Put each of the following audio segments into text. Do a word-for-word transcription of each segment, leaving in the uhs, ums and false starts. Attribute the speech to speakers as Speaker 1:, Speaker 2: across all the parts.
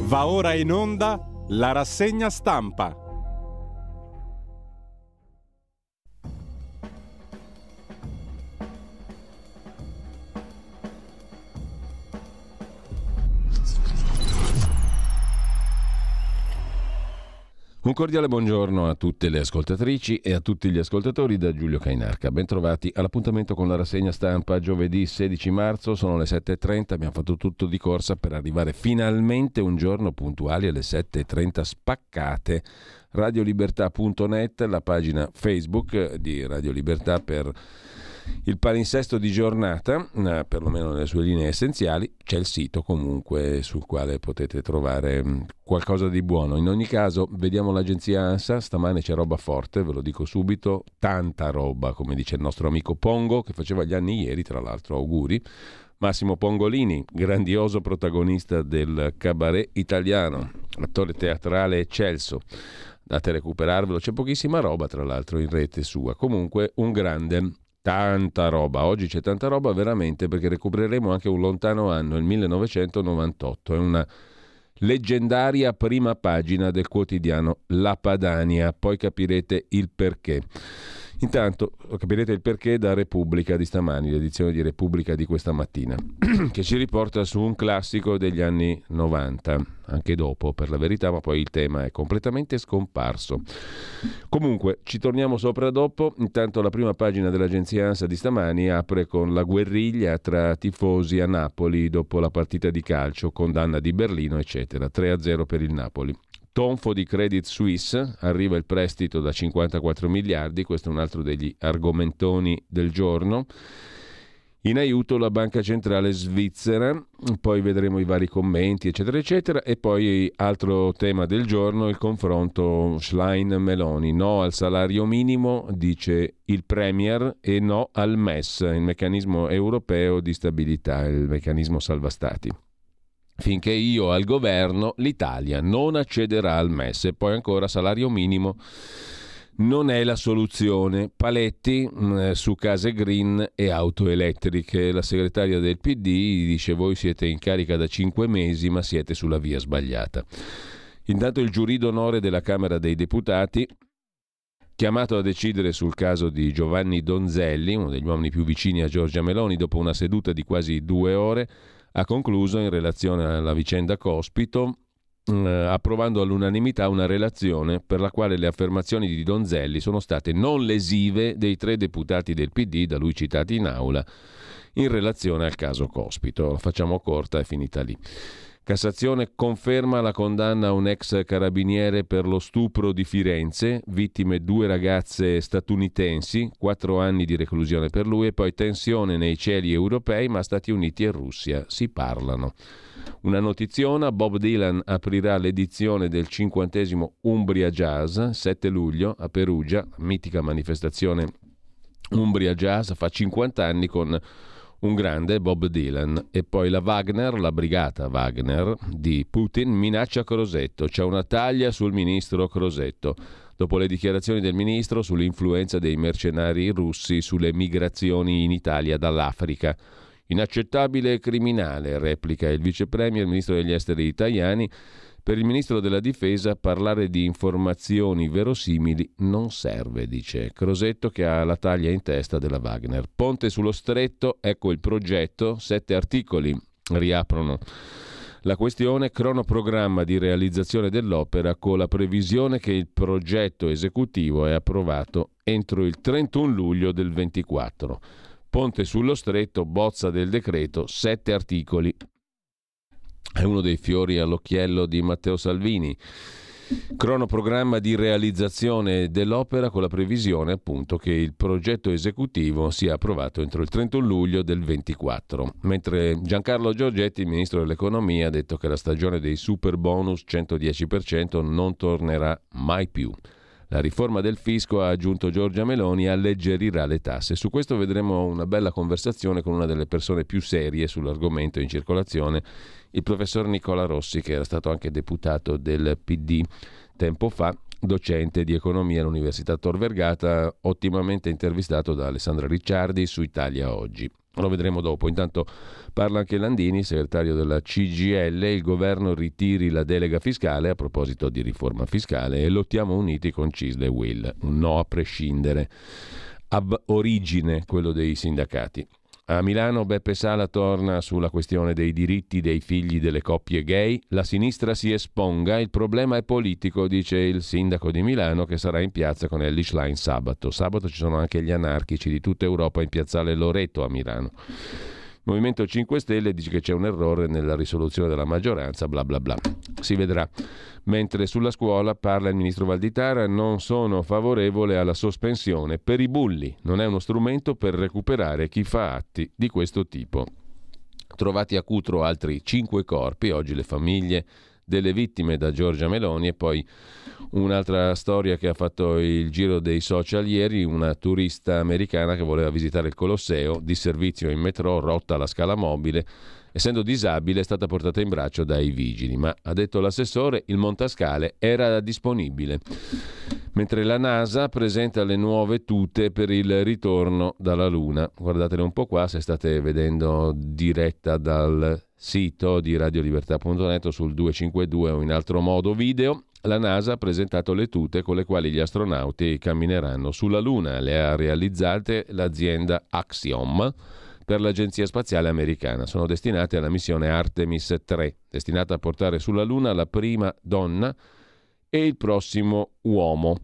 Speaker 1: Va ora in onda la rassegna stampa.
Speaker 2: Un cordiale buongiorno a tutte le ascoltatrici e a tutti gli ascoltatori da Giulio Cainarca. Bentrovati all'appuntamento con la rassegna stampa giovedì sedici marzo, sono le sette e trenta, abbiamo fatto tutto di corsa per arrivare finalmente un giorno puntuali alle sette e trenta spaccate. radiolibertà punto net, la pagina Facebook di Radio Libertà per il palinsesto di giornata, perlomeno nelle sue linee essenziali. C'è il sito comunque sul quale potete trovare qualcosa di buono. In ogni caso, vediamo l'agenzia ANSA, stamane c'è roba forte, ve lo dico subito, tanta roba, come dice il nostro amico Pongo, che faceva gli anni ieri, tra l'altro, auguri. Massimo Pongolini, grandioso protagonista del cabaret italiano, attore teatrale eccelso. Andate a recuperarvelo, c'è pochissima roba tra l'altro in rete sua, comunque un grande. Tanta roba, oggi c'è tanta roba veramente, perché recupereremo anche un lontano anno, il millenovecentonovantotto, è una leggendaria prima pagina del quotidiano La Padania, poi capirete il perché. Intanto capirete il perché da Repubblica di stamani, l'edizione di Repubblica di questa mattina, che ci riporta su un classico degli anni novanta, anche dopo per la verità, ma poi il tema è completamente scomparso. Comunque ci torniamo sopra dopo. Intanto la prima pagina dell'agenzia ANSA di stamani apre con la guerriglia tra tifosi a Napoli dopo la partita di calcio, condanna di Berlino eccetera, tre a zero per il Napoli. Tonfo di Credit Suisse, arriva il prestito da cinquantaquattro miliardi, questo è un altro degli argomentoni del giorno. In aiuto la Banca Centrale Svizzera, poi vedremo i vari commenti eccetera eccetera, e poi altro tema del giorno, il confronto Schlein-Meloni, no al salario minimo, dice il Premier, e no al M E S, il meccanismo europeo di stabilità, il meccanismo salva stati. Finché io al governo, l'Italia non accederà al M E S. E poi ancora salario minimo non è la soluzione. Paletti mh, su case green e auto elettriche. La segretaria del P D dice: voi siete in carica da cinque mesi ma siete sulla via sbagliata. Intanto il giurì d'onore della Camera dei Deputati, chiamato a decidere sul caso di Giovanni Donzelli, uno degli uomini più vicini a Giorgia Meloni, dopo una seduta di quasi due ore, ha concluso in relazione alla vicenda Cospito, eh, approvando all'unanimità una relazione per la quale le affermazioni di Donzelli sono state non lesive dei tre deputati del P D da lui citati in aula in relazione al caso Cospito. La facciamo corta, è finita lì. Cassazione conferma la condanna a un ex carabiniere per lo stupro di Firenze, vittime due ragazze statunitensi, quattro anni di reclusione per lui, e poi tensione nei cieli europei, ma Stati Uniti e Russia si parlano. Una notiziona: Bob Dylan aprirà l'edizione del cinquantesimo Umbria Jazz, sette luglio a Perugia, mitica manifestazione Umbria Jazz, fa cinquanta anni con un grande, Bob Dylan. E poi la Wagner, la brigata Wagner di Putin minaccia Crosetto, c'è una taglia sul ministro Crosetto dopo le dichiarazioni del ministro sull'influenza dei mercenari russi sulle migrazioni in Italia dall'Africa. Inaccettabile e criminale, replica il vice premier, il ministro degli esteri Tajani. Per il ministro della difesa parlare di informazioni verosimili non serve, dice Crosetto, che ha la taglia in testa della Wagner. Ponte sullo Stretto, ecco il progetto, sette articoli riaprono la questione, cronoprogramma di realizzazione dell'opera con la previsione che il progetto esecutivo è approvato entro il trentuno luglio del ventiquattro. Ponte sullo Stretto, bozza del decreto, sette articoli. È uno dei fiori all'occhiello di Matteo Salvini. Cronoprogramma di realizzazione dell'opera con la previsione appunto che il progetto esecutivo sia approvato entro il trentuno luglio del ventiquattro. Mentre Giancarlo Giorgetti, il ministro dell'economia, ha detto che la stagione dei super bonus centodieci per cento non tornerà mai più. La riforma del fisco, ha aggiunto Giorgia Meloni, alleggerirà le tasse. Su questo vedremo una bella conversazione con una delle persone più serie sull'argomento in circolazione, il professor Nicola Rossi, che era stato anche deputato del P D tempo fa, docente di economia all'Università Tor Vergata, ottimamente intervistato da Alessandra Ricciardi su Italia Oggi. Lo vedremo dopo. Intanto parla anche Landini, segretario della C G I L. Il governo ritiri la delega fiscale a proposito di riforma fiscale e lottiamo uniti con C I S L e U I L. Un no a prescindere. Ab origine quello dei sindacati. A Milano Beppe Sala torna sulla questione dei diritti dei figli delle coppie gay. La sinistra si esponga, il problema è politico, dice il sindaco di Milano, che sarà in piazza con Elly Schlein sabato. Sabato ci sono anche gli anarchici di tutta Europa in piazzale Loreto a Milano. Il Movimento cinque Stelle dice che c'è un errore nella risoluzione della maggioranza, bla bla bla. Si vedrà. Mentre sulla scuola parla il ministro Valditara, non sono favorevole alla sospensione per i bulli, non è uno strumento per recuperare chi fa atti di questo tipo. Trovati a Cutro altri cinque corpi, oggi le famiglie delle vittime da Giorgia Meloni, e poi un'altra storia che ha fatto il giro dei social ieri, una turista americana che voleva visitare il Colosseo, di servizio in metro, rotta la scala mobile, essendo disabile è stata portata in braccio dai vigili, ma ha detto l'assessore il montascale era disponibile. Mentre la NASA presenta le nuove tute per il ritorno dalla Luna. Guardatele un po' qua se state vedendo diretta dal sito di radiolibertà punto net o sul duecentocinquantadue o in altro modo video. La NASA ha presentato le tute con le quali gli astronauti cammineranno sulla Luna. Le ha realizzate l'azienda Axiom per l'Agenzia Spaziale Americana. Sono destinate alla missione Artemis tre, destinata a portare sulla Luna la prima donna e il prossimo uomo.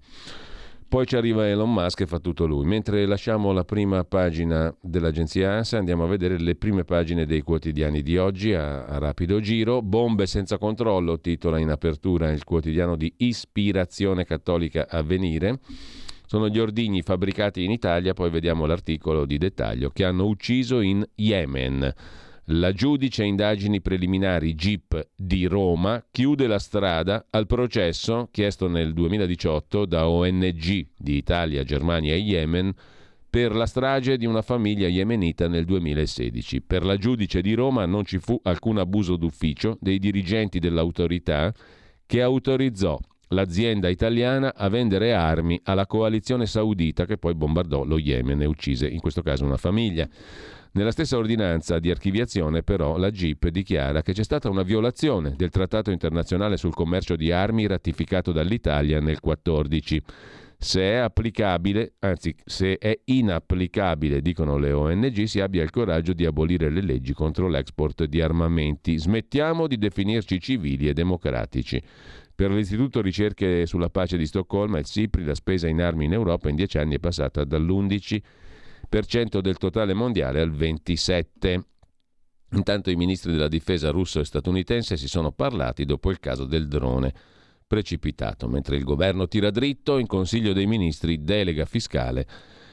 Speaker 2: Poi ci arriva Elon Musk e fa tutto lui. Mentre lasciamo la prima pagina dell'agenzia ANSA, andiamo a vedere le prime pagine dei quotidiani di oggi a, a rapido giro. Bombe senza controllo, titola in apertura il quotidiano di ispirazione cattolica Avvenire. Sono gli ordigni fabbricati in Italia, poi vediamo l'articolo di dettaglio, che hanno ucciso in Yemen. La giudice indagini preliminari G I P di Roma chiude la strada al processo chiesto nel duemiladiciotto da O N G di Italia, Germania e Yemen per la strage di una famiglia yemenita nel duemilasedici. Per la giudice di Roma non ci fu alcun abuso d'ufficio dei dirigenti dell'autorità che autorizzò l'azienda italiana a vendere armi alla coalizione saudita che poi bombardò lo Yemen e uccise in questo caso una famiglia. Nella stessa ordinanza di archiviazione però la G I P dichiara che c'è stata una violazione del Trattato internazionale sul commercio di armi ratificato dall'Italia nel quattordici. Se è applicabile, anzi se è inapplicabile, dicono le O N G, si abbia il coraggio di abolire le leggi contro l'export di armamenti. Smettiamo di definirci civili e democratici. Per l'Istituto Ricerche sulla Pace di Stoccolma, il SIPRI, la spesa in armi in Europa in dieci anni è passata dall'undici per cento del totale mondiale al ventisette per cento. Intanto i ministri della difesa russo e statunitense si sono parlati dopo il caso del drone precipitato, mentre il governo tira dritto, in Consiglio dei Ministri delega fiscale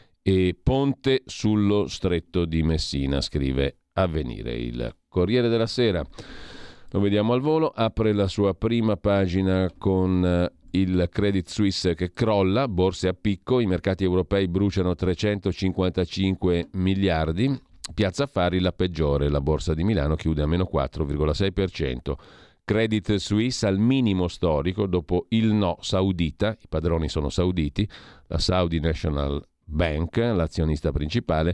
Speaker 2: e ponte sullo stretto di Messina, scrive Avvenire. Il Corriere della Sera, lo vediamo al volo, apre la sua prima pagina con il Credit Suisse che crolla, borse a picco, i mercati europei bruciano trecentocinquantacinque miliardi, Piazza Affari la peggiore, la borsa di Milano chiude a meno quattro virgola sei per cento. Credit Suisse al minimo storico dopo il no saudita, i padroni sono sauditi, la Saudi National Bank, l'azionista principale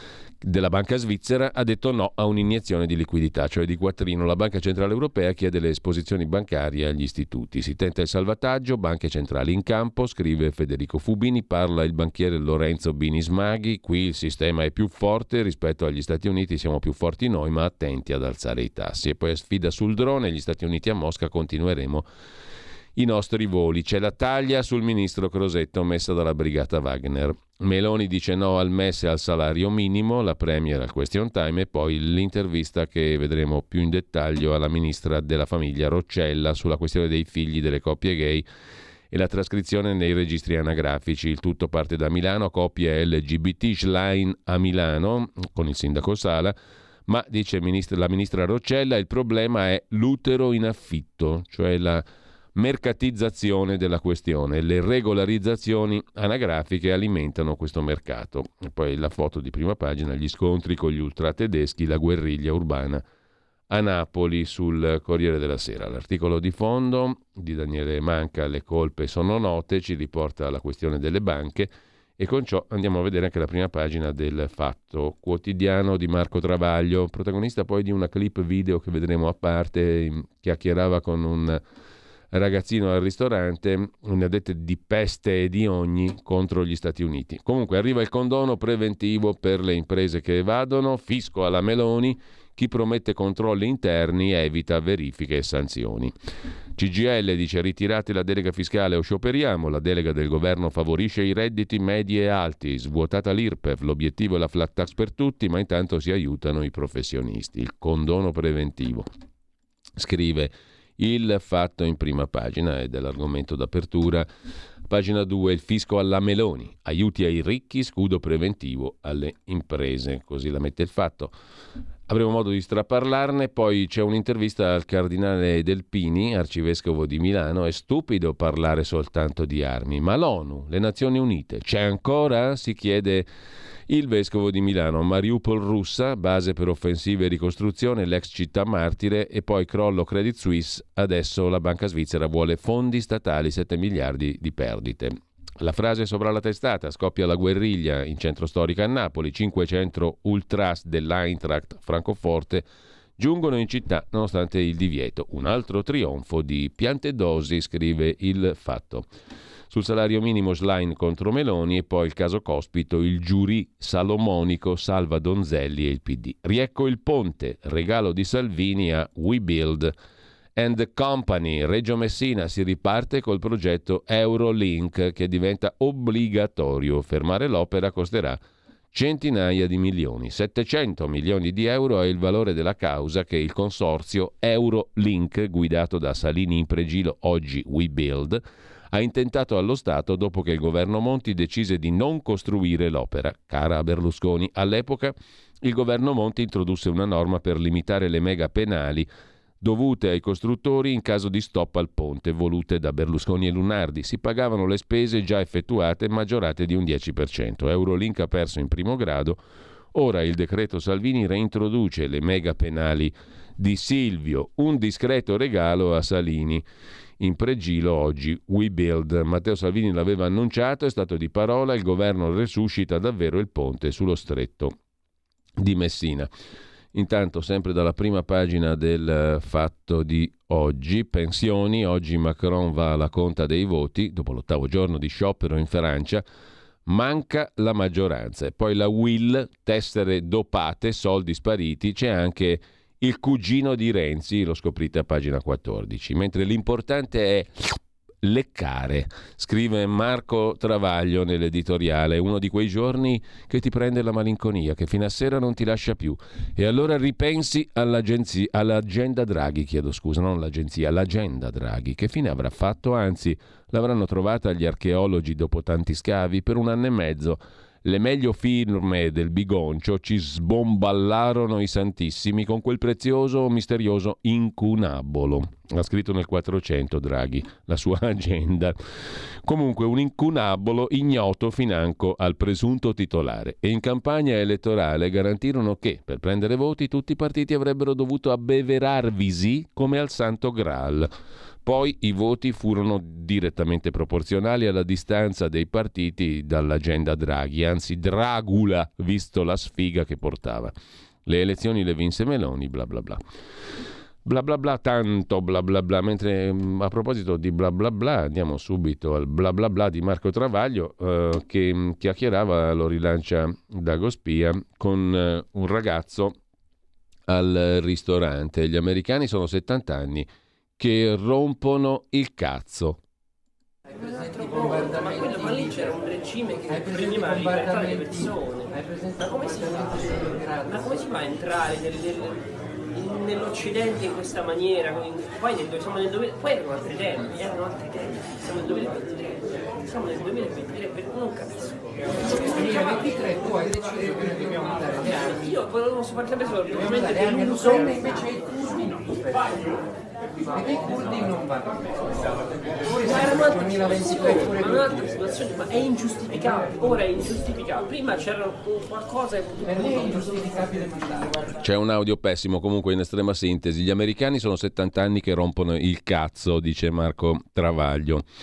Speaker 2: della banca svizzera, ha detto no a un'iniezione di liquidità, cioè di quattrino. La Banca Centrale Europea chiede le esposizioni bancarie agli istituti. Si tenta il salvataggio, banche centrali in campo, scrive Federico Fubini, parla il banchiere Lorenzo Bini Smaghi, qui il sistema è più forte rispetto agli Stati Uniti, siamo più forti noi, ma attenti ad alzare i tassi. E poi sfida sul drone, gli Stati Uniti a Mosca, continueremo i nostri voli. C'è la taglia sul ministro Crosetto messa dalla brigata Wagner. Meloni dice no al M E S e al salario minimo, la Premier al question time e poi l'intervista che vedremo più in dettaglio alla ministra della famiglia Roccella sulla questione dei figli delle coppie gay e la trascrizione nei registri anagrafici. Il tutto parte da Milano, coppie L G B T, Schlein a Milano con il sindaco Sala. Ma, dice la ministra Roccella, il problema è l'utero in affitto, cioè la mercatizzazione della questione. Le regolarizzazioni anagrafiche alimentano questo mercato. E poi la foto di prima pagina, gli scontri con gli ultratedeschi, la guerriglia urbana a Napoli sul Corriere della Sera. L'articolo di fondo di Daniele Manca, le colpe sono note, ci riporta alla questione delle banche E con ciò andiamo a vedere anche la prima pagina del Fatto Quotidiano di Marco Travaglio, protagonista poi di una clip video che vedremo a parte, chiacchierava con un ragazzino al ristorante, ne ha dette di peste e di ogni contro gli Stati Uniti. Comunque arriva il condono preventivo per le imprese che evadono, fisco alla Meloni, chi promette controlli interni evita verifiche e sanzioni. C G I L dice ritirate la delega fiscale o scioperiamo, la delega del governo favorisce i redditi medi e alti, svuotata l'I R P E F, l'obiettivo è la flat tax per tutti, ma intanto si aiutano i professionisti. Il condono preventivo. Scrive il Fatto in prima pagina ed è l'argomento d'apertura. Pagina due, il fisco alla Meloni, aiuti ai ricchi, scudo preventivo alle imprese, così la mette il Fatto. Avremo modo di straparlarne, poi c'è un'intervista al cardinale Delpini, arcivescovo di Milano. È stupido parlare soltanto di armi, ma l'ONU, le Nazioni Unite, c'è ancora? Si chiede il vescovo di Milano. Mariupol russa, base per offensive e ricostruzione, l'ex città martire e poi crollo Credit Suisse, adesso la banca svizzera vuole fondi statali, sette miliardi di perdite. La frase sopra la testata, scoppia la guerriglia in centro storico a Napoli, cinquecento ultras dell'Eintracht Francoforte giungono in città nonostante il divieto. Un altro trionfo di Piantedosi, scrive il Fatto. Sul salario minimo Schlein contro Meloni e poi il caso Cospito, il giurì salomonico salva Donzelli e il P D. Riecco il ponte, regalo di Salvini a We Build and Company. Reggio Messina si riparte col progetto Eurolink che diventa obbligatorio. Fermare l'opera costerà centinaia di milioni. settecento milioni di euro è il valore della causa che il consorzio Eurolink, guidato da Salini in Pregilo, oggi We Build, ha intentato allo Stato dopo che il governo Monti decise di non costruire l'opera. Cara a Berlusconi, all'epoca il governo Monti introdusse una norma per limitare le mega penali dovute ai costruttori in caso di stop al ponte, volute da Berlusconi e Lunardi. Si pagavano le spese già effettuate maggiorate di un dieci per cento. Eurolink ha perso in primo grado. Ora il decreto Salvini reintroduce le mega penali di Silvio, un discreto regalo a Salini. In Pregilo oggi We Build. Matteo Salvini l'aveva annunciato, è stato di parola, il governo resuscita davvero il ponte sullo stretto di Messina. Intanto, sempre dalla prima pagina del Fatto di oggi, pensioni, oggi Macron va alla conta dei voti, dopo l'ottavo giorno di sciopero in Francia, manca la maggioranza. E poi la Will, tessere dopate, soldi spariti, c'è anche il cugino di Renzi, lo scoprite a pagina quattordici, mentre l'importante è leccare, scrive Marco Travaglio nell'editoriale, uno di quei giorni che ti prende la malinconia, che fino a sera non ti lascia più, e allora ripensi all'agenzia, all'agenda Draghi, chiedo scusa, non l'agenzia, l'agenda Draghi, che fine avrà fatto? Anzi, l'avranno trovata gli archeologi dopo tanti scavi per un anno e mezzo. Le meglio firme del Bigoncio ci sbomballarono i santissimi con quel prezioso, misterioso incunabolo. Ha scritto nel quattrocento Draghi, la sua agenda. Comunque un incunabolo ignoto financo al presunto titolare. E in campagna elettorale garantirono che, per prendere voti, tutti i partiti avrebbero dovuto abbeverarvisi come al Santo Graal. Poi i voti furono direttamente proporzionali alla distanza dei partiti dall'agenda Draghi, anzi Dragula, visto la sfiga che portava. Le elezioni le vinse Meloni, bla bla bla. Bla bla bla, tanto bla bla bla. Mentre a proposito di bla bla bla, andiamo subito al bla bla bla di Marco Travaglio, eh, che chiacchierava, lo rilancia Dagospia, con eh, un ragazzo al ristorante. Gli americani sono settanta anni che rompono il cazzo.
Speaker 3: Hai presente i bombardamenti? Ma, ma lì c'era un regime che reprimeva la libertà delle persone. Ma come si fa? Ma come si fa a entrare nel, nel, nell'Occidente in questa maniera? Poi nel, siamo nel duemila, poi erano altri tempi, erano altri tempi. Siamo nel duemilaventitré. Siamo nel duemilaventitré, per non capisco. Nel duemilaventitré tu hai deciso che dobbiamo mandare le armi. Io volevo sapere solo ovviamente dell'uso. Invece i curdi no. Perché i curdi non vanno bene? Ma era un'altra situazione, ma un'altra situazione, ma è ingiustificabile. Ora è ingiustificabile. Prima c'era qualcosa che per me è ingiustificabile mandare.
Speaker 2: C'è un audio pessimo, comunque in estrema sintesi. Gli americani sono settanta anni che rompono il cazzo, dice Marco Travaglio.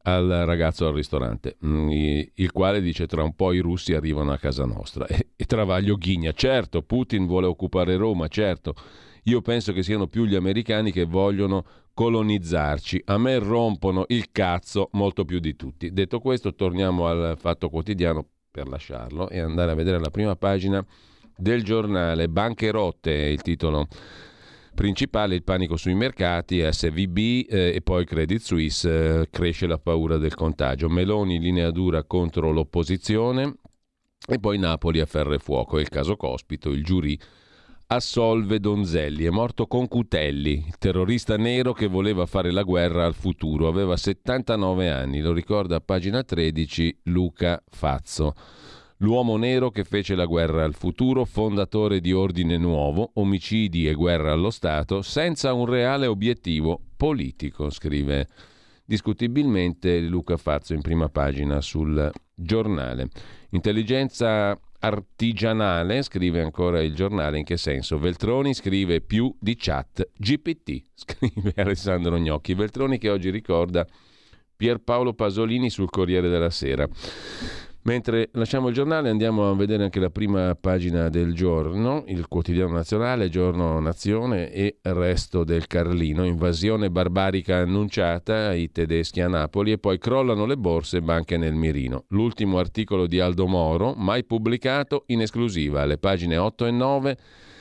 Speaker 2: al ragazzo al ristorante, il quale dice: tra un po' i russi arrivano a casa nostra. E, e Travaglio ghigna: certo, Putin vuole occupare Roma, certo, io penso che siano più gli americani che vogliono colonizzarci, a me rompono il cazzo molto più di tutti. Detto questo, torniamo al Fatto Quotidiano per lasciarlo e andare a vedere la prima pagina del giornale. Banche rotte è il titolo principale, il panico sui mercati, S V B eh, e poi Credit Suisse, eh, cresce la paura del contagio. Meloni linea dura contro l'opposizione e poi Napoli a ferro e fuoco. È il caso Cospito, il giurì assolve Donzelli, è morto Concutelli, il terrorista nero che voleva fare la guerra al futuro, aveva settantanove anni, lo ricorda a pagina tredici Luca Fazzo. L'uomo nero che fece la guerra al futuro, fondatore di Ordine Nuovo, omicidi e guerra allo Stato, senza un reale obiettivo politico, scrive discutibilmente Luca Fazzo in prima pagina sul giornale. Intelligenza artigianale, scrive ancora il giornale, in che senso? Veltroni scrive più di chat G P T, scrive Alessandro Gnocchi. Veltroni che oggi ricorda Pierpaolo Pasolini sul Corriere della Sera. Mentre lasciamo il giornale andiamo a vedere anche la prima pagina del giorno, il quotidiano nazionale, Giorno Nazione e Resto del Carlino. Invasione barbarica annunciata, i tedeschi a Napoli e poi crollano le borse, banche nel mirino. L'ultimo articolo di Aldo Moro, mai pubblicato, in esclusiva, alle pagine otto e nove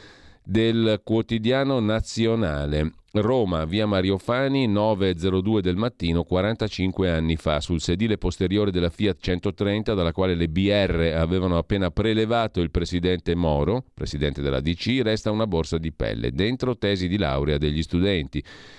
Speaker 2: del quotidiano nazionale. Roma, via Mario Fani, nove e zero due del mattino, quarantacinque anni fa, sul sedile posteriore della Fiat centotrenta, dalla quale le B R avevano appena prelevato il presidente Moro, presidente della D C, resta una borsa di pelle, dentro tesi di laurea degli studenti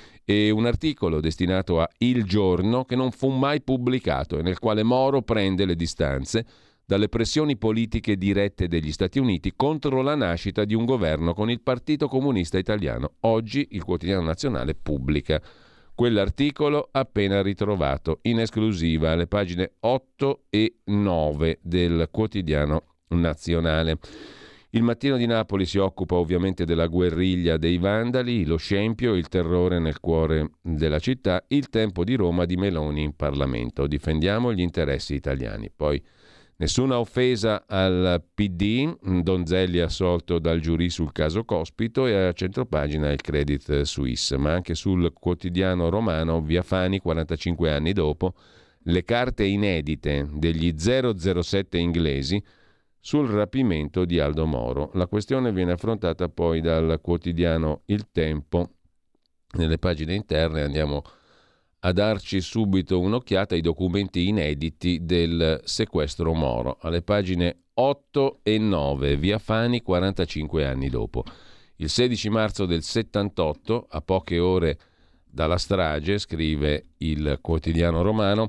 Speaker 2: e un articolo destinato a Il Giorno che non fu mai pubblicato e nel quale Moro prende le distanze dalle pressioni politiche dirette degli Stati Uniti contro la nascita di un governo con il Partito Comunista Italiano. Oggi il quotidiano nazionale pubblica quell'articolo appena ritrovato in esclusiva alle pagine otto e nove del quotidiano nazionale. Il Mattino di Napoli si occupa ovviamente della guerriglia dei vandali, lo scempio, il terrore nel cuore della città, il tempo di Roma di Meloni in Parlamento. Difendiamo gli interessi italiani. Poi nessuna offesa al P D, Donzelli assolto dal giurì sul caso Cospito e a centropagina il Credit Suisse, ma anche sul quotidiano romano Via Fani, quarantacinque anni dopo, le carte inedite degli zero zero sette inglesi sul rapimento di Aldo Moro. La questione viene affrontata poi dal quotidiano Il Tempo. Nelle pagine interne andiamo a darci subito un'occhiata ai documenti inediti del sequestro Moro, alle pagine otto e nove, Via Fani, quarantacinque anni dopo. Il sedici marzo del settantotto, a poche ore dalla strage, scrive il quotidiano romano,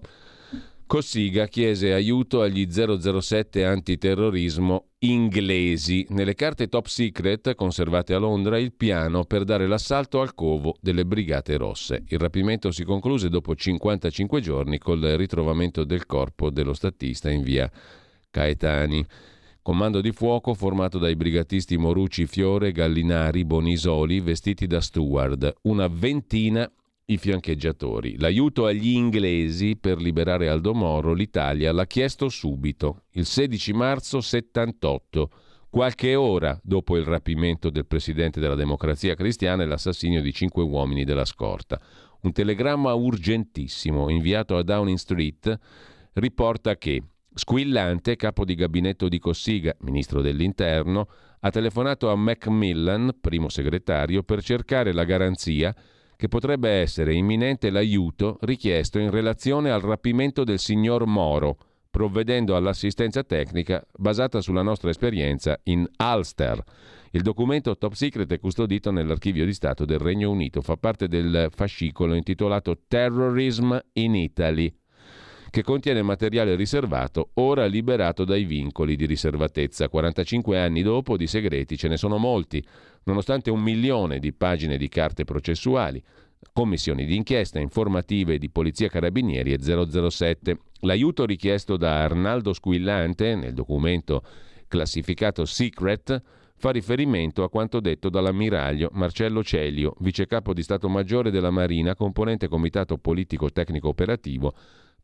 Speaker 2: Cossiga chiese aiuto agli zero zero sette antiterrorismo inglesi. Nelle carte top secret conservate a Londra il piano per dare l'assalto al covo delle Brigate Rosse. Il rapimento si concluse dopo cinquantacinque giorni col ritrovamento del corpo dello statista in via Caetani. Comando di fuoco formato dai brigatisti Morucci, Fiore, Gallinari, Bonisoli, vestiti da steward, una ventina i fiancheggiatori. L'aiuto agli inglesi per liberare Aldo Moro l'Italia l'ha chiesto subito, il sedici marzo settantotto, qualche ora dopo il rapimento del presidente della Democrazia Cristiana e l'assassinio di cinque uomini della scorta. Un telegramma urgentissimo inviato a Downing Street riporta che Squillante, capo di gabinetto di Cossiga, ministro dell'Interno, ha telefonato a Macmillan, primo segretario, per cercare la garanzia che potrebbe essere imminente l'aiuto richiesto in relazione al rapimento del signor Moro, provvedendo all'assistenza tecnica basata sulla nostra esperienza in Ulster. Il documento top secret è custodito nell'Archivio di Stato del Regno Unito, fa parte del fascicolo intitolato Terrorism in Italy, che contiene materiale riservato, ora liberato dai vincoli di riservatezza. quarantacinque anni dopo, di segreti ce ne sono molti, nonostante un milione di pagine di carte processuali, commissioni d'inchiesta, informative di Polizia Carabinieri e zero zero sette. L'aiuto richiesto da Arnaldo Squillante, nel documento classificato Secret, fa riferimento a quanto detto dall'ammiraglio Marcello Celio, vicecapo di Stato Maggiore della Marina, componente comitato politico tecnico operativo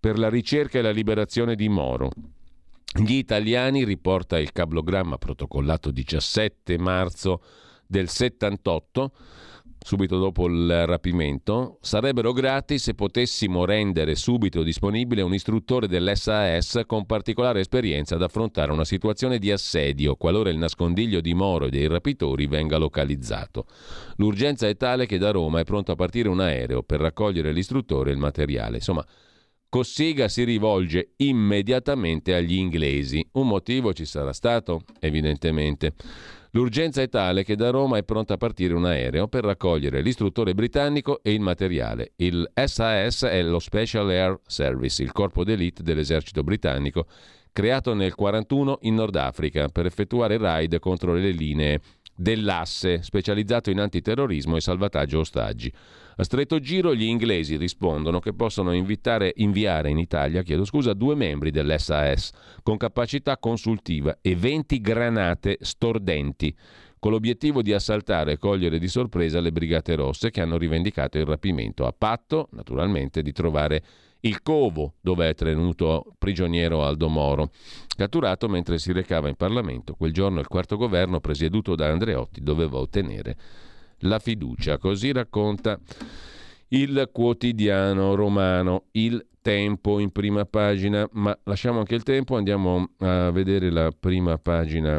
Speaker 2: per la ricerca e la liberazione di Moro. Gli italiani, riporta il cablogramma protocollato diciassette marzo del settantotto, subito dopo il rapimento, sarebbero grati se potessimo rendere subito disponibile un istruttore dell'esse a esse con particolare esperienza ad affrontare una situazione di assedio qualora il nascondiglio di Moro e dei rapitori venga localizzato. L'urgenza è tale che da Roma è pronto a partire un aereo per raccogliere l'istruttore e il materiale. Insomma, Cossiga si rivolge immediatamente agli inglesi. Un motivo ci sarà stato, evidentemente. L'urgenza è tale che da Roma è pronto a partire un aereo per raccogliere l'istruttore britannico e il materiale. Il esse a esse è lo Special Air Service, il corpo d'élite dell'esercito britannico, creato nel quarantuno in Nord Africa per effettuare raid contro le linee dell'asse, specializzato in antiterrorismo e salvataggio ostaggi. A stretto giro gli inglesi rispondono che possono invitare, inviare in Italia, chiedo scusa, due membri dell'esse a esse con capacità consultiva e venti granate stordenti, con l'obiettivo di assaltare e cogliere di sorpresa le brigate rosse che hanno rivendicato il rapimento, a patto naturalmente di trovare il covo dove è tenuto prigioniero Aldo Moro, catturato mentre si recava in Parlamento. Quel giorno il quarto governo, presieduto da Andreotti, doveva ottenere la fiducia. Così racconta il quotidiano romano Il Tempo in prima pagina, ma lasciamo anche il Tempo, andiamo a vedere la prima pagina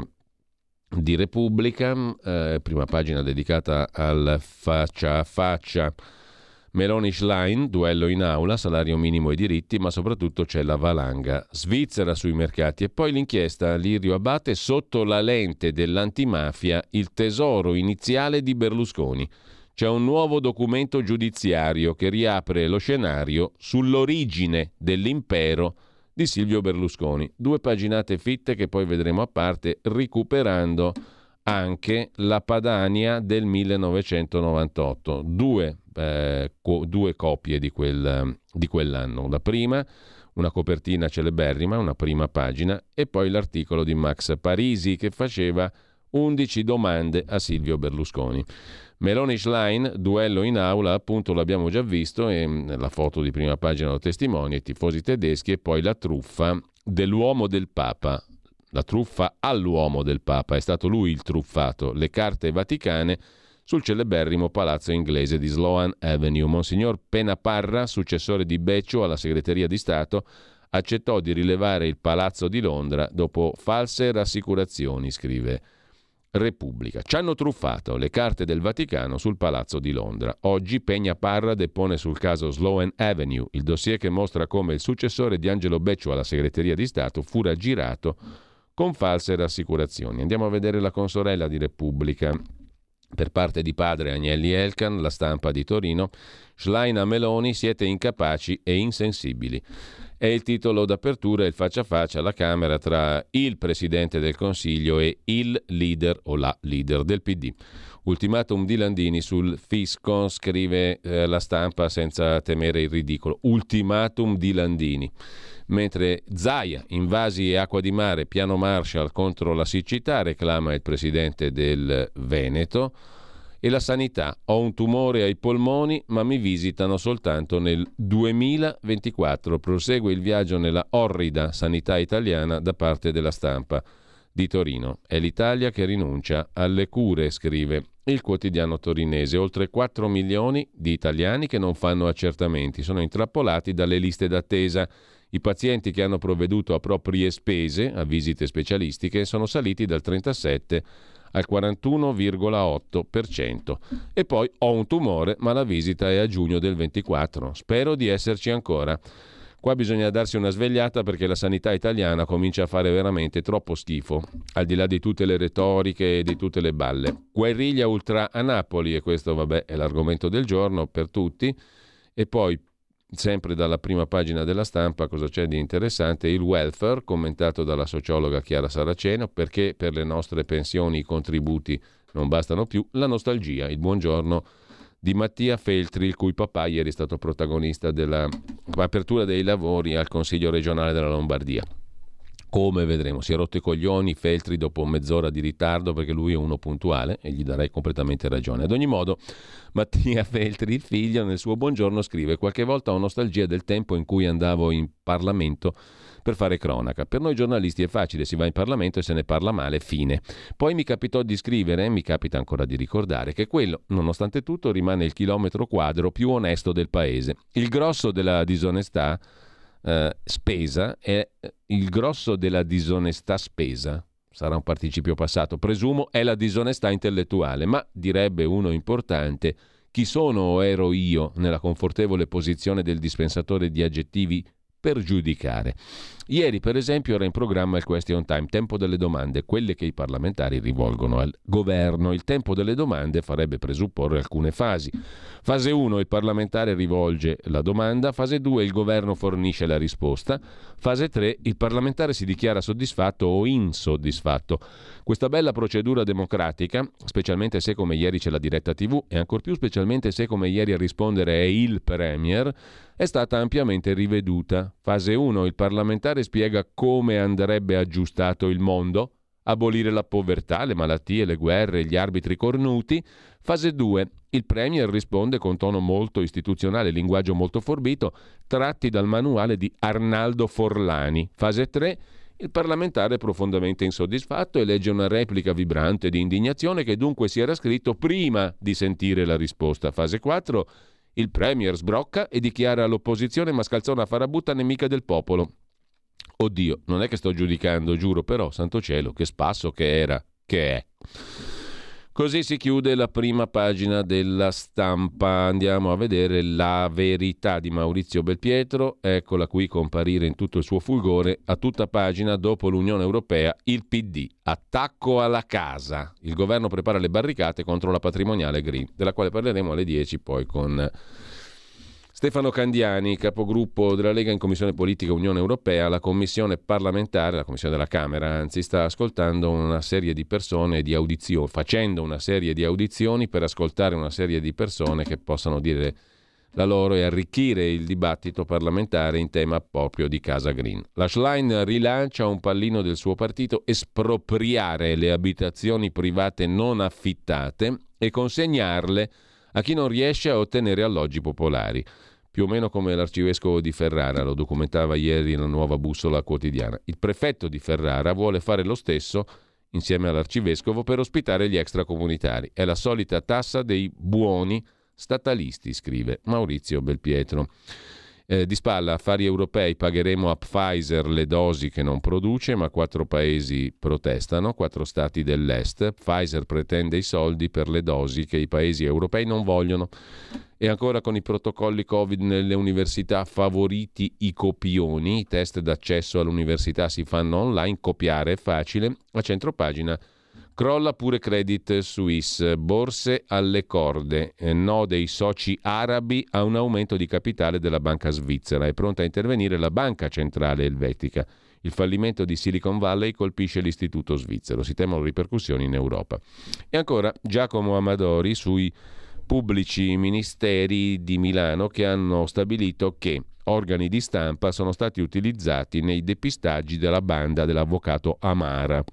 Speaker 2: di Repubblica, eh, prima pagina dedicata al faccia a faccia Meloni-Schlein, duello in aula, salario minimo e diritti, ma soprattutto c'è la valanga svizzera sui mercati. E poi l'inchiesta Lirio Abate, sotto la lente dell'antimafia, il tesoro iniziale di Berlusconi. C'è un nuovo documento giudiziario che riapre lo scenario sull'origine dell'impero di Silvio Berlusconi. Due paginate fitte che poi vedremo a parte, recuperando anche la Padania del millenovecentonovantotto. Due Eh, co- due copie di, quel, di quell'anno. La prima, una copertina celeberrima, una prima pagina, e poi l'articolo di Max Parisi che faceva undici domande a Silvio Berlusconi. Meloni-Schlein, duello in aula, appunto l'abbiamo già visto, e la foto di prima pagina lo testimonia, i tifosi tedeschi, e poi la truffa dell'uomo del Papa. La truffa all'uomo del Papa, è stato lui il truffato, le carte vaticane sul celeberrimo palazzo inglese di Sloane Avenue. Monsignor Penaparra, successore di Beccio alla segreteria di Stato, accettò di rilevare il palazzo di Londra dopo false rassicurazioni, scrive Repubblica. Ci hanno truffato le carte del Vaticano sul palazzo di Londra. Oggi Penaparra depone sul caso Sloane Avenue, il dossier che mostra come il successore di Angelo Beccio alla segreteria di Stato fu raggirato con false rassicurazioni. Andiamo a vedere la consorella di Repubblica. Per parte di padre Agnelli Elkan, La Stampa di Torino, Schlein a Meloni, siete incapaci e insensibili. È il titolo d'apertura e il faccia a faccia alla Camera tra il Presidente del Consiglio e il leader o la leader del P D. Ultimatum di Landini sul fisco, scrive eh, La Stampa senza temere il ridicolo. Ultimatum di Landini. Mentre Zaia, invasi e acqua di mare, piano Marshall contro la siccità, reclama il presidente del Veneto. E la sanità, ho un tumore ai polmoni ma mi visitano soltanto nel duemilaventiquattro. Prosegue il viaggio nella orrida sanità italiana da parte della Stampa di Torino. È l'Italia che rinuncia alle cure, scrive il quotidiano torinese. Oltre quattro milioni di italiani che non fanno accertamenti, sono intrappolati dalle liste d'attesa. I pazienti che hanno provveduto a proprie spese a visite specialistiche sono saliti dal trentasette al quarantuno virgola otto per cento. E poi ho un tumore, ma la visita è a giugno del ventiquattro. Spero di esserci ancora. Qua bisogna darsi una svegliata perché la sanità italiana comincia a fare veramente troppo schifo, al di là di tutte le retoriche e di tutte le balle. Guerriglia ultra a Napoli, e questo vabbè è l'argomento del giorno per tutti. E poi, sempre dalla prima pagina della Stampa, cosa c'è di interessante? Il welfare, commentato dalla sociologa Chiara Saraceno, perché per le nostre pensioni i contributi non bastano più, la nostalgia, il buongiorno di Mattia Feltri, il cui papà ieri è stato protagonista dell'apertura dei lavori al Consiglio regionale della Lombardia. Come vedremo, si è rotto i coglioni Feltri dopo mezz'ora di ritardo perché lui è uno puntuale e gli darei completamente ragione. Ad ogni modo, Mattia Feltri, il figlio, nel suo buongiorno scrive: qualche volta ho nostalgia del tempo in cui andavo in Parlamento per fare cronaca. Per noi giornalisti è facile, si va in Parlamento e se ne parla male, fine. Poi mi capitò di scrivere, mi capita ancora di ricordare, che quello, nonostante tutto, rimane il chilometro quadro più onesto del paese. Il grosso della disonestà eh, spesa è il grosso della disonestà spesa. Sarà un participio passato, presumo, è la disonestà intellettuale, ma direbbe uno importante: chi sono o ero io nella confortevole posizione del dispensatore di aggettivi per giudicare? Ieri, per esempio, era in programma il question time, tempo delle domande, quelle che i parlamentari rivolgono al governo. Il tempo delle domande farebbe presupporre alcune fasi. Fase uno, il parlamentare rivolge la domanda. Fase due, il governo fornisce la risposta. Fase tre, il parlamentare si dichiara soddisfatto o insoddisfatto. Questa bella procedura democratica, specialmente se come ieri c'è la diretta tivù e ancor più specialmente se come ieri a rispondere è il Premier, è stata ampiamente riveduta. Fase uno, il parlamentare spiega come andrebbe aggiustato il mondo: abolire la povertà, le malattie, le guerre, gli arbitri cornuti. Fase due, il Premier risponde con tono molto istituzionale, linguaggio molto forbito, tratti dal manuale di Arnaldo Forlani. Fase tre, il parlamentare è profondamente insoddisfatto e legge una replica vibrante di indignazione che dunque si era scritto prima di sentire la risposta. Fase quattro, il Premier sbrocca e dichiara all'opposizione mascalzona farabutta nemica del popolo. Oddio, non è che sto giudicando, giuro, però, santo cielo, che spasso che era, che è. Così si chiude la prima pagina della Stampa. Andiamo a vedere La Verità di Maurizio Belpietro. Eccola qui comparire in tutto il suo fulgore a tutta pagina. Dopo l'Unione Europea, il P D. Attacco alla casa. Il governo prepara le barricate contro la patrimoniale green, della quale parleremo alle dieci poi con Stefano Candiani, capogruppo della Lega in Commissione Politica Unione Europea. La commissione parlamentare, la commissione della Camera, anzi, sta ascoltando una serie di persone di audizioni, facendo una serie di audizioni per ascoltare una serie di persone che possano dire la loro e arricchire il dibattito parlamentare in tema proprio di Casa Green. La Schlein rilancia un pallino del suo partito: espropriare le abitazioni private non affittate e consegnarle a chi non riesce a ottenere alloggi popolari. Più o meno come l'arcivescovo di Ferrara, lo documentava ieri la Nuova Bussola Quotidiana. Il prefetto di Ferrara vuole fare lo stesso insieme all'arcivescovo per ospitare gli extracomunitari. È la solita tassa dei buoni statalisti, scrive Maurizio Belpietro. Eh, di spalla, affari europei, pagheremo a Pfizer le dosi che non produce, ma quattro paesi protestano, quattro stati dell'est. Pfizer pretende i soldi per le dosi che i paesi europei non vogliono. E ancora con i protocolli Covid nelle università, favoriti i copioni, i test d'accesso all'università si fanno online, copiare è facile. A centropagina, crolla pure Credit Suisse, borse alle corde, no dei soci arabi a un aumento di capitale della banca svizzera. È pronta a intervenire la banca centrale elvetica. Il fallimento di Silicon Valley colpisce l'istituto svizzero, si temono ripercussioni in Europa. E ancora Giacomo Amadori sui pubblici ministeri di Milano che hanno stabilito che organi di stampa sono stati utilizzati nei depistaggi della banda dell'avvocato Amara.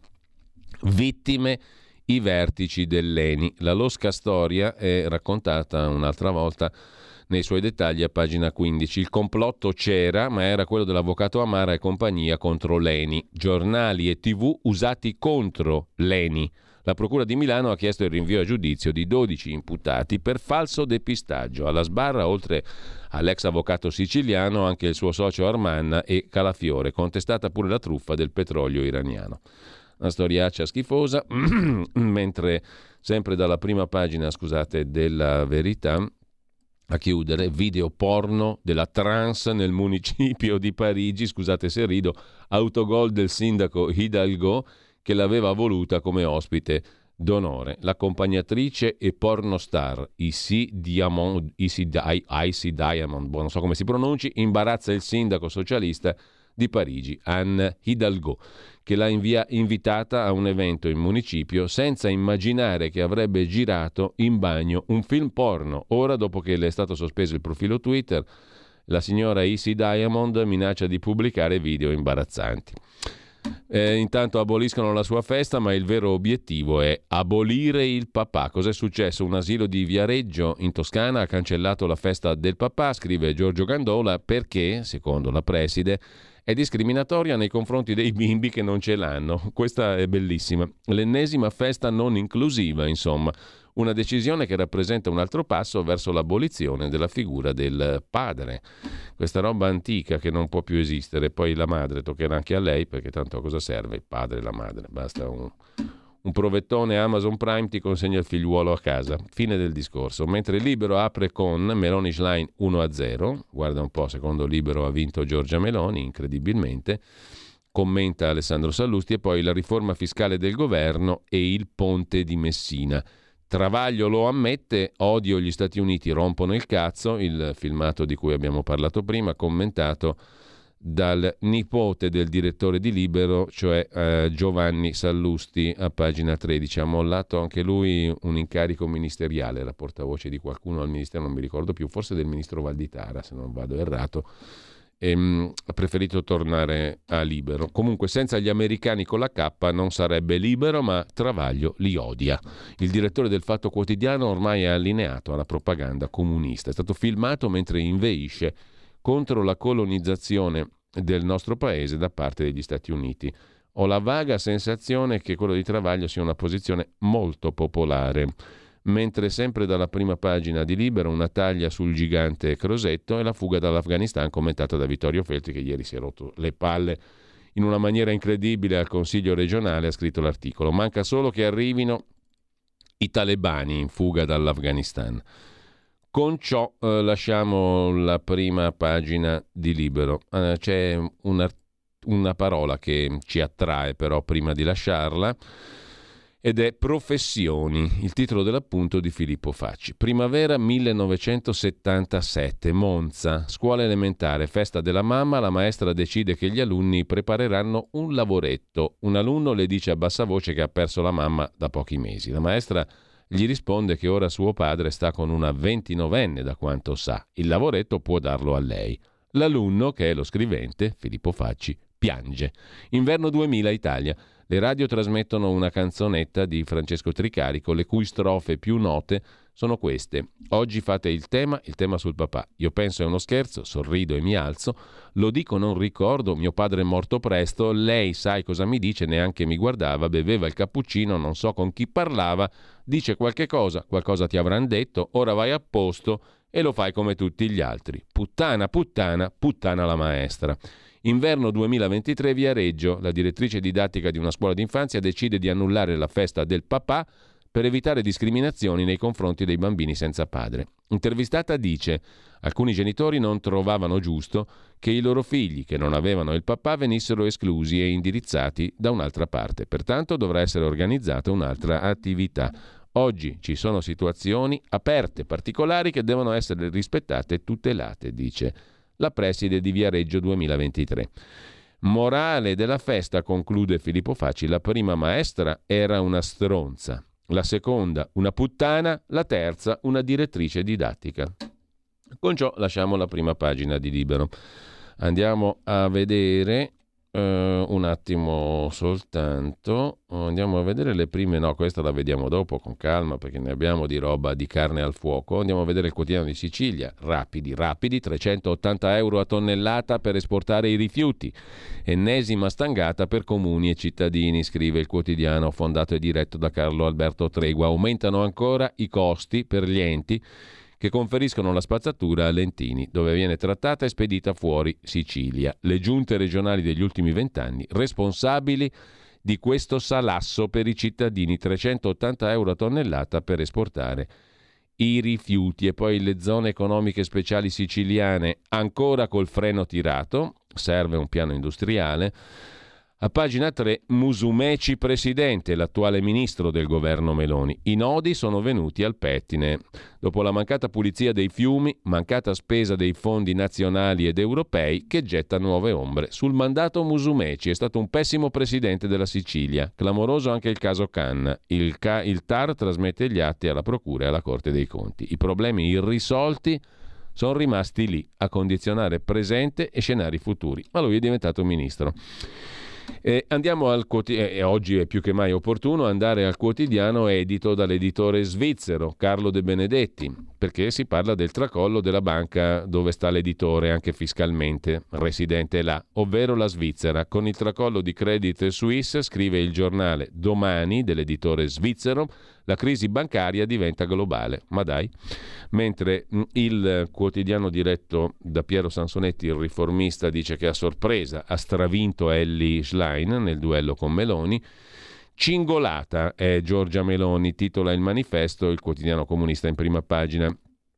Speaker 2: Vittime i vertici dell'Eni. La losca storia è raccontata un'altra volta nei suoi dettagli a pagina quindici. Il complotto c'era, ma era quello dell'avvocato Amara e compagnia contro l'Eni. Giornali e tivù usati contro l'Eni. La Procura di Milano ha chiesto il rinvio a giudizio di dodici imputati per falso depistaggio. Alla sbarra, oltre all'ex avvocato siciliano, anche il suo socio Armanna e Calafiore, contestata pure la truffa del petrolio iraniano. Una storiaccia schifosa, mentre sempre dalla prima pagina, scusate, della Verità, a chiudere, video porno della trans nel municipio di Parigi, scusate se rido, autogol del sindaco Hidalgo che l'aveva voluta come ospite d'onore. L'accompagnatrice e pornostar Icy Diamond, Icy Di- Icy Diamond, non so come si pronunci, imbarazza il sindaco socialista di Parigi, Anne Hidalgo, che l'ha invia- invitata a un evento in municipio senza immaginare che avrebbe girato in bagno un film porno. Ora, dopo che le è stato sospeso il profilo Twitter, la signora Icy Diamond minaccia di pubblicare video imbarazzanti. Eh, intanto aboliscono la sua festa, ma il vero obiettivo è abolire il papà. Cos'è successo? Un asilo di Viareggio in Toscana ha cancellato la festa del papà, scrive Giorgio Gandola, perché, secondo la preside, è discriminatoria nei confronti dei bimbi che non ce l'hanno. Questa è bellissima. L'ennesima festa non inclusiva, insomma. Una decisione che rappresenta un altro passo verso l'abolizione della figura del padre. Questa roba antica che non può più esistere. Poi la madre toccherà anche a lei, perché tanto a cosa serve il padre e la madre? Basta un, un provettone Amazon Prime, ti consegna il figliuolo a casa. Fine del discorso. Mentre Libero apre con Meloni Schlein uno a zero. Guarda un po', secondo Libero ha vinto Giorgia Meloni, incredibilmente. Commenta Alessandro Sallusti. E poi la riforma fiscale del governo e il ponte di Messina. Travaglio lo ammette, odio gli Stati Uniti, rompono il cazzo, il filmato di cui abbiamo parlato prima, commentato dal nipote del direttore di Libero, cioè eh, Giovanni Sallusti, a pagina tredici. Ha mollato anche lui un incarico ministeriale, era portavoce di qualcuno al ministero, non mi ricordo più, forse del ministro Valditara, se non vado errato. E, mh, ha preferito tornare a Libero. Comunque senza gli americani con la K non sarebbe Libero, ma Travaglio li odia. Il direttore del Fatto Quotidiano ormai è allineato alla propaganda comunista. È stato filmato mentre inveisce contro la colonizzazione del nostro paese da parte degli Stati Uniti. Ho la vaga sensazione che quello di Travaglio sia una posizione molto popolare. Mentre sempre dalla prima pagina di Libero una taglia sul gigante Crosetto e la fuga dall'Afghanistan commentata da Vittorio Feltri, che ieri si è rotto le palle in una maniera incredibile al Consiglio regionale, ha scritto l'articolo. Manca solo che arrivino i talebani in fuga dall'Afghanistan. Con ciò eh, lasciamo la prima pagina di Libero. Eh, c'è una, una parola che ci attrae però prima di lasciarla, ed è Professioni, il titolo dell'appunto di Filippo Facci. Primavera millenovecentosettantasette, Monza, scuola elementare, festa della mamma, la maestra decide che gli alunni prepareranno un lavoretto. Un alunno le dice a bassa voce che ha perso la mamma da pochi mesi. La maestra gli risponde che ora suo padre sta con una ventinovenne, da quanto sa. Il lavoretto può darlo a lei. L'alunno, che è lo scrivente, Filippo Facci, piange. Inverno duemila, Italia. Le radio trasmettono una canzonetta di Francesco Tricarico, le cui strofe più note sono queste. Oggi fate il tema, il tema sul papà. Io penso è uno scherzo, sorrido e mi alzo. Lo dico, non ricordo, mio padre è morto presto. Lei sai cosa mi dice, neanche mi guardava, beveva il cappuccino, non so con chi parlava. Dice qualche cosa, qualcosa ti avranno detto, ora vai a posto e lo fai come tutti gli altri. Puttana, puttana, puttana la maestra. Inverno duemilaventitré, Viareggio. La direttrice didattica di una scuola d'infanzia decide di annullare la festa del papà per evitare discriminazioni nei confronti dei bambini senza padre. Intervistata dice: alcuni genitori non trovavano giusto che i loro figli che non avevano il papà venissero esclusi e indirizzati da un'altra parte. Pertanto dovrà essere organizzata un'altra attività. Oggi ci sono situazioni aperte, particolari, che devono essere rispettate e tutelate, dice la preside di Viareggio duemilaventitré. Morale della festa, conclude Filippo Facci: la prima maestra era una stronza, la seconda una puttana, la terza una direttrice didattica. Con ciò lasciamo la prima pagina di Libero. Andiamo a vedere uh, un attimo soltanto, andiamo a vedere le prime, no, questa la vediamo dopo con calma perché ne abbiamo di roba, di carne al fuoco. Andiamo a vedere il quotidiano di Sicilia, rapidi, rapidi, trecentottanta euro a tonnellata per esportare i rifiuti, ennesima stangata per comuni e cittadini, scrive il quotidiano fondato e diretto da Carlo Alberto Tregua. Aumentano ancora i costi per gli enti che conferiscono la spazzatura a Lentini, dove viene trattata e spedita fuori Sicilia. Le giunte regionali degli ultimi vent'anni responsabili di questo salasso per i cittadini, trecentottanta euro a tonnellata per esportare i rifiuti. E poi le zone economiche speciali siciliane ancora col freno tirato, serve un piano industriale. A pagina tre, Musumeci presidente, l'attuale ministro del governo Meloni. I nodi sono venuti al pettine. Dopo la mancata pulizia dei fiumi, mancata spesa dei fondi nazionali ed europei, che getta nuove ombre sul mandato Musumeci. È stato un pessimo presidente della Sicilia. Clamoroso anche il caso Canna. Il, ca- il T A R trasmette gli atti alla Procura e alla Corte dei Conti. I problemi irrisolti sono rimasti lì, a condizionare presente e scenari futuri. Ma lui è diventato ministro. E andiamo al quotidiano, e oggi è più che mai opportuno andare al quotidiano edito dall'editore svizzero Carlo De Benedetti, perché si parla del tracollo della banca dove sta l'editore, anche fiscalmente residente là, ovvero la Svizzera. Con il tracollo di Credit Suisse, scrive il giornale Domani dell'editore svizzero, la crisi bancaria diventa globale. Ma dai. Mentre il quotidiano diretto da Piero Sansonetti, il riformista, dice che a sorpresa ha stravinto Elly Schlein nel duello con Meloni. Cingolata è Giorgia Meloni, titola il Manifesto, il quotidiano comunista in prima pagina.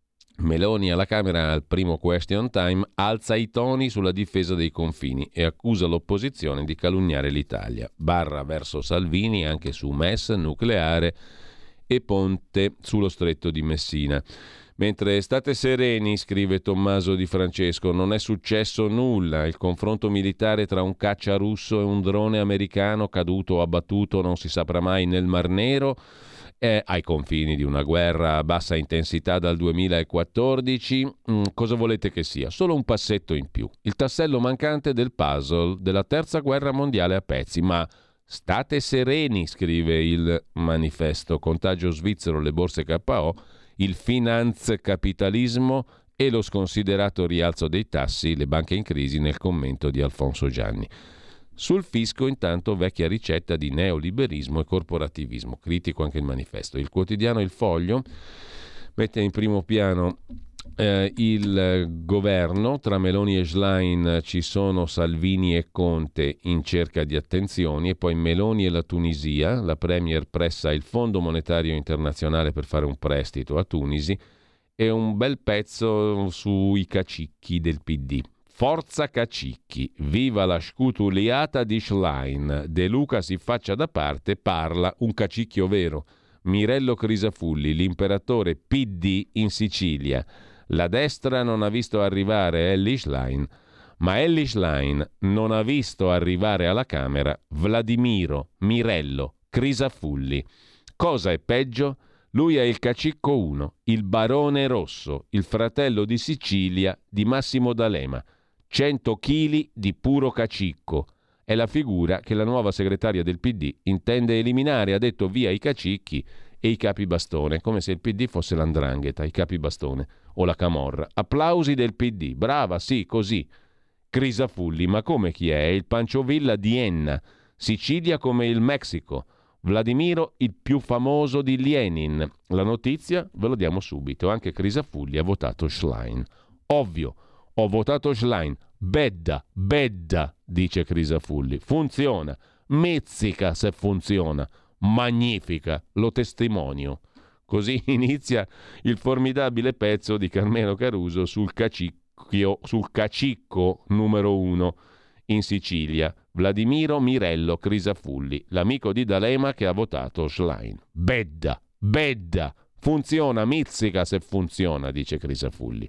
Speaker 2: Meloni alla Camera al primo question time alza i toni sulla difesa dei confini e accusa l'opposizione di calunniare l'Italia. Barra verso Salvini anche su M E S, nucleare e ponte sullo stretto di Messina. Mentre state sereni, scrive Tommaso Di Francesco, non è successo nulla. Il confronto militare tra un caccia russo e un drone americano caduto o abbattuto non si saprà mai nel Mar Nero, è ai confini di una guerra a bassa intensità dal duemilaquattordici. Mm, cosa volete che sia? Solo un passetto in più. Il tassello mancante del puzzle della terza guerra mondiale a pezzi, ma state sereni, scrive il Manifesto. Contagio svizzero, le borse K O, il finanzcapitalismo e lo sconsiderato rialzo dei tassi, le banche in crisi, nel commento di Alfonso Gianni. Sul fisco, intanto, vecchia ricetta di neoliberismo e corporativismo. Critico anche il Manifesto. Il quotidiano Il Foglio mette in primo piano eh, il governo. Tra Meloni e Schlein ci sono Salvini e Conte in cerca di attenzioni, e poi Meloni e la Tunisia. La Premier pressa il Fondo Monetario Internazionale per fare un prestito a Tunisi, e un bel pezzo sui cacicchi del P D. Forza cacicchi, viva la scutuliata di Schlein. De Luca si faccia da parte, parla un cacicchio vero. Mirello Crisafulli, l'imperatore P D in Sicilia. La destra non ha visto arrivare Elly Schlein, ma Elly Schlein non ha visto arrivare alla Camera Vladimiro Mirello Crisafulli. Cosa è peggio? Lui è il cacicco uno, il barone rosso, il fratello di Sicilia di Massimo D'Alema. cento chili di puro cacicco. È la figura che la nuova segretaria del P D intende eliminare. Ha detto via i cacicchi e i capibastone, come se il P D fosse l'andrangheta, i capibastone o la camorra. Applausi del P D, brava, sì, così. Crisafulli, ma come chi è? Il Panciovilla di Enna, Sicilia come il Messico. Vladimiro il più famoso di Lenin. La notizia ve lo diamo subito, anche Crisafulli ha votato Schlein. Ovvio. Ho votato Schlein. Bedda, bedda, dice Crisafulli. Funziona. Mezzica se funziona. Magnifica, lo testimonio. Così inizia il formidabile pezzo di Carmelo Caruso sul cacicchio, sul cacicco numero uno in Sicilia. Vladimiro Mirello Crisafulli, l'amico di D'Alema che ha votato Schlein. Bedda, bedda. Funziona, mizzica se funziona, dice Crisafulli.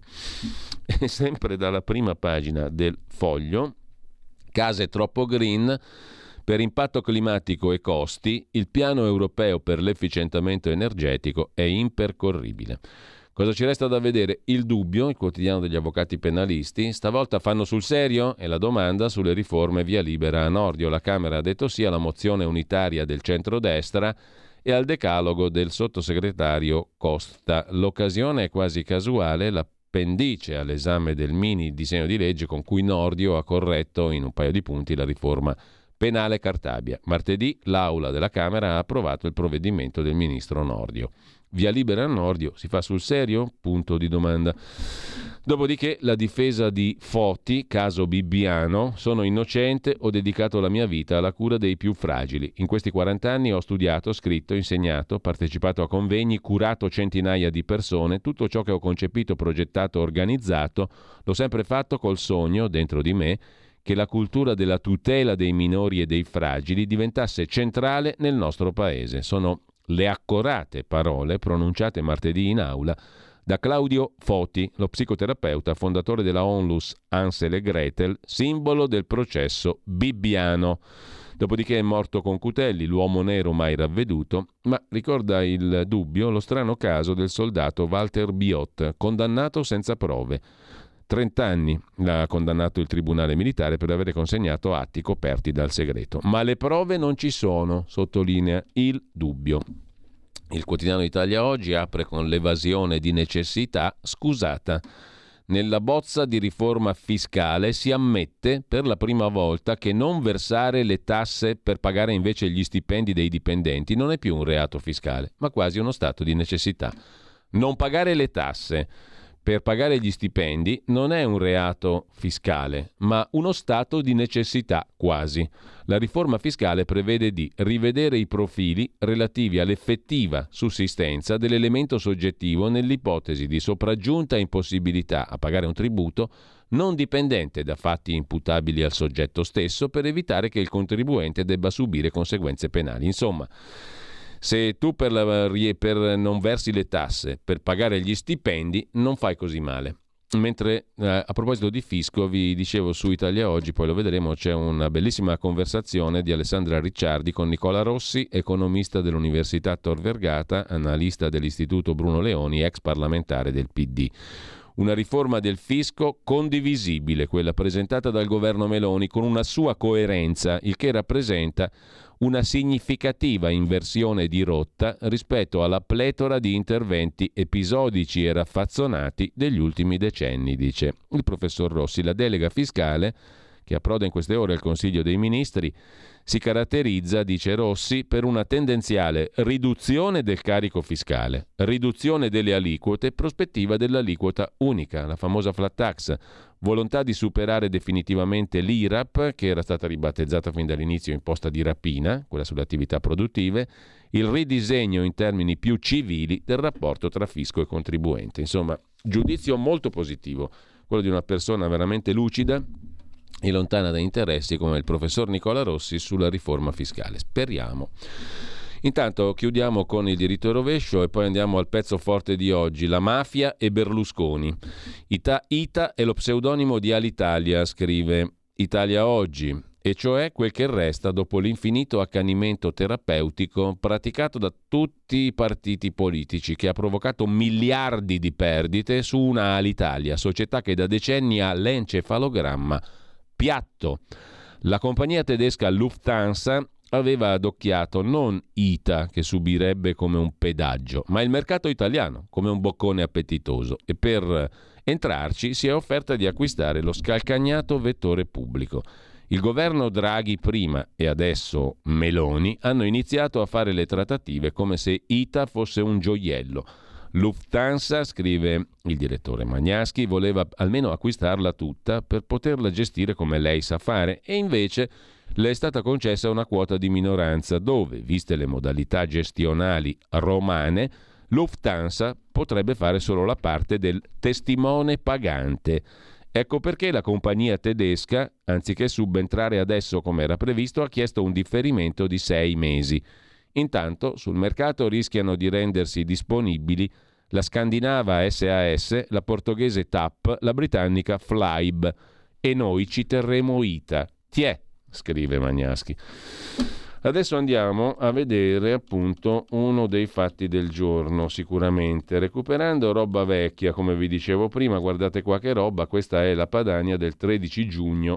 Speaker 2: E sempre dalla prima pagina del Foglio, case troppo green, per impatto climatico e costi, il piano europeo per l'efficientamento energetico è impercorribile. Cosa ci resta da vedere? Il Dubbio, il quotidiano degli avvocati penalisti. Stavolta fanno sul serio? È la domanda sulle riforme via libera a Nordio. La Camera ha detto sì alla mozione unitaria del centrodestra e al decalogo del sottosegretario Costa. L'occasione è quasi casuale, l'appendice all'esame del mini disegno di legge con cui Nordio ha corretto in un paio di punti la riforma penale Cartabia. Martedì l'Aula della Camera ha approvato il provvedimento del ministro Nordio. Via libera a Nordio, si fa sul serio? Punto di domanda. Dopodiché la difesa di Foti, caso Bibbiano, sono innocente, ho dedicato la mia vita alla cura dei più fragili. In questi quaranta anni ho studiato, scritto, insegnato, partecipato a convegni, curato centinaia di persone, tutto ciò che ho concepito, progettato, organizzato, l'ho sempre fatto col sogno, dentro di me, che la cultura della tutela dei minori e dei fragili diventasse centrale nel nostro paese. Sono le accorate parole pronunciate martedì in aula da Claudio Foti, lo psicoterapeuta fondatore della Onlus Ansel e Gretel, simbolo del processo bibbiano. Dopodiché è morto con Cutelli, l'uomo nero mai ravveduto, ma ricorda il Dubbio lo strano caso del soldato Walter Biot, condannato senza prove. trenta anni l'ha condannato il tribunale militare per avere consegnato atti coperti dal segreto. Ma le prove non ci sono, sottolinea il dubbio. Il quotidiano Italia Oggi apre con l'evasione di necessità scusata. Nella bozza di riforma fiscale si ammette per la prima volta che non versare le tasse per pagare invece gli stipendi dei dipendenti non è più un reato fiscale, ma quasi uno stato di necessità. Non pagare le tasse per pagare gli stipendi non è un reato fiscale, ma uno stato di necessità quasi. La riforma fiscale prevede di rivedere i profili relativi all'effettiva sussistenza dell'elemento soggettivo nell'ipotesi di sopraggiunta impossibilità a pagare un tributo non dipendente da fatti imputabili al soggetto stesso per evitare che il contribuente debba subire conseguenze penali. Insomma, se tu per, la, per non versi le tasse per pagare gli stipendi non fai così male. Mentre eh, a proposito di fisco vi dicevo su Italia Oggi, poi lo vedremo, c'è una bellissima conversazione di Alessandra Ricciardi con Nicola Rossi, economista dell'Università Tor Vergata, analista dell'Istituto Bruno Leoni, ex parlamentare del P D. Una riforma del fisco condivisibile, quella presentata dal governo Meloni, con una sua coerenza, il che rappresenta una significativa inversione di rotta rispetto alla pletora di interventi episodici e raffazzonati degli ultimi decenni, dice il professor Rossi. La delega fiscale, che approda in queste ore al Consiglio dei Ministri, si caratterizza, dice Rossi, per una tendenziale riduzione del carico fiscale, riduzione delle aliquote, prospettiva dell'aliquota unica, la famosa flat tax, volontà di superare definitivamente l'I R A P, che era stata ribattezzata fin dall'inizio imposta di rapina, quella sulle attività produttive, il ridisegno in termini più civili del rapporto tra fisco e contribuente. Insomma, giudizio molto positivo, quello di una persona veramente lucida e lontana da interessi come il professor Nicola Rossi sulla riforma fiscale. Speriamo. Intanto chiudiamo con il diritto e rovescio e poi andiamo al pezzo forte di oggi, la mafia e Berlusconi. Ita, Ita è lo pseudonimo di Alitalia, scrive Italia Oggi, e cioè quel che resta dopo l'infinito accanimento terapeutico praticato da tutti i partiti politici, che ha provocato miliardi di perdite su una Alitalia, società che da decenni ha l'encefalogramma piatto. La compagnia tedesca Lufthansa aveva adocchiato non Ita, che subirebbe come un pedaggio, ma il mercato italiano come un boccone appetitoso, e per entrarci si è offerta di acquistare lo scalcagnato vettore pubblico. Il governo Draghi prima e adesso Meloni hanno iniziato a fare le trattative come se Ita fosse un gioiello. Lufthansa, scrive il direttore Magnaschi, voleva almeno acquistarla tutta per poterla gestire come lei sa fare, e invece le è stata concessa una quota di minoranza dove, viste le modalità gestionali romane, Lufthansa potrebbe fare solo la parte del testimone pagante. Ecco perché la compagnia tedesca, anziché subentrare adesso come era previsto, ha chiesto un differimento di sei mesi. Intanto sul mercato rischiano di rendersi disponibili la scandinava S A S, la portoghese T A P, la britannica Flybe, e noi ci terremo Ita. Tiè, scrive Magnaschi. Adesso andiamo a vedere appunto uno dei fatti del giorno, sicuramente. Recuperando roba vecchia, come vi dicevo prima, guardate qua che roba, questa è la Padania del tredici giugno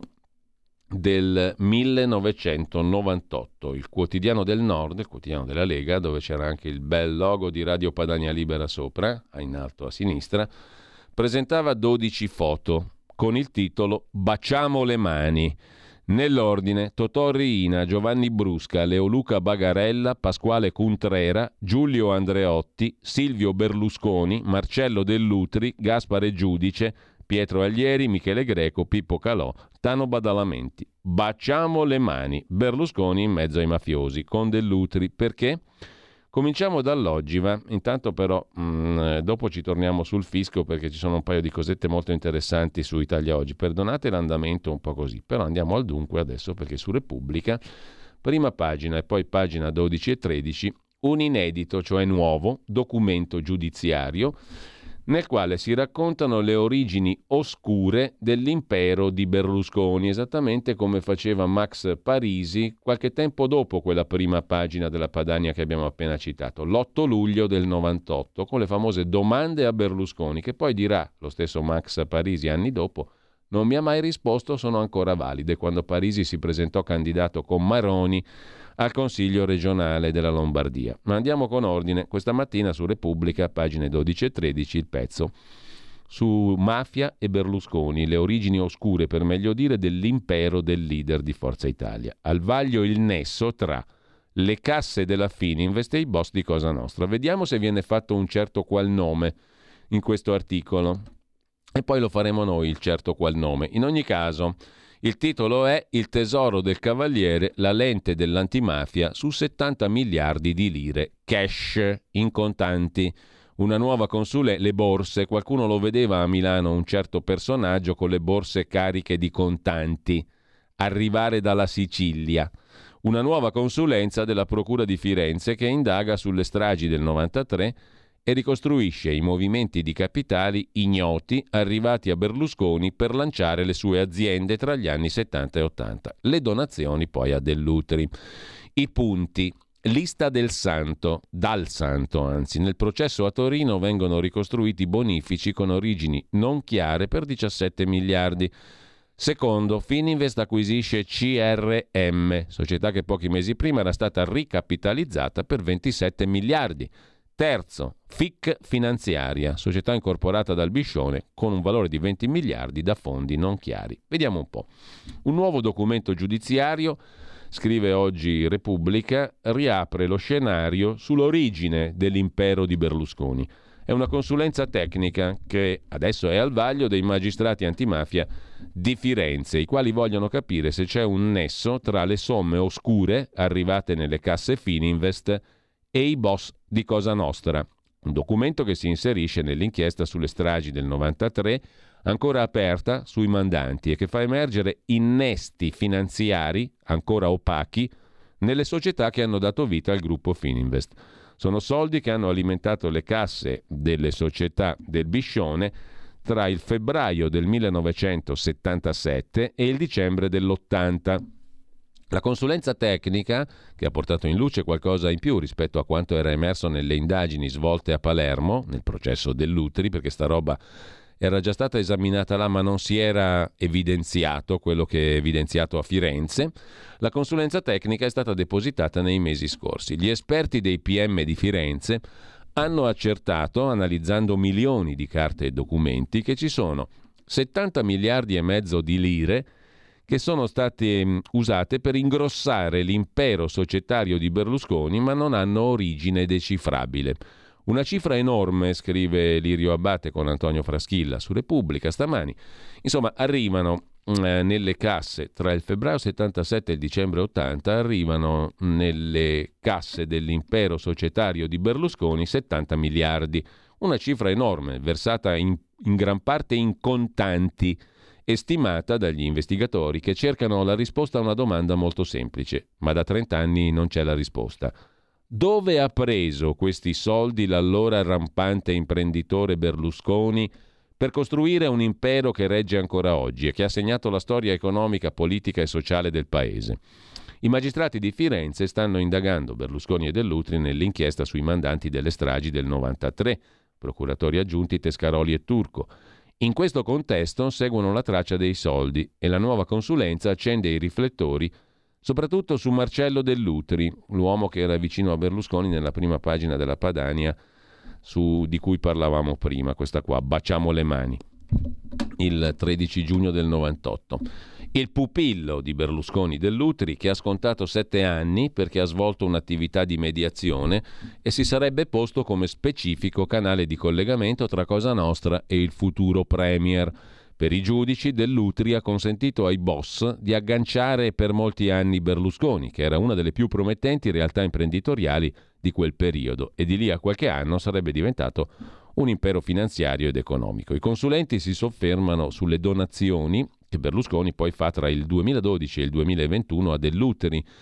Speaker 2: del millenovecentonovantotto, il quotidiano del Nord, il quotidiano della Lega, dove c'era anche il bel logo di Radio Padania Libera sopra, in alto a sinistra, presentava dodici foto con il titolo Baciamo le mani. Nell'ordine: Totò Riina, Giovanni Brusca, Leoluca Bagarella, Pasquale Cuntrera, Giulio Andreotti, Silvio Berlusconi, Marcello Dell'Utri, Gaspare Giudice, Pietro Aglieri, Michele Greco, Pippo Calò, Tano Badalamenti. Baciamo le mani. Berlusconi in mezzo ai mafiosi, con Dell'Utri. Perché? Cominciamo dall'Oggi, intanto però mh, dopo ci torniamo sul fisco, perché ci sono un paio di cosette molto interessanti su Italia Oggi. Perdonate l'andamento un po' così, però andiamo al dunque adesso, perché su Repubblica, prima pagina e poi pagina dodici e tredici, un inedito, cioè nuovo, documento giudiziario nel quale si raccontano le origini oscure dell'impero di Berlusconi, esattamente come faceva Max Parisi qualche tempo dopo quella prima pagina della Padania che abbiamo appena citato, l'otto luglio del novantotto, con le famose domande a Berlusconi, che poi dirà lo stesso Max Parisi anni dopo: non mi ha mai risposto, sono ancora valide, quando Parisi si presentò candidato con Maroni al Consiglio regionale della Lombardia. Ma andiamo con ordine. Questa mattina su Repubblica, pagine dodici e tredici, il pezzo su mafia e Berlusconi, le origini oscure, per meglio dire, dell'impero del leader di Forza Italia. Al vaglio il nesso tra le casse della Fininvest e i boss di Cosa Nostra. Vediamo se viene fatto un certo qual nome in questo articolo. E poi lo faremo noi, il certo qual nome. In ogni caso, il titolo è Il tesoro del Cavaliere, la lente dell'antimafia su settanta miliardi di lire cash in contanti. Una nuova consulenza, le borse, qualcuno lo vedeva a Milano un certo personaggio con le borse cariche di contanti, arrivare dalla Sicilia. Una nuova consulenza della Procura di Firenze che indaga sulle stragi del novantatré e ricostruisce i movimenti di capitali ignoti arrivati a Berlusconi per lanciare le sue aziende tra gli anni settanta e ottanta. Le donazioni poi a Dell'Utri. I punti. Lista del santo, dal santo anzi. Nel processo a Torino vengono ricostruiti bonifici con origini non chiare per diciassette miliardi. Secondo, Fininvest acquisisce C R M, società che pochi mesi prima era stata ricapitalizzata per ventisette miliardi. Terzo, F I C Finanziaria, società incorporata dal Biscione con un valore di venti miliardi da fondi non chiari. Vediamo un po'. Un nuovo documento giudiziario, scrive oggi Repubblica, riapre lo scenario sull'origine dell'impero di Berlusconi. È una consulenza tecnica che adesso è al vaglio dei magistrati antimafia di Firenze, i quali vogliono capire se c'è un nesso tra le somme oscure arrivate nelle casse Fininvest e i boss di Cosa Nostra. Un documento che si inserisce nell'inchiesta sulle stragi del novantatré, ancora aperta sui mandanti, e che fa emergere innesti finanziari ancora opachi nelle società che hanno dato vita al gruppo Fininvest. Sono soldi che hanno alimentato le casse delle società del Biscione tra il febbraio del millenovecentosettantasette e il dicembre dell'ottanta. La consulenza tecnica, che ha portato in luce qualcosa in più rispetto a quanto era emerso nelle indagini svolte a Palermo, nel processo Dell'Utri, perché sta roba era già stata esaminata là ma non si era evidenziato quello che è evidenziato a Firenze, la consulenza tecnica è stata depositata nei mesi scorsi. Gli esperti dei P M di Firenze hanno accertato, analizzando milioni di carte e documenti, che ci sono settanta miliardi e mezzo di lire che sono state usate per ingrossare l'impero societario di Berlusconi, ma non hanno origine decifrabile. Una cifra enorme, scrive Lirio Abbate con Antonio Fraschilla su Repubblica stamani. Insomma, arrivano eh, nelle casse tra il febbraio settantasette e il dicembre ottanta, arrivano nelle casse dell'impero societario di Berlusconi settanta miliardi. Una cifra enorme, versata in, in gran parte in contanti, estimata dagli investigatori che cercano la risposta a una domanda molto semplice, ma da trenta anni non c'è la risposta. Dove ha preso questi soldi l'allora rampante imprenditore Berlusconi per costruire un impero che regge ancora oggi e che ha segnato la storia economica, politica e sociale del paese? I magistrati di Firenze stanno indagando Berlusconi e Dell'Utri nell'inchiesta sui mandanti delle stragi del novantatré, procuratori aggiunti Tescaroli e Turco. In questo contesto seguono la traccia dei soldi e la nuova consulenza accende i riflettori soprattutto su Marcello Dell'Utri, l'uomo che era vicino a Berlusconi nella prima pagina della Padania su, di cui parlavamo prima, questa qua, Baciamo le mani, il tredici giugno del novantotto. Il pupillo di Berlusconi, Dell'Utri, che ha scontato sette anni perché ha svolto un'attività di mediazione e si sarebbe posto come specifico canale di collegamento tra Cosa Nostra e il futuro premier. Per i giudici, Dell'Utri ha consentito ai boss di agganciare per molti anni Berlusconi, che era una delle più promettenti realtà imprenditoriali di quel periodo, e di lì a qualche anno sarebbe diventato un impero finanziario ed economico. I consulenti si soffermano sulle donazioni che Berlusconi poi fa tra il duemiladodici e il duemilaventuno a Dell'Utri,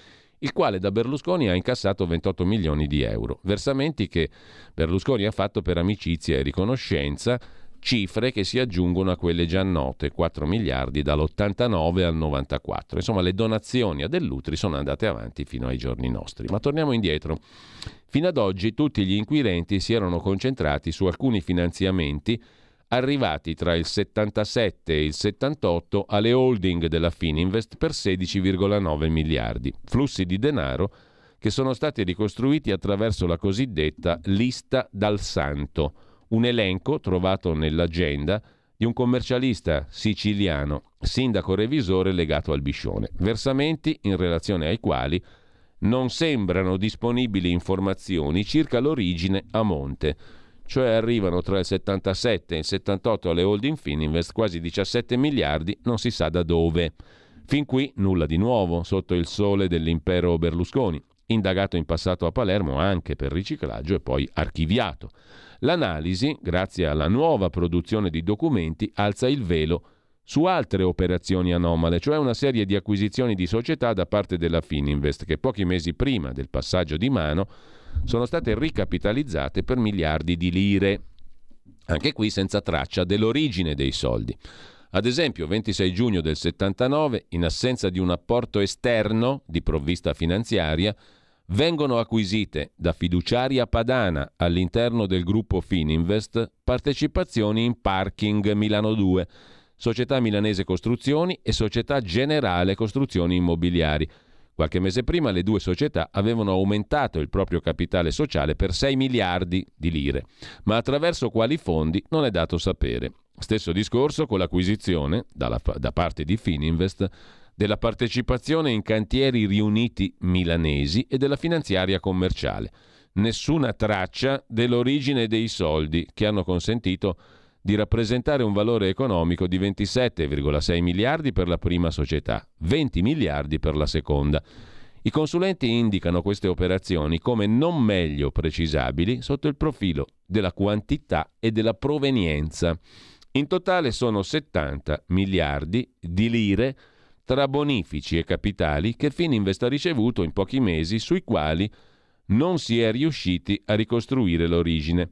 Speaker 2: il quale da Berlusconi ha incassato ventotto milioni di euro. Versamenti che Berlusconi ha fatto per amicizia e riconoscenza, cifre che si aggiungono a quelle già note, quattro miliardi dall'ottantanove al novantaquattro. Insomma, le donazioni a Dell'Utri sono andate avanti fino ai giorni nostri. Ma torniamo indietro. Fino ad oggi tutti gli inquirenti si erano concentrati su alcuni finanziamenti arrivati tra il settantasette e il settantotto alle holding della Fininvest per sedici virgola nove miliardi. Flussi di denaro che sono stati ricostruiti attraverso la cosiddetta lista dal santo, un elenco trovato nell'agenda di un commercialista siciliano, sindaco revisore legato al Biscione. Versamenti in relazione ai quali non sembrano disponibili informazioni circa l'origine a monte, cioè arrivano tra il settantasette e il settantotto alle holding Fininvest quasi diciassette miliardi, non si sa da dove. Fin qui nulla di nuovo sotto il sole dell'impero Berlusconi, indagato in passato a Palermo anche per riciclaggio e poi archiviato. L'analisi, grazie alla nuova produzione di documenti, alza il velo su altre operazioni anomale, cioè una serie di acquisizioni di società da parte della Fininvest che pochi mesi prima del passaggio di mano sono state ricapitalizzate per miliardi di lire. Anche qui senza traccia dell'origine dei soldi. Ad esempio, ventisei giugno del settantanove, in assenza di un apporto esterno di provvista finanziaria, vengono acquisite da Fiduciaria Padana all'interno del gruppo Fininvest partecipazioni in Parking Milano due, Società Milanese Costruzioni e Società Generale Costruzioni Immobiliari. Qualche mese prima le due società avevano aumentato il proprio capitale sociale per sei miliardi di lire, ma attraverso quali fondi non è dato sapere. Stesso discorso con l'acquisizione, dalla, da parte di Fininvest, della partecipazione in Cantieri Riuniti milanesi e della finanziaria commerciale. Nessuna traccia dell'origine dei soldi che hanno consentito di rappresentare un valore economico di ventisette virgola sei miliardi per la prima società, venti miliardi per la seconda. I consulenti indicano queste operazioni come non meglio precisabili sotto il profilo della quantità e della provenienza. In totale sono settanta miliardi di lire tra bonifici e capitali che Fininvest ha ricevuto in pochi mesi, sui quali non si è riusciti a ricostruire l'origine.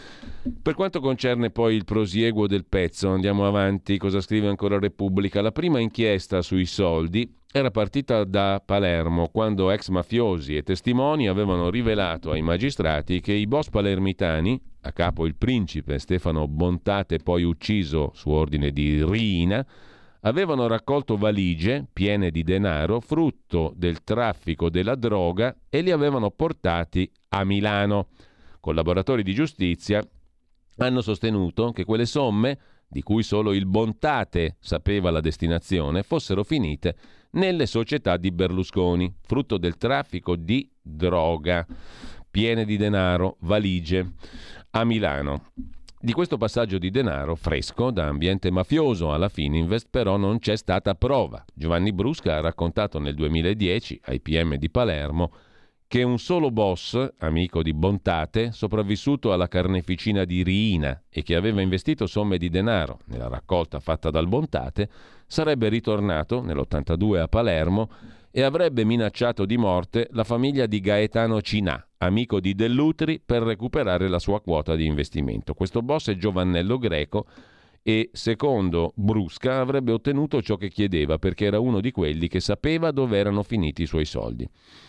Speaker 2: Per quanto concerne poi il prosieguo del pezzo, andiamo avanti, cosa scrive ancora Repubblica? La prima inchiesta sui soldi era partita da Palermo, quando ex mafiosi e testimoni avevano rivelato ai magistrati che i boss palermitani, a capo il principe Stefano Bontate, poi ucciso su ordine di Riina, avevano raccolto valigie piene di denaro frutto del traffico della droga e li avevano portati a Milano. Collaboratori di giustizia hanno sostenuto che quelle somme, di cui solo il Bontate sapeva la destinazione, fossero finite nelle società di Berlusconi, frutto del traffico di droga, piene di denaro, valigie, a Milano. Di questo passaggio di denaro fresco da ambiente mafioso alla Fininvest però non c'è stata prova. Giovanni Brusca ha raccontato nel duemiladieci ai P M di Palermo che un solo boss, amico di Bontate, sopravvissuto alla carneficina di Riina e che aveva investito somme di denaro nella raccolta fatta dal Bontate, sarebbe ritornato nell'ottantadue a Palermo e avrebbe minacciato di morte la famiglia di Gaetano Cinà, amico di Dell'Utri, per recuperare la sua quota di investimento. Questo boss è Giovannello Greco e, secondo Brusca, avrebbe ottenuto ciò che chiedeva perché era uno di quelli che sapeva dove erano finiti i suoi soldi.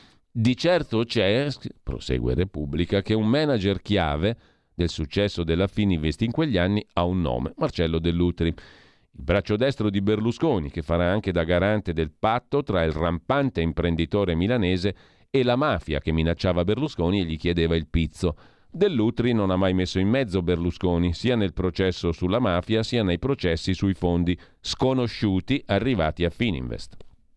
Speaker 2: Di certo c'è, prosegue Repubblica, che un manager chiave del successo della Fininvest in quegli anni ha un nome, Marcello Dell'Utri, il braccio destro di Berlusconi, che farà anche da garante del patto tra il rampante imprenditore milanese e la mafia che minacciava Berlusconi e gli chiedeva il pizzo. Dell'Utri non ha mai messo in mezzo Berlusconi, sia nel processo sulla mafia, sia nei processi sui fondi sconosciuti arrivati a Fininvest.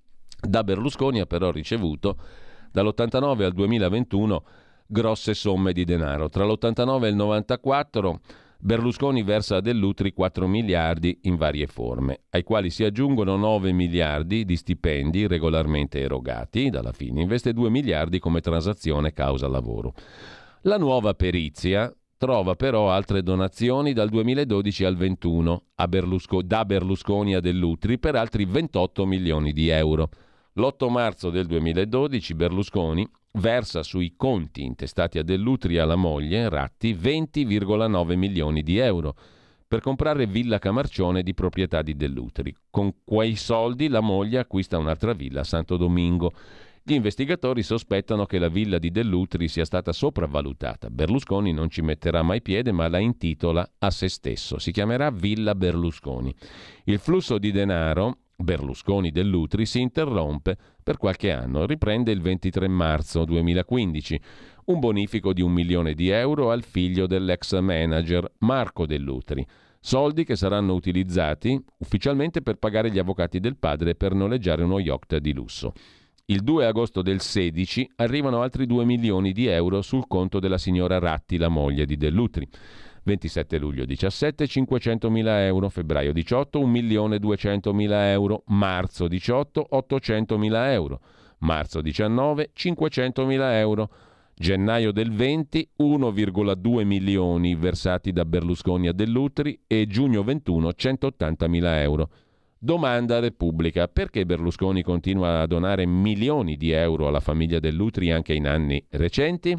Speaker 2: Da Berlusconi ha però ricevuto dall'ottantanove al duemilaventuno grosse somme di denaro. Tra l'ottantanove e il novantaquattro Berlusconi versa a Dell'Utri quattro miliardi in varie forme, ai quali si aggiungono nove miliardi di stipendi regolarmente erogati dalla Fininvest e due miliardi come transazione causa lavoro. La nuova perizia trova però altre donazioni dal duemiladodici al ventuno a Berlusco- da Berlusconi a Dell'Utri per altri ventotto milioni di euro. L'otto marzo del duemiladodici Berlusconi versa sui conti intestati a Dell'Utri e alla moglie Ratti venti virgola nove milioni di euro per comprare Villa Camarcione di proprietà di Dell'Utri. Con quei soldi la moglie acquista un'altra villa a Santo Domingo. Gli investigatori sospettano che la villa di Dell'Utri sia stata sopravvalutata. Berlusconi non ci metterà mai piede, ma la intitola a se stesso. Si chiamerà Villa Berlusconi. Il flusso di denaro Berlusconi-Dell'Utri si interrompe per qualche anno. Riprende il ventitré marzo duemilaquindici. Un bonifico di un milione di euro al figlio dell'ex manager Marco Dell'Utri. Soldi che saranno utilizzati ufficialmente per pagare gli avvocati del padre e per noleggiare uno yacht di lusso. Il due agosto del sedici arrivano altri due milioni di euro sul conto della signora Ratti, la moglie di Dell'Utri. ventisette luglio diciassette, cinquecentomila euro. Febbraio diciotto, un milione duecentomila euro. Marzo diciotto, ottocentomila euro. Marzo diciannove, cinquecentomila euro. Gennaio del venti, uno virgola due milioni versati da Berlusconi a Dell'Utri e giugno ventuno, centottantamila euro. Domanda Repubblica: perché Berlusconi continua a donare milioni di euro alla famiglia Dell'Utri anche in anni recenti?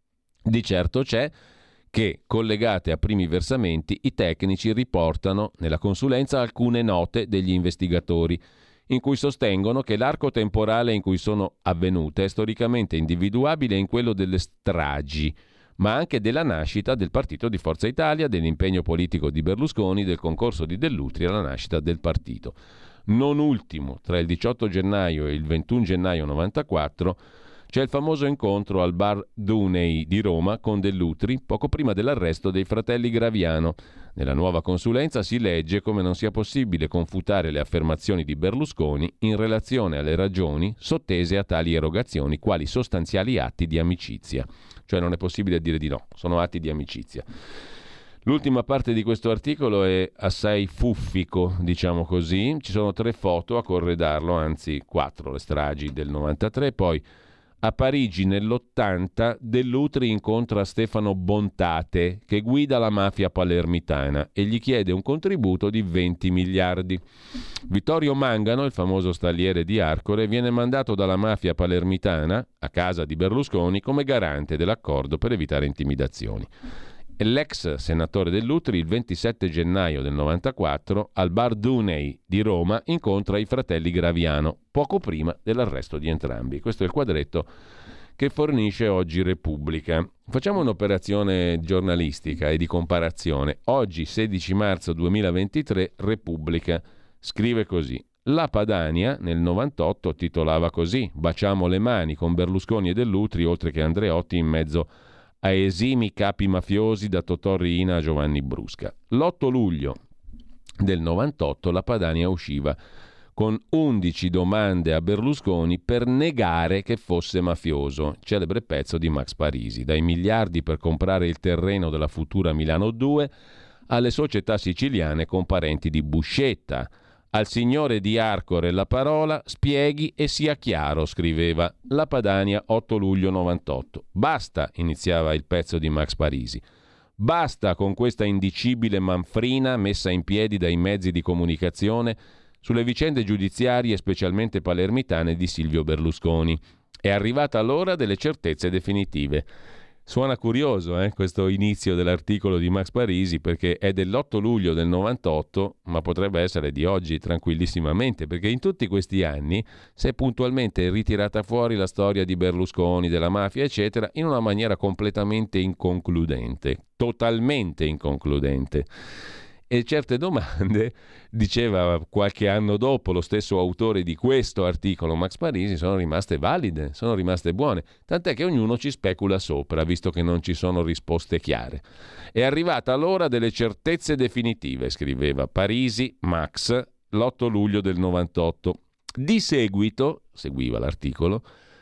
Speaker 2: Di certo c'è che, collegate a primi versamenti, i tecnici riportano nella consulenza alcune note degli investigatori in cui sostengono che l'arco temporale in cui sono avvenute è storicamente individuabile in quello delle stragi, ma anche della nascita del partito di Forza Italia, dell'impegno politico di Berlusconi, del concorso di Dell'Utri alla nascita del partito. Non ultimo, tra il diciotto gennaio e il ventuno gennaio novantaquattro c'è il famoso incontro al bar Dunei di Roma con Dell'Utri, poco prima dell'arresto dei fratelli Graviano. Nella nuova consulenza si legge come non sia possibile confutare le affermazioni di Berlusconi in relazione alle ragioni sottese a tali erogazioni, quali sostanziali atti di amicizia. Cioè non è possibile dire di no, sono atti di amicizia. L'ultima parte di questo articolo è assai fuffico, diciamo così. Ci sono tre foto a corredarlo, anzi quattro, le stragi del novantatré, poi a Parigi nell'ottanta Dell'Utri incontra Stefano Bontate, che guida la mafia palermitana, e gli chiede un contributo di venti miliardi. Vittorio Mangano, il famoso stalliere di Arcore, viene mandato dalla mafia palermitana a casa di Berlusconi come garante dell'accordo per evitare intimidazioni. E l'ex senatore Dell'Utri il ventisette gennaio del novantaquattro al bar Dunei di Roma incontra i fratelli Graviano poco prima dell'arresto di entrambi. Questo è il quadretto che fornisce oggi Repubblica. Facciamo un'operazione giornalistica e di comparazione. Oggi sedici marzo duemilaventitré Repubblica scrive così: la Padania nel novantotto titolava così: baciamo le mani con Berlusconi e Dell'Utri oltre che Andreotti in mezzo a esimi capi mafiosi da Totò Riina a Giovanni Brusca. L'otto luglio del novantotto la Padania usciva con undici domande a Berlusconi per negare che fosse mafioso. Celebre pezzo di Max Parisi. Dai miliardi per comprare il terreno della futura Milano due alle società siciliane con parenti di Buscetta. Al signore di Arcore la parola, spieghi e sia chiaro, scriveva la Padania otto luglio novantotto. Basta, iniziava il pezzo di Max Parisi. Basta con questa indicibile manfrina messa in piedi dai mezzi di comunicazione sulle vicende giudiziarie, specialmente palermitane, di Silvio Berlusconi. È arrivata l'ora delle certezze definitive. Suona curioso eh, questo inizio dell'articolo di Max Parisi, perché è dell'otto luglio del novantotto, ma potrebbe essere di oggi tranquillissimamente, perché in tutti questi anni si è puntualmente ritirata fuori la storia di Berlusconi, della mafia, eccetera, in una maniera completamente inconcludente, totalmente inconcludente. E certe domande, diceva qualche anno dopo lo stesso autore di questo articolo, Max Parisi, sono rimaste valide, sono rimaste buone, tant'è che ognuno ci specula sopra, visto che non ci sono risposte chiare. È arrivata l'ora delle certezze definitive, scriveva Parisi, Max, l'otto luglio del novantotto. Di seguito, seguiva l'articolo,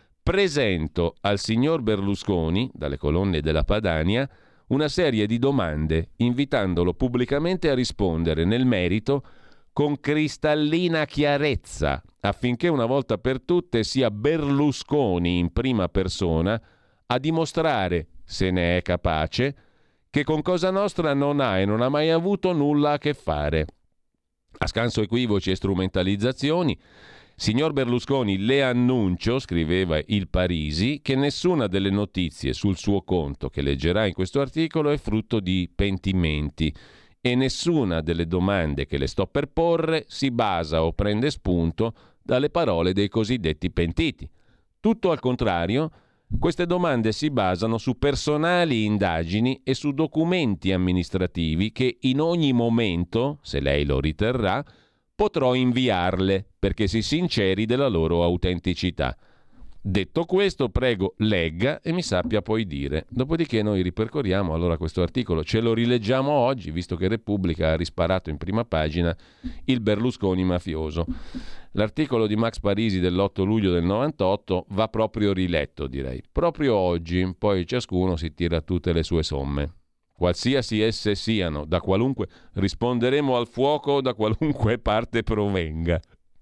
Speaker 2: presento al signor Berlusconi, dalle colonne della Padania, una serie di domande, invitandolo pubblicamente a rispondere nel merito con cristallina chiarezza, affinché una volta per tutte sia Berlusconi in prima persona a dimostrare, se ne è capace, che con Cosa Nostra non ha e non ha mai avuto nulla a che fare. A scanso equivoci e strumentalizzazioni, Signor Berlusconi, le annuncio, scriveva il Parisi, che nessuna delle notizie sul suo conto che leggerà in questo articolo è frutto di pentimenti e nessuna delle domande che le sto per porre si basa o prende spunto dalle parole dei cosiddetti pentiti. Tutto al contrario, queste domande si basano su personali indagini e su documenti amministrativi che in ogni momento, se lei lo riterrà, potrò inviarle perché si sinceri della loro autenticità. Detto questo, prego, legga e mi sappia poi dire. Dopodiché noi ripercorriamo allora questo articolo, ce lo rileggiamo oggi, visto che Repubblica ha risparato in prima pagina il Berlusconi mafioso. L'articolo di Max Parisi dell'otto luglio del novantotto va proprio riletto, direi. Proprio oggi, poi ciascuno si tira tutte le sue somme. Qualsiasi esse siano, da qualunque risponderemo al fuoco da qualunque parte provenga.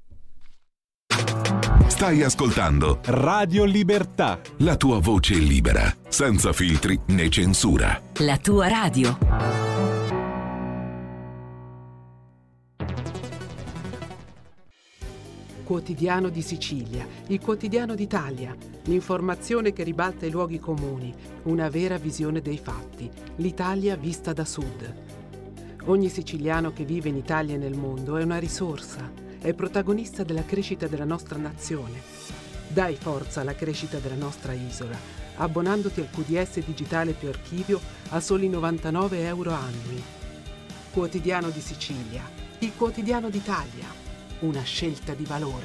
Speaker 4: Stai ascoltando
Speaker 1: Radio Libertà.
Speaker 4: La tua voce libera, senza filtri né censura.
Speaker 5: La tua radio.
Speaker 6: Quotidiano di Sicilia, il quotidiano d'Italia, l'informazione che ribalta i luoghi comuni, una vera visione dei fatti, l'Italia vista da sud. Ogni siciliano che vive in Italia e nel mondo è una risorsa, è protagonista della crescita della nostra nazione. Dai forza alla crescita della nostra isola, abbonandoti al Q D S digitale più archivio a soli novantanove euro annui. Quotidiano di Sicilia, il quotidiano d'Italia. Una scelta di valore.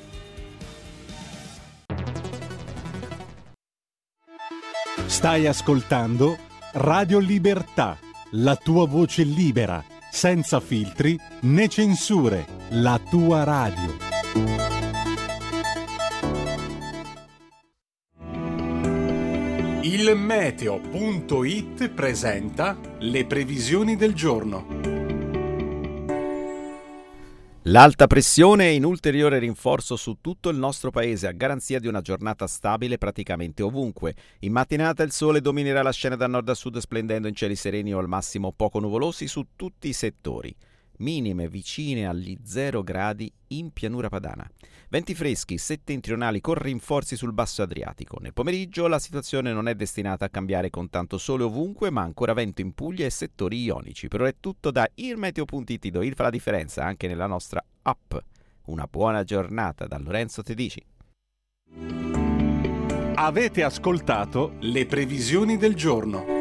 Speaker 1: Stai ascoltando Radio Libertà, la tua voce libera, senza filtri né censure, la tua radio. Il meteo punto it presenta le previsioni del giorno.
Speaker 7: L'alta pressione è in ulteriore rinforzo su tutto il nostro paese a garanzia di una giornata stabile praticamente ovunque. In mattinata il sole dominerà la scena da nord a sud splendendo in cieli sereni o al massimo poco nuvolosi su tutti i settori. Minime vicine agli zero gradi in pianura padana. Venti freschi settentrionali con rinforzi sul basso Adriatico. Nel pomeriggio la situazione non è destinata a cambiare con tanto sole ovunque, ma ancora vento in Puglia e settori ionici. Per ora è tutto da ilmeteo punto it, dove il fa la differenza anche nella nostra app. Una buona giornata da Lorenzo Tedici.
Speaker 1: Avete ascoltato le previsioni del giorno.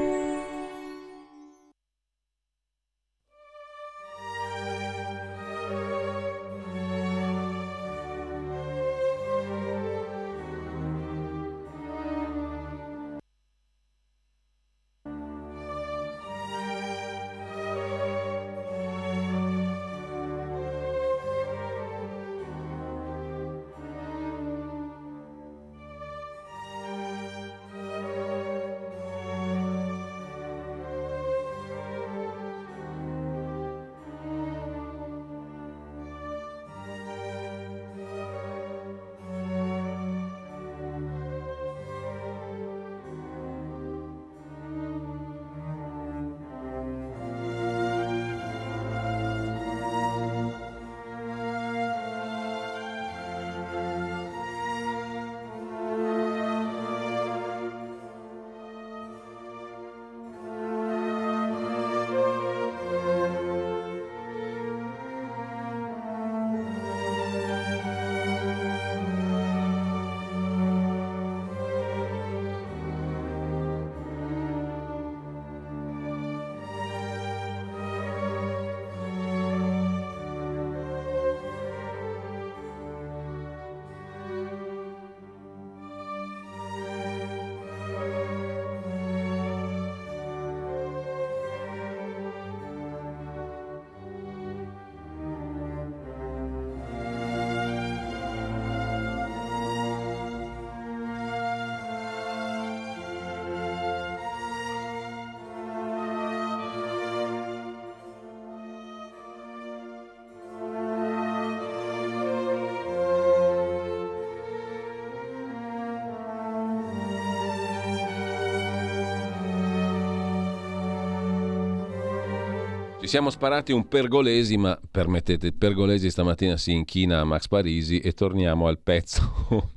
Speaker 2: siamo sparati un Pergolesi, ma permettete, Pergolesi stamattina si inchina a Max Parisi e torniamo al pezzo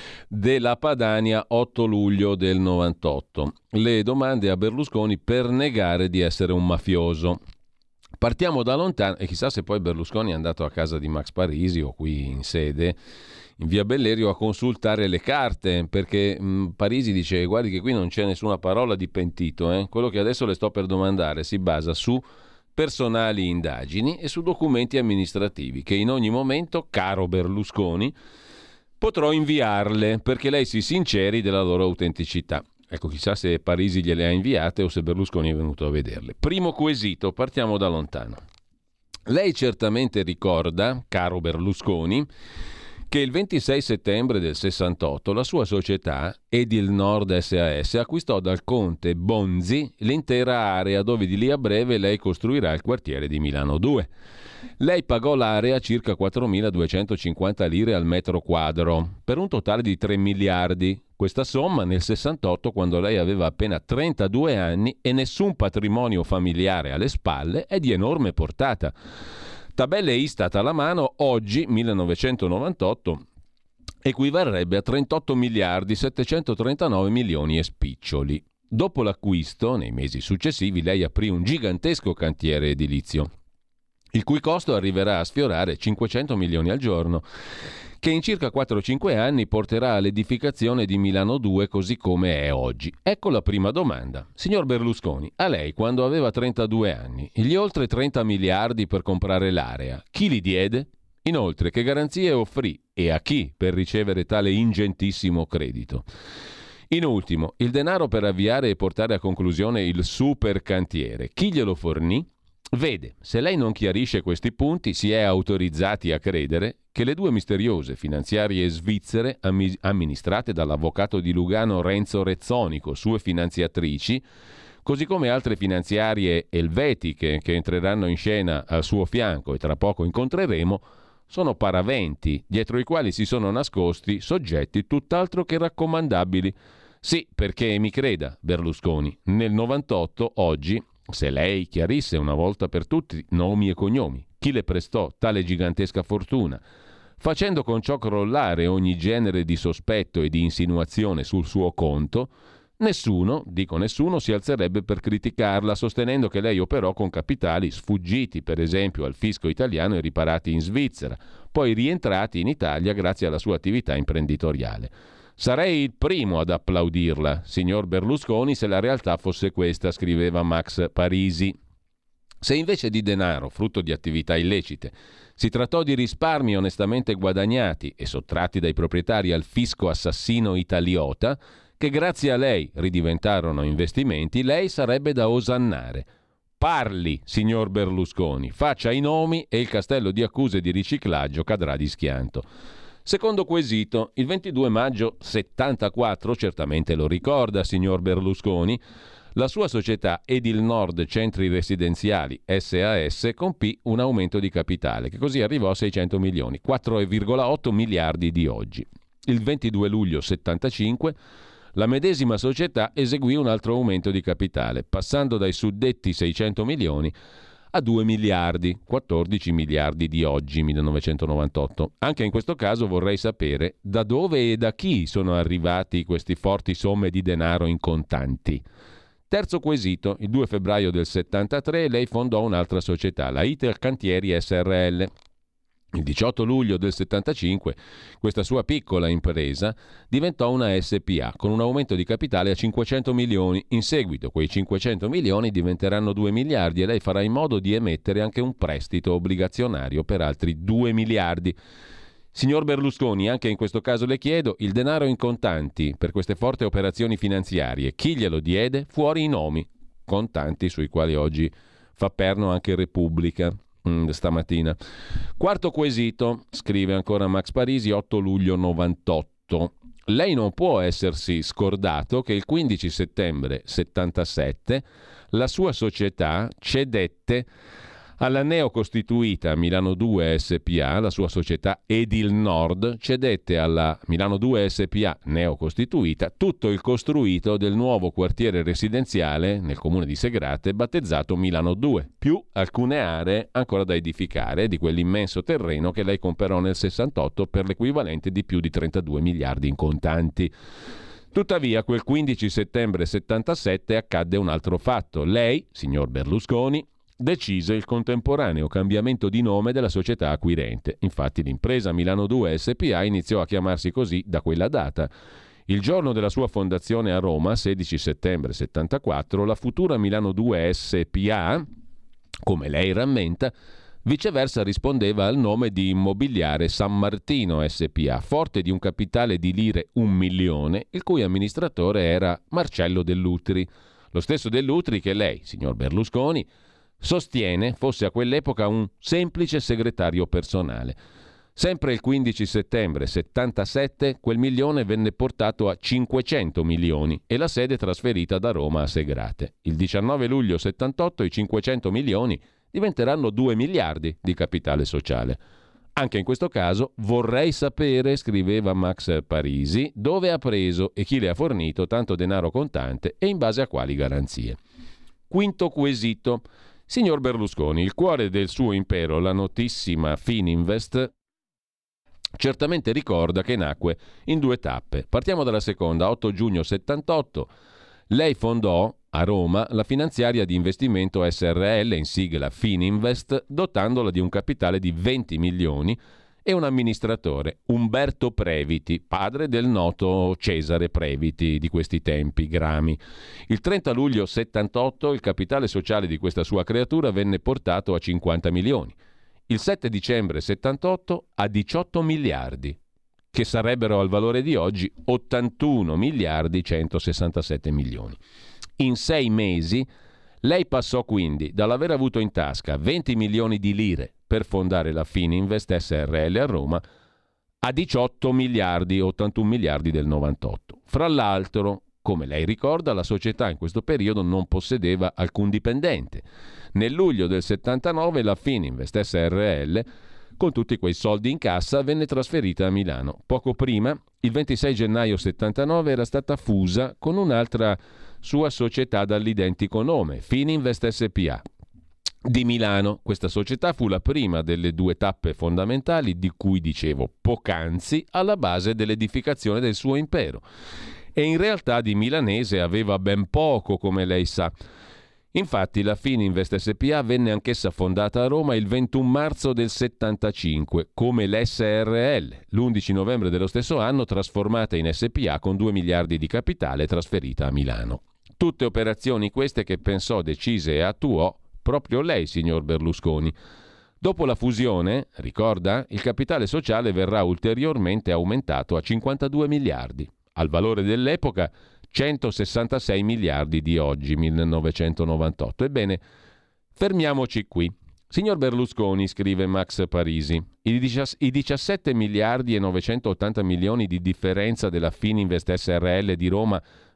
Speaker 2: della Padania, otto luglio del novantotto. Le domande a Berlusconi per negare di essere un mafioso. Partiamo da lontano e chissà se poi Berlusconi è andato a casa di Max Parisi o qui in sede in via Bellerio a consultare le carte, perché mh, Parisi dice: guardi che qui non c'è nessuna parola di pentito, eh? Quello che adesso le sto per domandare si basa su personali indagini e su documenti amministrativi che in ogni momento, caro Berlusconi, potrò inviarle perché lei si sinceri della loro autenticità. Ecco, chissà se Parisi gliele ha inviate o se Berlusconi è venuto a vederle. Primo quesito, partiamo da lontano. Lei certamente ricorda, caro Berlusconi, che il ventisei settembre del sessantotto la sua società Edil Nord S A S acquistò dal conte Bonzi l'intera area dove di lì a breve lei costruirà il quartiere di Milano due. Lei pagò l'area circa quattromiladuecentocinquanta lire al metro quadro, per un totale di tre miliardi. Questa somma nel sessantotto, quando lei aveva appena trentadue anni e nessun patrimonio familiare alle spalle, è di enorme portata. Tabelle Istat alla mano, oggi, millenovecentonovantotto, equivarrebbe a trentotto miliardi settecentotrentanove milioni e spiccioli. Dopo l'acquisto, nei mesi successivi, lei aprì un gigantesco cantiere edilizio, il cui costo arriverà a sfiorare cinquecento milioni al giorno, che in circa quattro cinque anni porterà all'edificazione di Milano due così come è oggi. Ecco la prima domanda. Signor Berlusconi, a lei, quando aveva trentadue anni, gli oltre trenta miliardi per comprare l'area, chi li diede? Inoltre, che garanzie offrì e a chi per ricevere tale ingentissimo credito? In ultimo, il denaro per avviare e portare a conclusione il super cantiere, chi glielo fornì? Vede, se lei non chiarisce questi punti, si è autorizzati a credere che le due misteriose finanziarie svizzere, am- amministrate dall'avvocato di Lugano Renzo Rezzonico, sue finanziatrici, così come altre finanziarie elvetiche che entreranno in scena al suo fianco e tra poco incontreremo, sono paraventi, dietro i quali si sono nascosti soggetti tutt'altro che raccomandabili. Sì, perché mi creda, Berlusconi, nel novantotto, oggi, se lei chiarisse una volta per tutti nomi e cognomi, chi le prestò tale gigantesca fortuna, facendo con ciò crollare ogni genere di sospetto e di insinuazione sul suo conto, nessuno, dico nessuno, si alzerebbe per criticarla, sostenendo che lei operò con capitali sfuggiti, per esempio, al fisco italiano e riparati in Svizzera, poi rientrati in Italia grazie alla sua attività imprenditoriale. Sarei il primo ad applaudirla, signor Berlusconi, se la realtà fosse questa, scriveva Max Parisi. Se invece di denaro, frutto di attività illecite, si trattò di risparmi onestamente guadagnati e sottratti dai proprietari al fisco assassino italiota, che grazie a lei ridiventarono investimenti, lei sarebbe da osannare. Parli, signor Berlusconi, faccia i nomi e il castello di accuse di riciclaggio cadrà di schianto. Secondo quesito, il ventidue maggio settantaquattro, certamente lo ricorda, signor Berlusconi, la sua società Edil Nord Centri Residenziali S A S compì un aumento di capitale, che così arrivò a seicento milioni, quattro virgola otto miliardi di oggi. Il ventidue luglio settantacinque la medesima società eseguì un altro aumento di capitale, passando dai suddetti seicento milioni a due miliardi, quattordici miliardi di oggi, millenovecentonovantotto. Anche in questo caso vorrei sapere da dove e da chi sono arrivati questi forti somme di denaro in contanti. Terzo quesito, il due febbraio del settantatré lei fondò un'altra società, la Itercantieri S R L. Il diciotto luglio del settantacinque questa sua piccola impresa diventò una S P A con un aumento di capitale a cinquecento milioni. In seguito quei cinquecento milioni diventeranno due miliardi e lei farà in modo di emettere anche un prestito obbligazionario per altri due miliardi. Signor Berlusconi, anche in questo caso le chiedo, il denaro in contanti per queste forti operazioni finanziarie, chi glielo diede? Fuori i nomi, contanti sui quali oggi fa perno anche Repubblica. Stamattina. Quarto quesito, scrive ancora Max Parisi, otto luglio novantotto. Lei non può essersi scordato che il quindici settembre settantasette la sua società cedette Alla neocostituita Milano due S P A, la sua società Edil Nord, cedette alla Milano due S P A neocostituita tutto il costruito del nuovo quartiere residenziale nel comune di Segrate battezzato Milano due, più alcune aree ancora da edificare di quell'immenso terreno che lei comperò nel sessantotto per l'equivalente di più di trentadue miliardi in contanti. Tuttavia, quel quindici settembre settantasette accadde un altro fatto. Lei, signor Berlusconi, decise il contemporaneo cambiamento di nome della società acquirente. Infatti l'impresa Milano due S P A iniziò a chiamarsi così da quella data. Il giorno della sua fondazione a Roma, sedici settembre settantaquattro, la futura Milano due S P A, come lei rammenta, viceversa rispondeva al nome di Immobiliare San Martino S P A, forte di un capitale di lire un milione, il cui amministratore era Marcello Dell'Utri, lo stesso Dell'Utri che lei, signor Berlusconi, sostiene fosse a quell'epoca un semplice segretario personale. Sempre il quindici settembre settantasette quel milione venne portato a cinquecento milioni e la sede trasferita da Roma a Segrate. Il diciannove luglio settantotto i cinquecento milioni diventeranno due miliardi di capitale sociale. Anche in questo caso vorrei sapere, scriveva Max Parisi, dove ha preso e chi le ha fornito tanto denaro contante e in base a quali garanzie. Quinto quesito. Signor Berlusconi, il cuore del suo impero, la notissima Fininvest, certamente ricorda che nacque in due tappe. Partiamo dalla seconda. otto giugno settantotto lei fondò a Roma la finanziaria di investimento S R L, in sigla Fininvest, dotandola di un capitale di venti milioni e un amministratore, Umberto Previti, padre del noto Cesare Previti di questi tempi, Grami. Il trenta luglio settantotto il capitale sociale di questa sua creatura venne portato a cinquanta milioni. Il sette dicembre settantotto a diciotto miliardi, che sarebbero al valore di oggi ottantuno miliardi centosessantasette milioni. In sei mesi lei passò quindi dall'aver avuto in tasca venti milioni di lire per fondare la Fininvest S R L a Roma a diciotto miliardi, ottantuno miliardi del novantotto. Fra l'altro, come lei ricorda, la società in questo periodo non possedeva alcun dipendente. Nel luglio del settantanove la Fininvest S R L, con tutti quei soldi in cassa, venne trasferita a Milano. Poco prima, il ventisei gennaio settantanove, era stata fusa con un'altra sua società dall'identico nome, Fininvest S P A di Milano. Questa società fu la prima delle due tappe fondamentali di cui dicevo poc'anzi alla base dell'edificazione del suo impero. E in realtà di milanese aveva ben poco, come lei sa. Infatti la Fininvest S P A venne anch'essa fondata a Roma il ventuno marzo del settantacinque, come l'S R L, l'undici novembre dello stesso anno trasformata in S P A con due miliardi di capitale trasferita a Milano. Tutte operazioni queste che pensò, decise e attuò proprio lei, signor Berlusconi. Dopo la fusione, ricorda, il capitale sociale verrà ulteriormente aumentato a cinquantadue miliardi, al valore dell'epoca centosessantasei miliardi di oggi, millenovecentonovantotto. Ebbene, fermiamoci qui. Signor Berlusconi, scrive Max Parisi, i diciassette miliardi e novecentottanta milioni di differenza della Fininvest S R L di Roma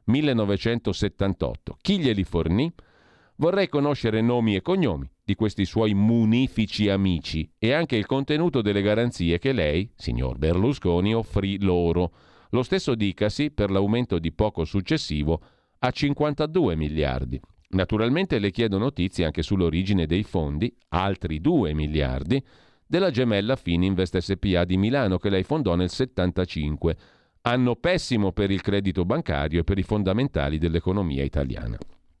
Speaker 2: millenovecentosettantotto, chi glieli fornì? Vorrei conoscere nomi e cognomi di questi suoi munifici amici e anche il contenuto delle garanzie che lei, signor Berlusconi, offrì loro. Lo stesso dicasi per l'aumento di poco successivo a cinquantadue miliardi. Naturalmente le chiedo notizie anche sull'origine dei fondi, altri due miliardi, della gemella Fininvest S P A di Milano che lei fondò nel settantacinque, anno pessimo per il credito bancario e per i fondamentali dell'economia italiana.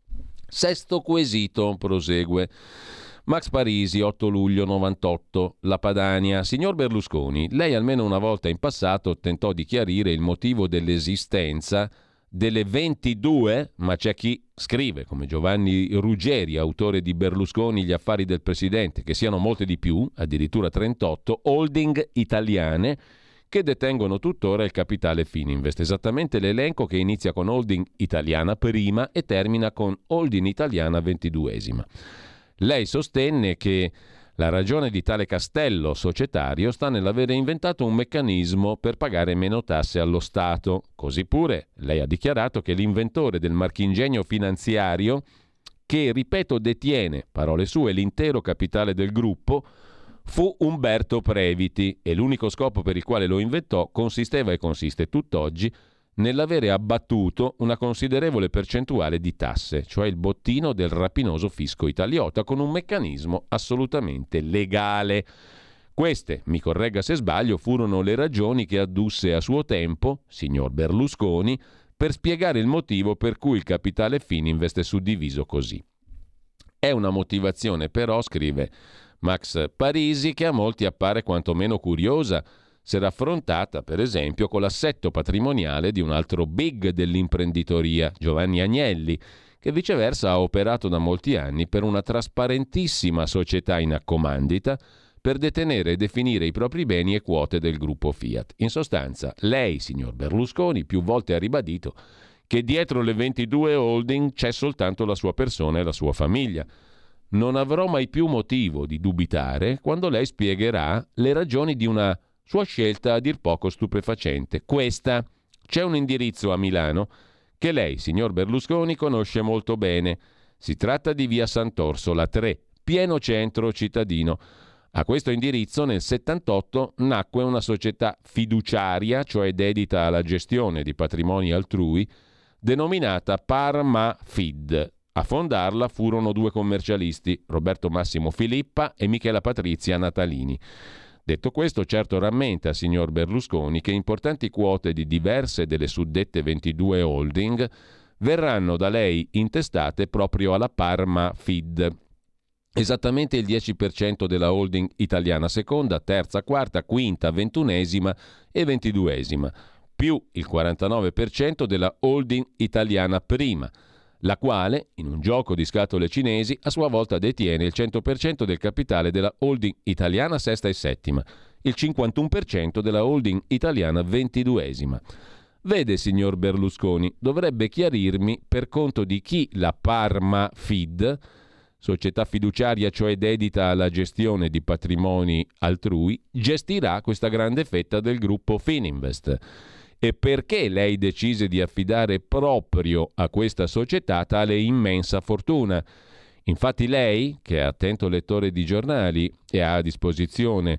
Speaker 2: Sesto quesito, prosegue Max Parisi, otto luglio novantotto, La Padania. Signor Berlusconi, lei almeno una volta in passato tentò di chiarire il motivo dell'esistenza delle ventidue, ma c'è chi scrive, come Giovanni Ruggeri, autore di Berlusconi, gli affari del presidente, che siano molte di più, addirittura trentotto, holding italiane che detengono tuttora il capitale Fininvest. Esattamente l'elenco che inizia con holding italiana prima e termina con holding italiana ventiduesima. Lei sostenne che la ragione di tale castello societario sta nell'avere inventato un meccanismo per pagare meno tasse allo Stato. Così pure lei ha dichiarato che l'inventore del marchingegno finanziario che, ripeto, detiene, parole sue, l'intero capitale del gruppo, fu Umberto Previti e l'unico scopo per il quale lo inventò consisteva e consiste tutt'oggi nell'avere abbattuto una considerevole percentuale di tasse, cioè il bottino del rapinoso fisco italiota, con un meccanismo assolutamente legale. Queste, mi corregga se sbaglio, furono le ragioni che addusse a suo tempo, signor Berlusconi, per spiegare il motivo per cui il capitale Fininvest è suddiviso così. È una motivazione però, scrive Max Parisi, che a molti appare quantomeno curiosa, se raffrontata, per esempio, con l'assetto patrimoniale di un altro big dell'imprenditoria, Giovanni Agnelli, che viceversa ha operato da molti anni per una trasparentissima società in accomandita per detenere e definire i propri beni e quote del gruppo Fiat. In sostanza, lei, signor Berlusconi, più volte ha ribadito che dietro le ventidue holding c'è soltanto la sua persona e la sua famiglia. Non avrò mai più motivo di dubitare quando lei spiegherà le ragioni di una sua scelta a dir poco stupefacente. Questa: c'è un indirizzo a Milano che lei, signor Berlusconi, conosce molto bene. Si tratta di via Sant'Orsola tre, pieno centro cittadino. A questo indirizzo nel settantotto nacque una società fiduciaria, cioè dedita alla gestione di patrimoni altrui, denominata Parma Fid. A fondarla furono due commercialisti, Roberto Massimo Filippa e Michela Patrizia Natalini. Detto questo, certo rammenta, signor Berlusconi, che importanti quote di diverse delle suddette ventidue holding verranno da lei intestate proprio alla Parma Fid. Esattamente il dieci per cento della holding italiana seconda, terza, quarta, quinta, ventunesima e ventiduesima, più il quarantanove per cento della holding italiana prima, la quale, in un gioco di scatole cinesi, a sua volta detiene il cento per cento del capitale della holding italiana sesta e settima, il cinquantuno per cento della holding italiana ventiduesima. Vede, signor Berlusconi, dovrebbe chiarirmi per conto di chi la Parma Fid, società fiduciaria cioè dedita alla gestione di patrimoni altrui, gestirà questa grande fetta del gruppo Fininvest. E perché lei decise di affidare proprio a questa società tale immensa fortuna? Infatti lei, che è attento lettore di giornali e ha a disposizione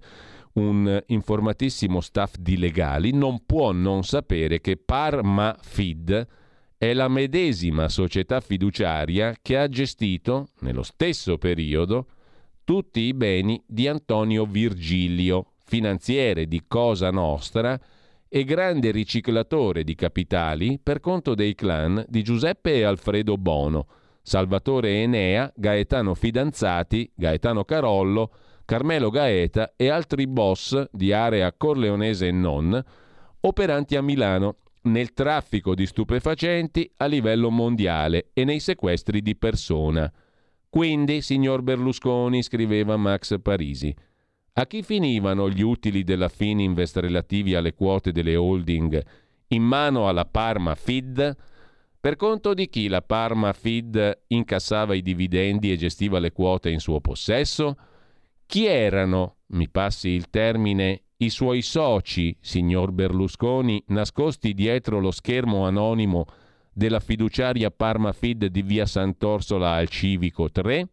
Speaker 2: un informatissimo staff di legali, non può non sapere che Parma Fid è la medesima società fiduciaria che ha gestito, nello stesso periodo, tutti i beni di Antonio Virgilio, finanziere di Cosa Nostra e grande riciclatore di capitali per conto dei clan di Giuseppe e Alfredo Bono, Salvatore Enea, Gaetano Fidanzati, Gaetano Carollo, Carmelo Gaeta e altri boss di area corleonese e non, operanti a Milano nel traffico di stupefacenti a livello mondiale e nei sequestri di persona. Quindi, signor Berlusconi, scriveva Max Parisi, a chi finivano gli utili della Fininvest relativi alle quote delle holding in mano alla Parma Fid? Per conto di chi la Parma Fid incassava i dividendi e gestiva le quote in suo possesso? Chi erano, mi passi il termine, i suoi soci, signor Berlusconi, nascosti dietro lo schermo anonimo della fiduciaria Parma Fid di via Sant'Orsola al Civico tre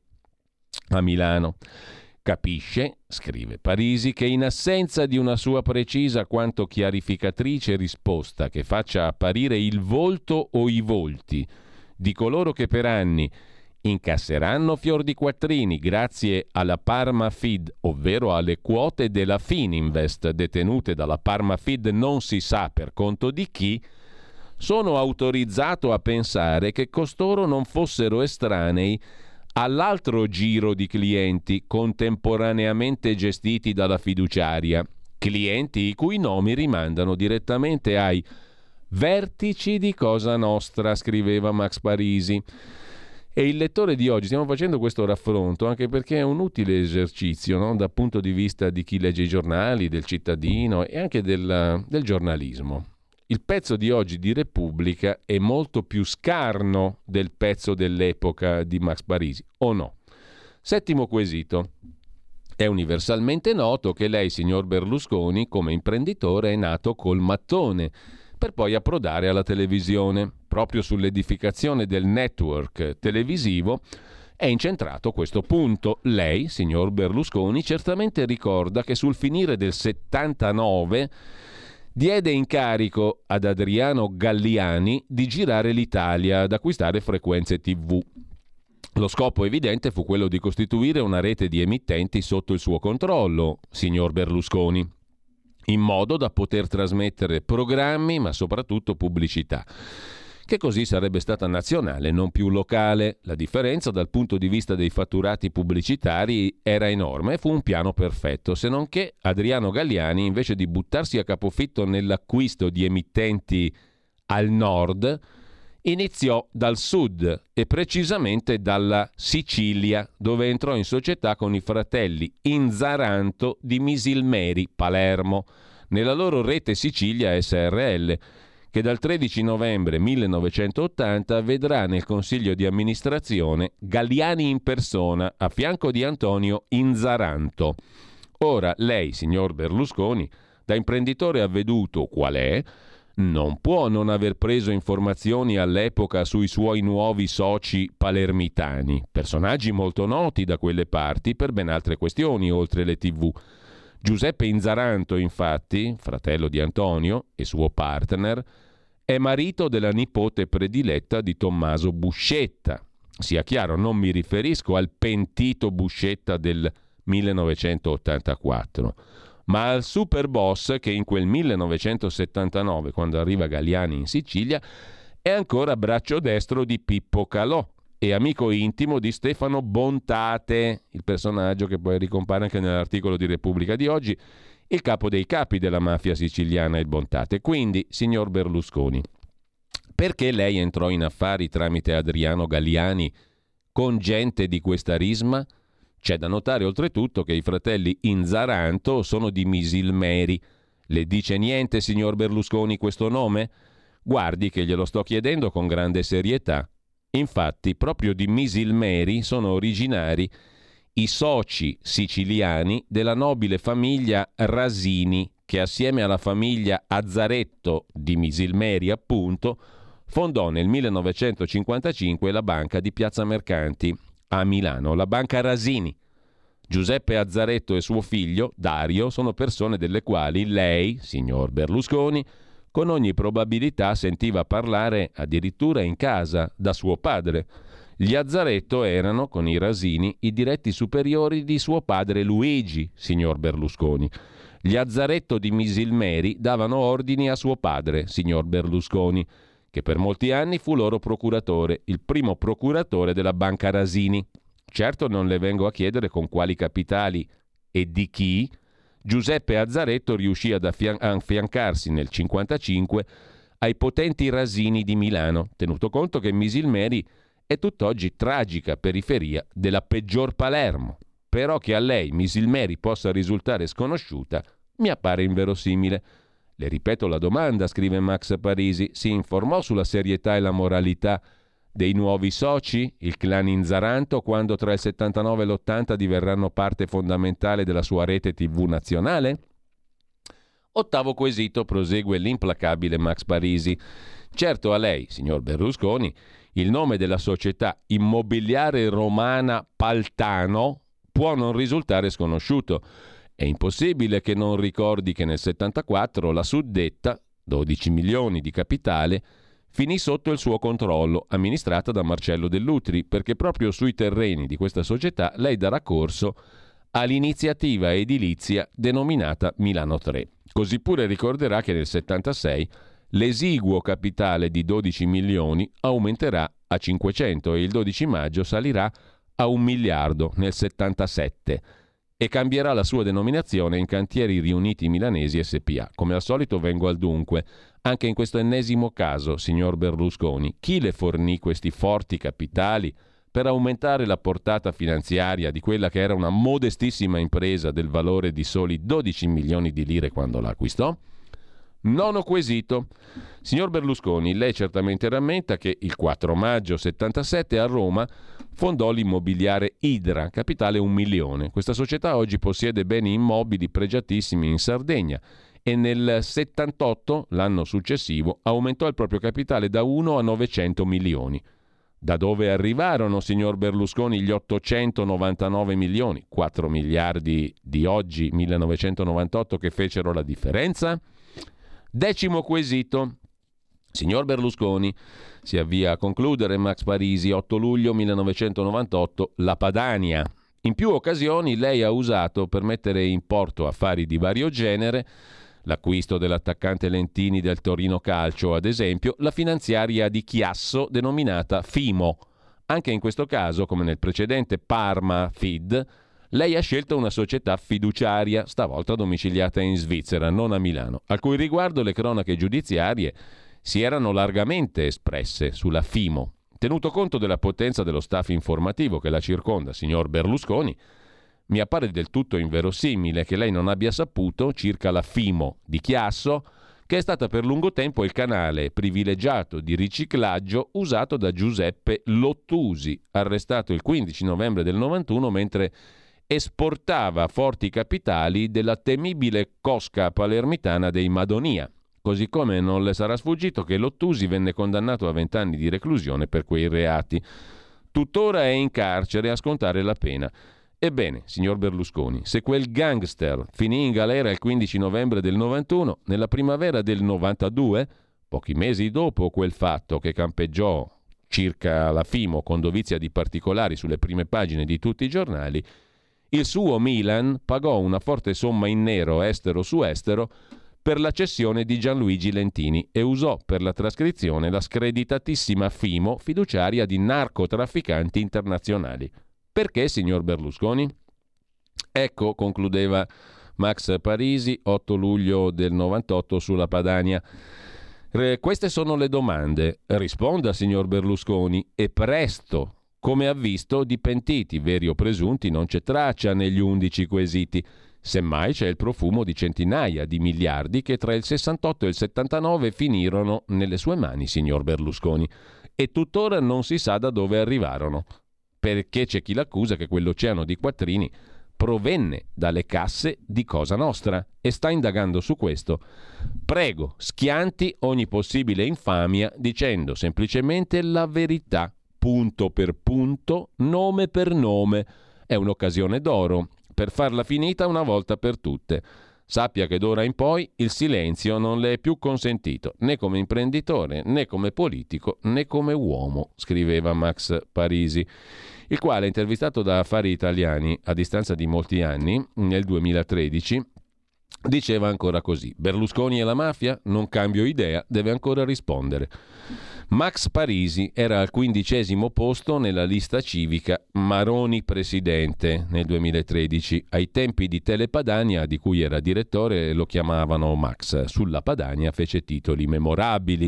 Speaker 2: a Milano? Capisce, scrive Parisi, che in assenza di una sua precisa quanto chiarificatrice risposta che faccia apparire il volto o i volti di coloro che per anni incasseranno fior di quattrini grazie alla Parma Fid, ovvero alle quote della Fininvest detenute dalla Parma Fid non si sa per conto di chi, sono autorizzato a pensare che costoro non fossero estranei all'altro giro di clienti contemporaneamente gestiti dalla fiduciaria, clienti i cui nomi rimandano direttamente ai vertici di Cosa Nostra, scriveva Max Parisi. E il lettore di oggi, stiamo facendo questo raffronto anche perché è un utile esercizio, no? Dal punto di vista di chi legge i giornali, del cittadino e anche del, del giornalismo. Il pezzo di oggi di Repubblica è molto più scarno del pezzo dell'epoca di Max Parisi, o no? Settimo quesito. È universalmente noto che lei, signor Berlusconi, come imprenditore è nato col mattone, per poi approdare alla televisione. proprio sull'edificazione del network televisivo è incentrato questo punto. Lei, signor Berlusconi, certamente ricorda che sul finire del settantanove diede incarico ad Adriano Galliani di girare l'Italia, ad acquistare frequenze tivù. Lo scopo evidente fu quello di costituire una rete di emittenti sotto il suo controllo, signor Berlusconi, in modo da poter trasmettere programmi, ma soprattutto pubblicità, che così sarebbe stata nazionale, non più locale. La differenza dal punto di vista dei fatturati pubblicitari era enorme e fu un piano perfetto, se non che Adriano Galliani, invece di buttarsi a capofitto nell'acquisto di emittenti al nord, iniziò dal sud e precisamente dalla Sicilia, dove entrò in società con i fratelli Inzaranto di Misilmeri, Palermo, nella loro rete Sicilia S R L, che dal tredici novembre millenovecentottanta vedrà nel consiglio di amministrazione Galliani in persona, a fianco di Antonio Inzaranto. Ora lei, signor Berlusconi, da imprenditore avveduto qual è, non può non aver preso informazioni all'epoca sui suoi nuovi soci palermitani, personaggi molto noti da quelle parti per ben altre questioni oltre le tivù. Giuseppe Inzaranto, infatti, fratello di Antonio e suo partner, è marito della nipote prediletta di Tommaso Buscetta. Sia chiaro, non mi riferisco al pentito Buscetta del millenovecentottantaquattro, ma al super boss che in quel millenovecentosettantanove, quando arriva Galliani in Sicilia, è ancora braccio destro di Pippo Calò e amico intimo di Stefano Bontate, il personaggio che poi ricompare anche nell'articolo di Repubblica di oggi, il capo dei capi della mafia siciliana, il Bontate. Quindi, signor Berlusconi, perché lei entrò in affari tramite Adriano Galliani con gente di questa risma? C'è da notare oltretutto che i fratelli Inzaranto sono di Misilmeri. Le dice niente, signor Berlusconi, questo nome? Guardi che glielo sto chiedendo con grande serietà. Infatti, proprio di Misilmeri sono originari i soci siciliani della nobile famiglia Rasini, che assieme alla famiglia Azzaretto di Misilmeri, appunto, fondò nel millenovecentocinquantacinque la banca di Piazza Mercanti a Milano, la Banca Rasini. Giuseppe Azzaretto e suo figlio, Dario, sono persone delle quali lei, signor Berlusconi, con ogni probabilità sentiva parlare addirittura in casa da suo padre. Gli Azzaretto erano, con i Rasini, i diretti superiori di suo padre Luigi, signor Berlusconi. Gli Azzaretto di Misilmeri davano ordini a suo padre, signor Berlusconi, che per molti anni fu loro procuratore, il primo procuratore della Banca Rasini. Certo non le vengo a chiedere con quali capitali e di chi Giuseppe Azzaretto riuscì ad affian- affiancarsi nel cinquantacinque ai potenti Rasini di Milano, tenuto conto che Misilmeri è tutt'oggi tragica periferia della peggior Palermo. Però che a lei Misilmeri possa risultare sconosciuta mi appare inverosimile. Le ripeto la domanda, scrive Max Parisi, si informò sulla serietà e la moralità dei nuovi soci, il clan Inzaranto, quando tra il settantanove e l'ottanta diverranno parte fondamentale della sua rete tivù nazionale? Ottavo quesito, prosegue l'implacabile Max Parisi. Certo a lei, signor Berlusconi, il nome della società immobiliare romana Paltano può non risultare sconosciuto. È impossibile che non ricordi che nel settantaquattro la suddetta, dodici milioni di capitale, finì sotto il suo controllo, amministrata da Marcello Dell'Utri, perché proprio sui terreni di questa società lei darà corso all'iniziativa edilizia denominata Milano tre. Così pure ricorderà che nel settantasei l'esiguo capitale di dodici milioni aumenterà a cinquecento e il dodici maggio salirà a un miliardo nel settantasette e cambierà la sua denominazione in Cantieri Riuniti Milanesi S P A. Come al solito vengo al dunque. Anche in questo ennesimo caso, signor Berlusconi, chi le fornì questi forti capitali per aumentare la portata finanziaria di quella che era una modestissima impresa del valore di soli dodici milioni di lire quando la acquistò? Nono quesito. Signor Berlusconi, lei certamente rammenta che il quattro maggio settantasette a Roma fondò l'immobiliare Idra, capitale un milione. Questa società oggi possiede beni immobili pregiatissimi in Sardegna e nel settantotto, l'anno successivo, aumentò il proprio capitale da uno a novecento milioni. Da dove arrivarono, signor Berlusconi, gli ottocentonovantanove milioni, quattro miliardi di oggi, millenovecentonovantotto, che fecero la differenza? Decimo quesito. Signor Berlusconi, si avvia a concludere Max Parisi, otto luglio millenovecentonovantotto, la Padania. In più occasioni lei ha usato per mettere in porto affari di vario genere, l'acquisto dell'attaccante Lentini del Torino Calcio, ad esempio, la finanziaria di Chiasso denominata Fimo. Anche in questo caso, come nel precedente Parma Fid, lei ha scelto una società fiduciaria, stavolta domiciliata in Svizzera, non a Milano, al cui riguardo le cronache giudiziarie si erano largamente espresse sulla Fimo. Tenuto conto della potenza dello staff informativo che la circonda, signor Berlusconi, mi appare del tutto inverosimile che lei non abbia saputo circa la Fimo di Chiasso, che è stata per lungo tempo il canale privilegiato di riciclaggio usato da Giuseppe Lottusi, arrestato il quindici novembre del novantuno mentre esportava forti capitali della temibile cosca palermitana dei Madonia. Così come non le sarà sfuggito che Lottusi venne condannato a vent'anni di reclusione per quei reati. Tuttora è in carcere a scontare la pena. Ebbene, signor Berlusconi, se quel gangster finì in galera il quindici novembre del novantuno, nella primavera del novantadue, pochi mesi dopo quel fatto che campeggiò circa la Fimo con dovizia di particolari sulle prime pagine di tutti i giornali, il suo Milan pagò una forte somma in nero estero su estero per la cessione di Gianluigi Lentini e usò per la trascrizione la screditatissima Fimo, fiduciaria di narcotrafficanti internazionali. Perché, signor Berlusconi? Ecco, concludeva Max Parisi, otto luglio del novantotto sulla Padania. Re, queste sono le domande. Risponda, signor Berlusconi, e presto. Come ha visto, di pentiti, veri o presunti, non c'è traccia negli undici quesiti. Semmai c'è il profumo di centinaia di miliardi che tra il sessantotto e il settantanove finirono nelle sue mani, signor Berlusconi, e tuttora non si sa da dove arrivarono, perché c'è chi l'accusa che quell'oceano di quattrini provenne dalle casse di Cosa Nostra e sta indagando su questo. Prego, schianti ogni possibile infamia dicendo semplicemente la verità, punto per punto, nome per nome. È un'occasione d'oro per farla finita una volta per tutte. Sappia che d'ora in poi il silenzio non le è più consentito, né come imprenditore, né come politico, né come uomo, scriveva Max Parisi, il quale, intervistato da Affari Italiani a distanza di molti anni, nel duemilatredici, diceva ancora così: Berlusconi e la mafia? Non cambio idea, deve ancora rispondere. Max Parisi era al quindicesimo posto nella lista civica Maroni presidente nel duemilatredici. Ai tempi di Telepadania, di cui era direttore, lo chiamavano Max. Sulla Padania fece titoli memorabili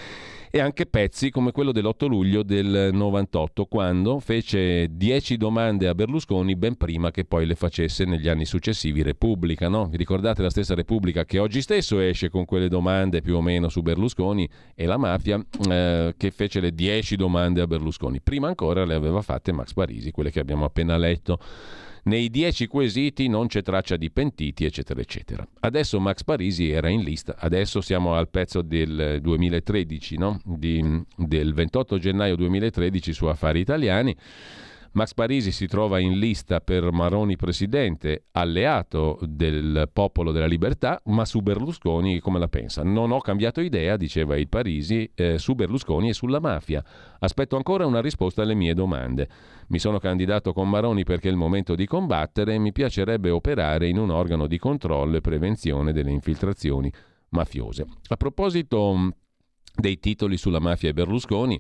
Speaker 2: e anche pezzi come quello dell'otto luglio del novantotto, quando fece dieci domande a Berlusconi ben prima che poi le facesse negli anni successivi Repubblica, no? Vi ricordate la stessa Repubblica che oggi stesso esce con quelle domande più o meno su Berlusconi e la mafia, eh, che fece le dieci domande a Berlusconi. Prima ancora le aveva fatte Max Parisi, quelle che abbiamo appena letto. Nei dieci quesiti non c'è traccia di pentiti, eccetera, eccetera. Adesso Max Parisi era in lista, adesso siamo al pezzo del duemilatredici, no? Di, del ventotto gennaio duemilatredici su Affari Italiani. Max Parisi si trova in lista per Maroni presidente, alleato del Popolo della Libertà, ma su Berlusconi come la pensa? Non ho cambiato idea, diceva il Parisi, eh, su Berlusconi e sulla mafia. Aspetto ancora una risposta alle mie domande. Mi sono candidato con Maroni perché è il momento di combattere e mi piacerebbe operare in un organo di controllo e prevenzione delle infiltrazioni mafiose. A proposito dei titoli sulla mafia e Berlusconi,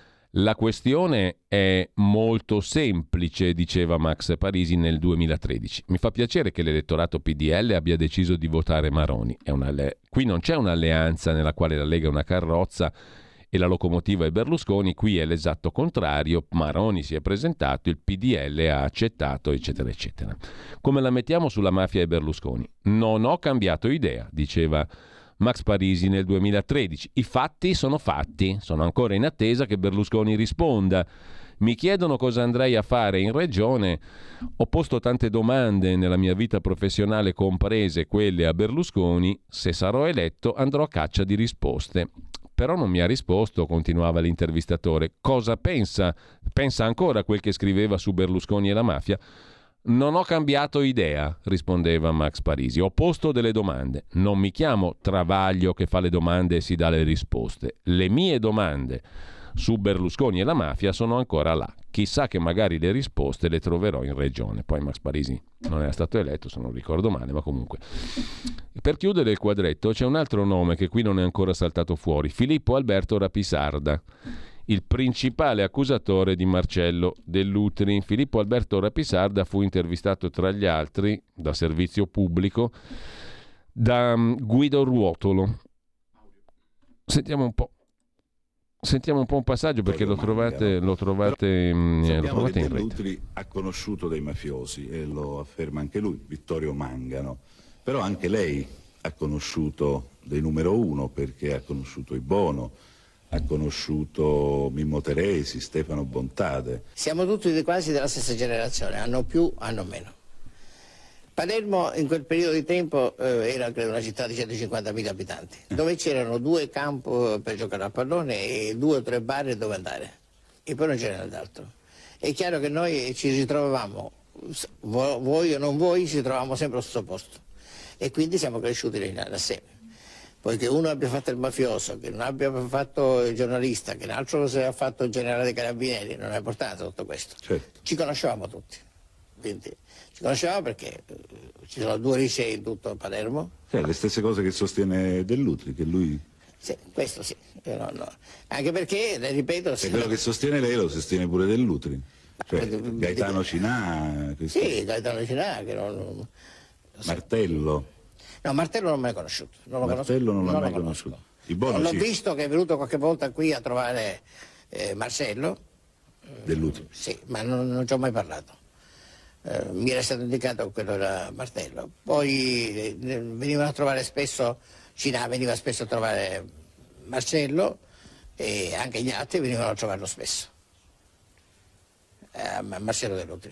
Speaker 2: la questione è molto semplice, diceva Max Parisi nel duemilatredici. Mi fa piacere che l'elettorato P D L abbia deciso di votare Maroni. È una le... Qui non c'è un'alleanza nella quale la Lega è una carrozza e la locomotiva è Berlusconi, qui è l'esatto contrario. Maroni si è presentato, il P D L ha accettato, eccetera, eccetera. Come la mettiamo sulla mafia e Berlusconi? Non ho cambiato idea, diceva Max Parisi nel duemilatredici. I fatti sono fatti, sono ancora in attesa che Berlusconi risponda. Mi chiedono cosa andrei a fare in regione. Ho posto tante domande nella mia vita professionale, comprese quelle a Berlusconi. Se sarò eletto andrò a caccia di risposte. Però non mi ha risposto, continuava l'intervistatore. Cosa pensa? Pensa ancora a quel che scriveva su Berlusconi e la mafia? Non ho cambiato idea, rispondeva Max Parisi. Ho posto delle domande. Non mi chiamo Travaglio che fa le domande e si dà le risposte. Le mie domande su Berlusconi e la mafia sono ancora là. Chissà che magari le risposte le troverò in regione. Poi Max Parisi non era stato eletto, se non ricordo male, ma comunque. Per chiudere il quadretto c'è un altro nome che qui non è ancora saltato fuori. Filippo Alberto Rapisarda, il principale accusatore di Marcello Dell'Utri. Filippo Alberto Rapisarda fu intervistato tra gli altri da servizio pubblico da Guido Ruotolo. Sentiamo un po'. Sentiamo un po' un passaggio perché lo trovate, lo trovate,
Speaker 5: lo
Speaker 2: trovate in rete.
Speaker 5: Dell'Utri ha conosciuto dei mafiosi e lo afferma anche lui, Vittorio Mangano. Però anche lei ha conosciuto dei numero uno, perché ha conosciuto i Bono, ha conosciuto Mimmo Teresi, Stefano Bontade.
Speaker 8: Siamo tutti quasi della stessa generazione, hanno più, hanno meno. Palermo in quel periodo di tempo eh, era credo una città di centocinquantamila abitanti, dove c'erano due campi per giocare a pallone e due o tre bar dove andare, e poi non c'era nient'altro. È chiaro che noi ci ritrovavamo, voi o non voi, ci trovavamo sempre allo stesso posto, e quindi siamo cresciuti assieme. Poi che uno abbia fatto il mafioso, che non abbia fatto il giornalista, che un altro si è fatto il generale dei carabinieri, non è importante tutto questo.
Speaker 5: Certo.
Speaker 8: Ci conoscevamo tutti, quindi ci conoscevamo perché eh, ci sono due licei in tutto Palermo.
Speaker 5: Cioè, le stesse cose che sostiene Dell'Utri, che lui...
Speaker 8: Sì, questo sì, io no, no. Anche perché, le ripeto...
Speaker 5: Se quello che sostiene lei lo sostiene pure Dell'Utri. Cioè, Gaetano Cinà... Questo...
Speaker 8: Sì, Gaetano Cinà, che non... non...
Speaker 5: Martello...
Speaker 8: No, Martello non l'ho mai conosciuto. Non lo
Speaker 5: Martello
Speaker 8: conosco,
Speaker 5: non l'ha
Speaker 8: non
Speaker 5: mai
Speaker 8: lo
Speaker 5: conosciuto.
Speaker 8: conosco.
Speaker 5: Bono,
Speaker 8: l'ho
Speaker 5: sì.
Speaker 8: visto che è venuto qualche volta qui a trovare eh, Marcello.
Speaker 5: Dell'Utri.
Speaker 8: Sì, ma non, non ci ho mai parlato. Eh, mi era stato indicato che quello era Martello. Poi eh, venivano a trovare spesso, Cinà veniva spesso a trovare Marcello, e anche gli altri venivano a trovarlo spesso. Eh, Marcello Dell'Utri.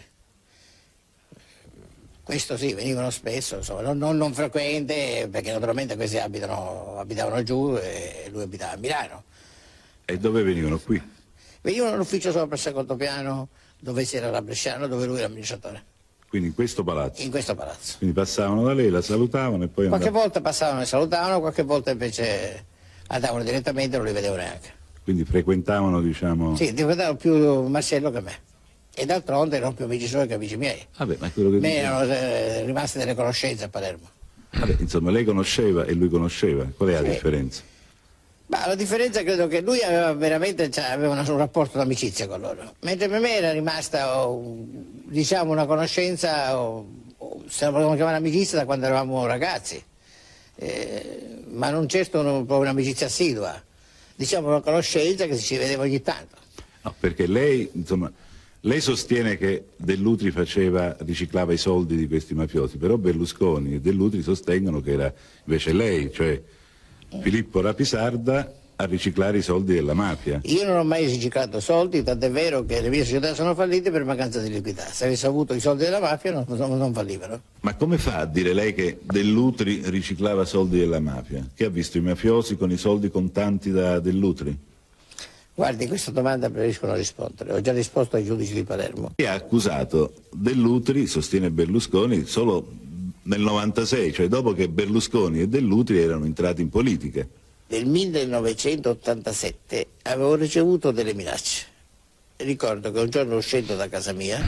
Speaker 8: Questo sì, venivano spesso, insomma, non, non, non frequente, perché naturalmente questi abitano, abitavano giù e lui abitava a Milano.
Speaker 5: E dove venivano? Qui?
Speaker 8: Venivano all'ufficio sopra il secondo piano, dove c'era la Bresciano, dove lui era amministratore.
Speaker 5: Quindi in questo palazzo?
Speaker 8: In questo palazzo.
Speaker 5: Quindi passavano da lei, la salutavano e poi
Speaker 8: Qualche
Speaker 5: andavano...
Speaker 8: volta passavano e salutavano, qualche volta invece andavano direttamente e non li vedevo neanche.
Speaker 5: Quindi frequentavano, diciamo...
Speaker 8: Sì, frequentavano più Marcello che me. E d'altronde erano più amici suoi che amici miei.
Speaker 5: Vabbè, ma quello che
Speaker 8: me
Speaker 5: dice...
Speaker 8: erano eh, rimaste delle conoscenze a Palermo.
Speaker 5: Vabbè, insomma, lei conosceva e lui conosceva. Qual è la
Speaker 8: Sì.
Speaker 5: differenza?
Speaker 8: Ma la differenza credo che lui aveva veramente, cioè, aveva un rapporto d'amicizia con loro, mentre per me era rimasta oh, diciamo una conoscenza, oh, oh, se la vogliamo chiamare amicizia, da quando eravamo ragazzi, eh, ma non certo un, proprio un'amicizia assidua, diciamo una conoscenza che ci vedeva ogni tanto.
Speaker 5: No, perché lei, insomma, lei sostiene che Dell'Utri faceva, riciclava i soldi di questi mafiosi, però Berlusconi e Dell'Utri sostengono che era invece lei, cioè Filippo Rapisarda, a riciclare i soldi della mafia.
Speaker 8: Io non ho mai riciclato soldi, tant'è vero che le mie società sono fallite per mancanza di liquidità. Se avessi avuto i soldi della mafia non, non, non fallivano.
Speaker 5: Ma come fa a dire lei che Dell'Utri riciclava soldi della mafia? Che ha visto i mafiosi con i soldi contanti da Dell'Utri?
Speaker 8: Guardi, questa domanda preferisco non rispondere, ho già risposto ai giudici di Palermo.
Speaker 5: E ha accusato Dell'Utri, sostiene Berlusconi, solo nel novantasei, cioè dopo che Berlusconi e Dell'Utri erano entrati in politica.
Speaker 8: Nel millenovecentottantasette avevo ricevuto delle minacce. Ricordo che un giorno uscendo da casa mia,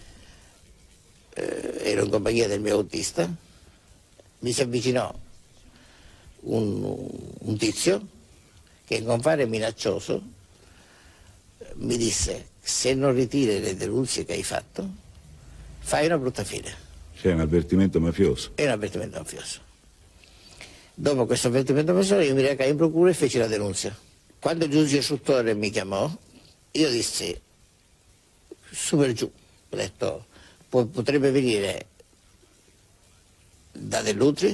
Speaker 8: eh, ero in compagnia del mio autista, mi si avvicinò un, un tizio che con fare minaccioso mi disse: se non ritiri le denunce che hai fatto, fai una brutta fine.
Speaker 5: C'è un avvertimento mafioso.
Speaker 8: È un avvertimento mafioso. Dopo questo avvertimento mafioso io mi recai in procura e feci la denuncia. Quando il giudice istruttore mi chiamò, io dissi su per giù, ho detto potrebbe venire da Dell'Utri,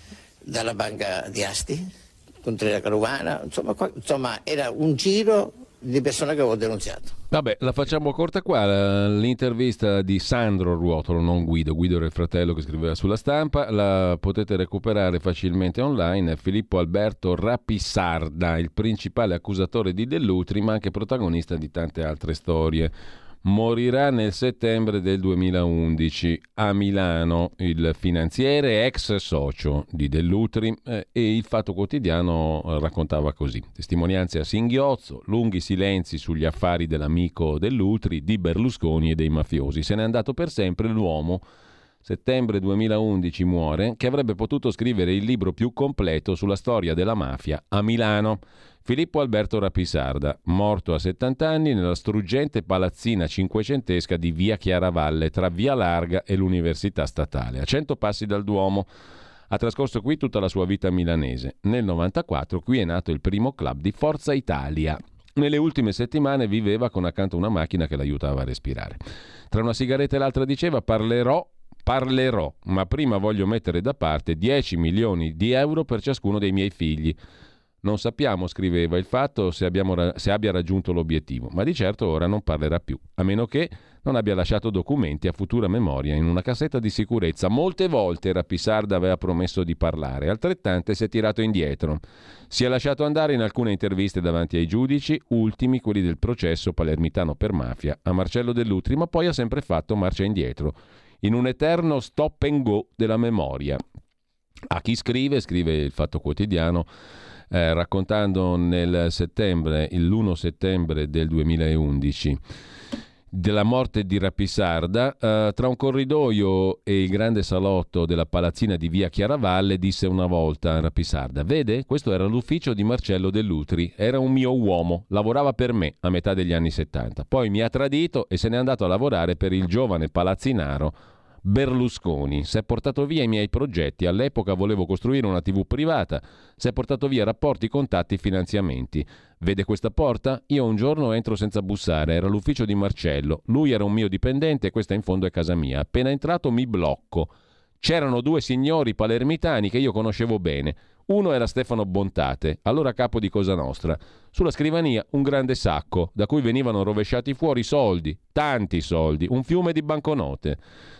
Speaker 8: dalla banca di Asti, Contrera Caruana, insomma, qua, insomma era un giro di persone che avevo denunziato.
Speaker 2: Vabbè, la facciamo corta qua, l'intervista di Sandro Ruotolo, non Guido, Guido era il fratello che scriveva sulla Stampa, la potete recuperare facilmente online. Filippo Alberto Rapisarda, il principale accusatore di Dell'Utri, ma anche protagonista di tante altre storie. Morirà nel settembre del duemilaundici a Milano il finanziere ex socio di Dell'Utri, eh, e il Fatto Quotidiano raccontava così: testimonianze a singhiozzo, lunghi silenzi sugli affari dell'amico Dell'Utri, di Berlusconi e dei mafiosi. Se n'è andato per sempre l'uomo. Settembre duemilaundici muore, che avrebbe potuto scrivere il libro più completo sulla storia della mafia a Milano. Filippo Alberto Rapisarda, morto a settanta anni nella struggente palazzina cinquecentesca di via Chiaravalle, tra via Larga e l'Università Statale, a cento passi dal Duomo. Ha trascorso qui tutta la sua vita milanese. Nel novantaquattro qui è nato il primo club di Forza Italia. Nelle ultime settimane viveva con accanto una macchina che l'aiutava a respirare. Tra una sigaretta e l'altra diceva: parlerò Parlerò, ma prima voglio mettere da parte dieci milioni di euro per ciascuno dei miei figli. Non sappiamo, scriveva, il Fatto se, abbiamo, se abbia raggiunto l'obiettivo, ma di certo ora non parlerà più, a meno che non abbia lasciato documenti a futura memoria in una cassetta di sicurezza. Molte volte Rapisarda aveva promesso di parlare, altrettante si è tirato indietro. Si è lasciato andare in alcune interviste davanti ai giudici, ultimi quelli del processo palermitano per mafia a Marcello Dell'Utri, ma poi ha sempre fatto marcia indietro, in un eterno stop and go della memoria. A chi scrive, scrive il Fatto Quotidiano, eh, raccontando nel settembre, l'primo settembre del duemilaundici, della morte di Rapisarda, eh, tra un corridoio e il grande salotto della palazzina di via Chiaravalle, disse una volta Rapisarda: vede, questo era l'ufficio di Marcello Dell'Utri, era un mio uomo, lavorava per me a metà degli anni settanta, poi mi ha tradito e se n'è andato a lavorare per il giovane palazzinaro Berlusconi. Si è portato via i miei progetti, all'epoca volevo costruire una tivù privata, si è portato via rapporti, contatti, finanziamenti. Vede questa porta? Io un giorno entro senza bussare, era l'ufficio di Marcello, lui era un mio dipendente e questa in fondo è casa mia. Appena entrato mi blocco. C'erano due signori palermitani che io conoscevo bene. Uno era Stefano Bontate, allora capo di Cosa Nostra. Sulla scrivania un grande sacco, da cui venivano rovesciati fuori soldi, tanti soldi, un fiume di banconote.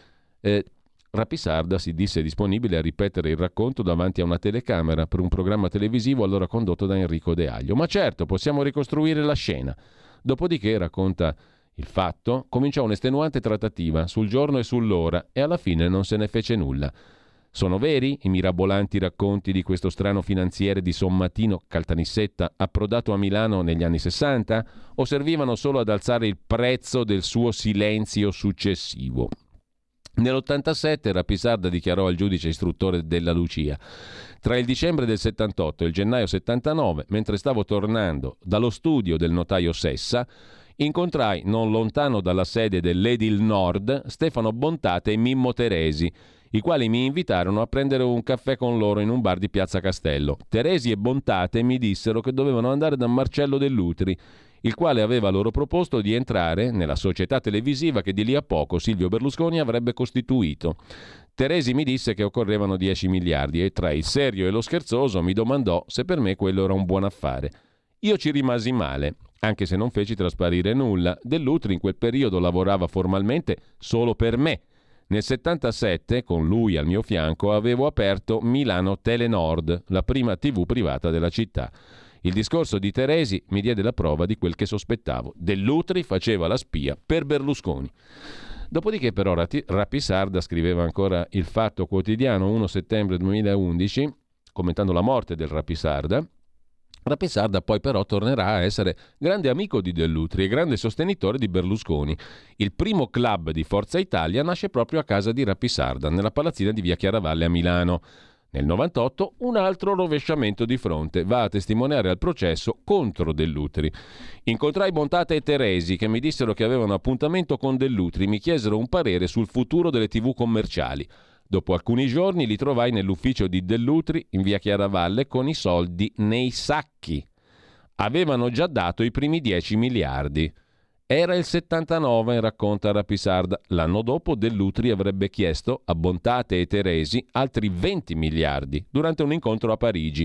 Speaker 2: Eh, Rapisarda si disse disponibile a ripetere il racconto davanti a una telecamera per un programma televisivo allora condotto da Enrico De Aglio. Ma certo, possiamo ricostruire la scena. Dopodiché, racconta il Fatto, cominciò un'estenuante trattativa sul giorno e sull'ora e alla fine non se ne fece nulla. Sono veri i mirabolanti racconti di questo strano finanziere di Sommatino Caltanissetta approdato a Milano negli anni sessanta o servivano solo ad alzare il prezzo del suo silenzio successivo? Nell'ottantasette Rapisarda dichiarò al giudice istruttore della Lucia: tra il dicembre del settantotto e il gennaio settantanove, mentre stavo tornando dallo studio del notaio Sessa, incontrai non lontano dalla sede dell'Edil Nord Stefano Bontate e Mimmo Teresi, i quali mi invitarono a prendere un caffè con loro in un bar di Piazza Castello. Teresi e Bontate mi dissero che dovevano andare da Marcello Dell'Utri, il quale aveva loro proposto di entrare nella società televisiva che di lì a poco Silvio Berlusconi avrebbe costituito. Teresi mi disse che occorrevano dieci miliardi e tra il serio e lo scherzoso mi domandò se per me quello era un buon affare. Io ci rimasi male, anche se non feci trasparire nulla. Dell'Utri in quel periodo lavorava formalmente solo per me. Nel settantasette, con lui al mio fianco, avevo aperto Milano Telenord, la prima tivù privata della città. Il discorso di Teresi mi diede la prova di quel che sospettavo. Dell'Utri faceva la spia per Berlusconi. Dopodiché però Rapisarda, scriveva ancora il Fatto Quotidiano primo settembre duemilaundici, commentando la morte del Rapisarda, Rapisarda poi però tornerà a essere grande amico di Dell'Utri e grande sostenitore di Berlusconi. Il primo club di Forza Italia nasce proprio a casa di Rapisarda, nella palazzina di via Chiaravalle a Milano. Nel novantotto un altro rovesciamento di fronte, va a testimoniare al processo contro Dell'Utri. Incontrai Bontate e Teresi che mi dissero che avevano appuntamento con Dell'Utri, mi chiesero un parere sul futuro delle tivù commerciali. Dopo alcuni giorni li trovai nell'ufficio di Dell'Utri in via Chiaravalle con i soldi nei sacchi. Avevano già dato i primi dieci miliardi. Era il settantanove, racconta Rapisarda. L'anno dopo Dell'Utri avrebbe chiesto a Bontate e Teresi altri venti miliardi durante un incontro a Parigi.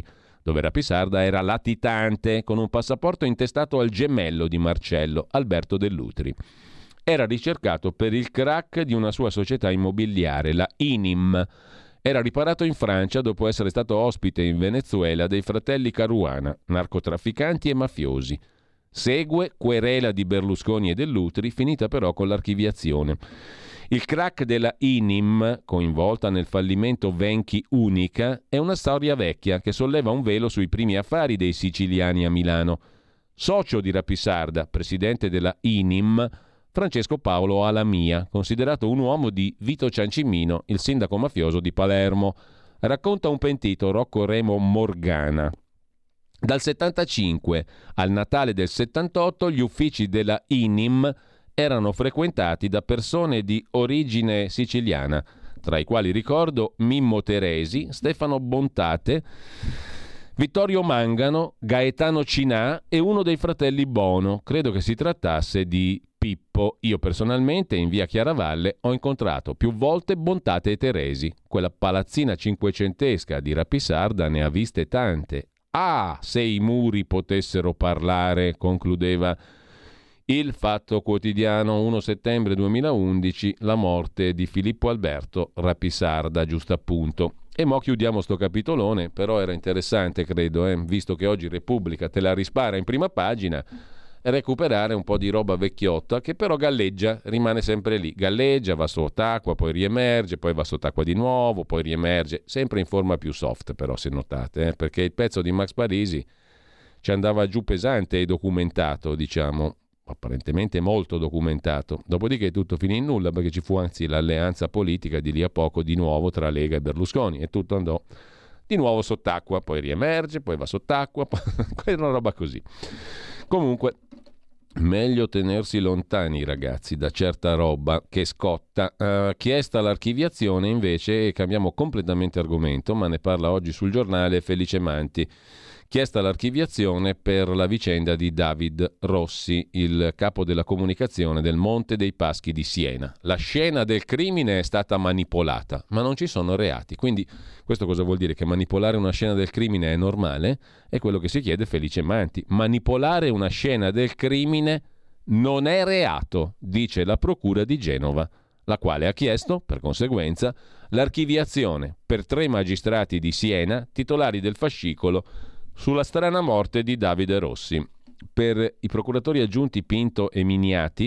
Speaker 2: dove Rapisarda era latitante con un passaporto intestato al gemello di Marcello, Alberto Dell'Utri. Era ricercato per il crack di una sua società immobiliare, la Inim. Era riparato in Francia dopo essere stato ospite in Venezuela dei fratelli Caruana, narcotrafficanti e mafiosi. Segue querela di Berlusconi e Dell'Utri, finita però con l'archiviazione. Il crack della Inim, coinvolta nel fallimento Venchi Unica, è una storia vecchia che solleva un velo sui primi affari dei siciliani a Milano. Socio di Rapisarda, presidente della Inim, Francesco Paolo Alamia, considerato un uomo di Vito Ciancimino, il sindaco mafioso di Palermo. Racconta un pentito, Rocco Remo Morgana. Dal settantacinque al Natale del settantotto gli uffici della Inim erano frequentati da persone di origine siciliana, tra i quali ricordo Mimmo Teresi, Stefano Bontate, Vittorio Mangano, Gaetano Cinà e uno dei fratelli Bono. Credo che si trattasse di Pippo. Io personalmente in via Chiaravalle ho incontrato più volte Bontate e Teresi. Quella palazzina cinquecentesca di Rapisarda ne ha viste tante. Ah, se i muri potessero parlare, concludeva il Fatto Quotidiano, primo settembre duemilaundici, la morte di Filippo Alberto Rapisarda, giusto appunto. E mo chiudiamo sto capitolone, però era interessante, credo, eh, visto che oggi Repubblica te la rispara in prima pagina, recuperare un po' di roba vecchiotta che però galleggia, rimane sempre lì, galleggia, va sott'acqua, poi riemerge, poi va sott'acqua di nuovo, poi riemerge, sempre in forma più soft però, se notate, eh, perché il pezzo di Max Parisi ci andava giù pesante e documentato, diciamo, apparentemente molto documentato. Dopodiché tutto finì in nulla, perché ci fu anzi l'alleanza politica di lì a poco di nuovo tra Lega e Berlusconi e tutto andò di nuovo sott'acqua, poi riemerge, poi va sott'acqua, poi una roba così. Comunque meglio tenersi lontani, ragazzi, da certa roba che scotta. Uh, chiesta l'archiviazione invece, e cambiamo completamente argomento, ma ne parla oggi sul giornale Felice Manti. Chiesta l'archiviazione per la vicenda di David Rossi, il capo della comunicazione del Monte dei Paschi di Siena. La scena del crimine è stata manipolata, ma non ci sono reati. Quindi questo cosa vuol dire? Che manipolare una scena del crimine è normale? È quello che si chiede Felice Manti. Manipolare una scena del crimine non è reato, dice la Procura di Genova, la quale ha chiesto, per conseguenza, l'archiviazione per tre magistrati di Siena, titolari del fascicolo sulla strana morte di Davide Rossi. Per i procuratori aggiunti Pinto e Miniati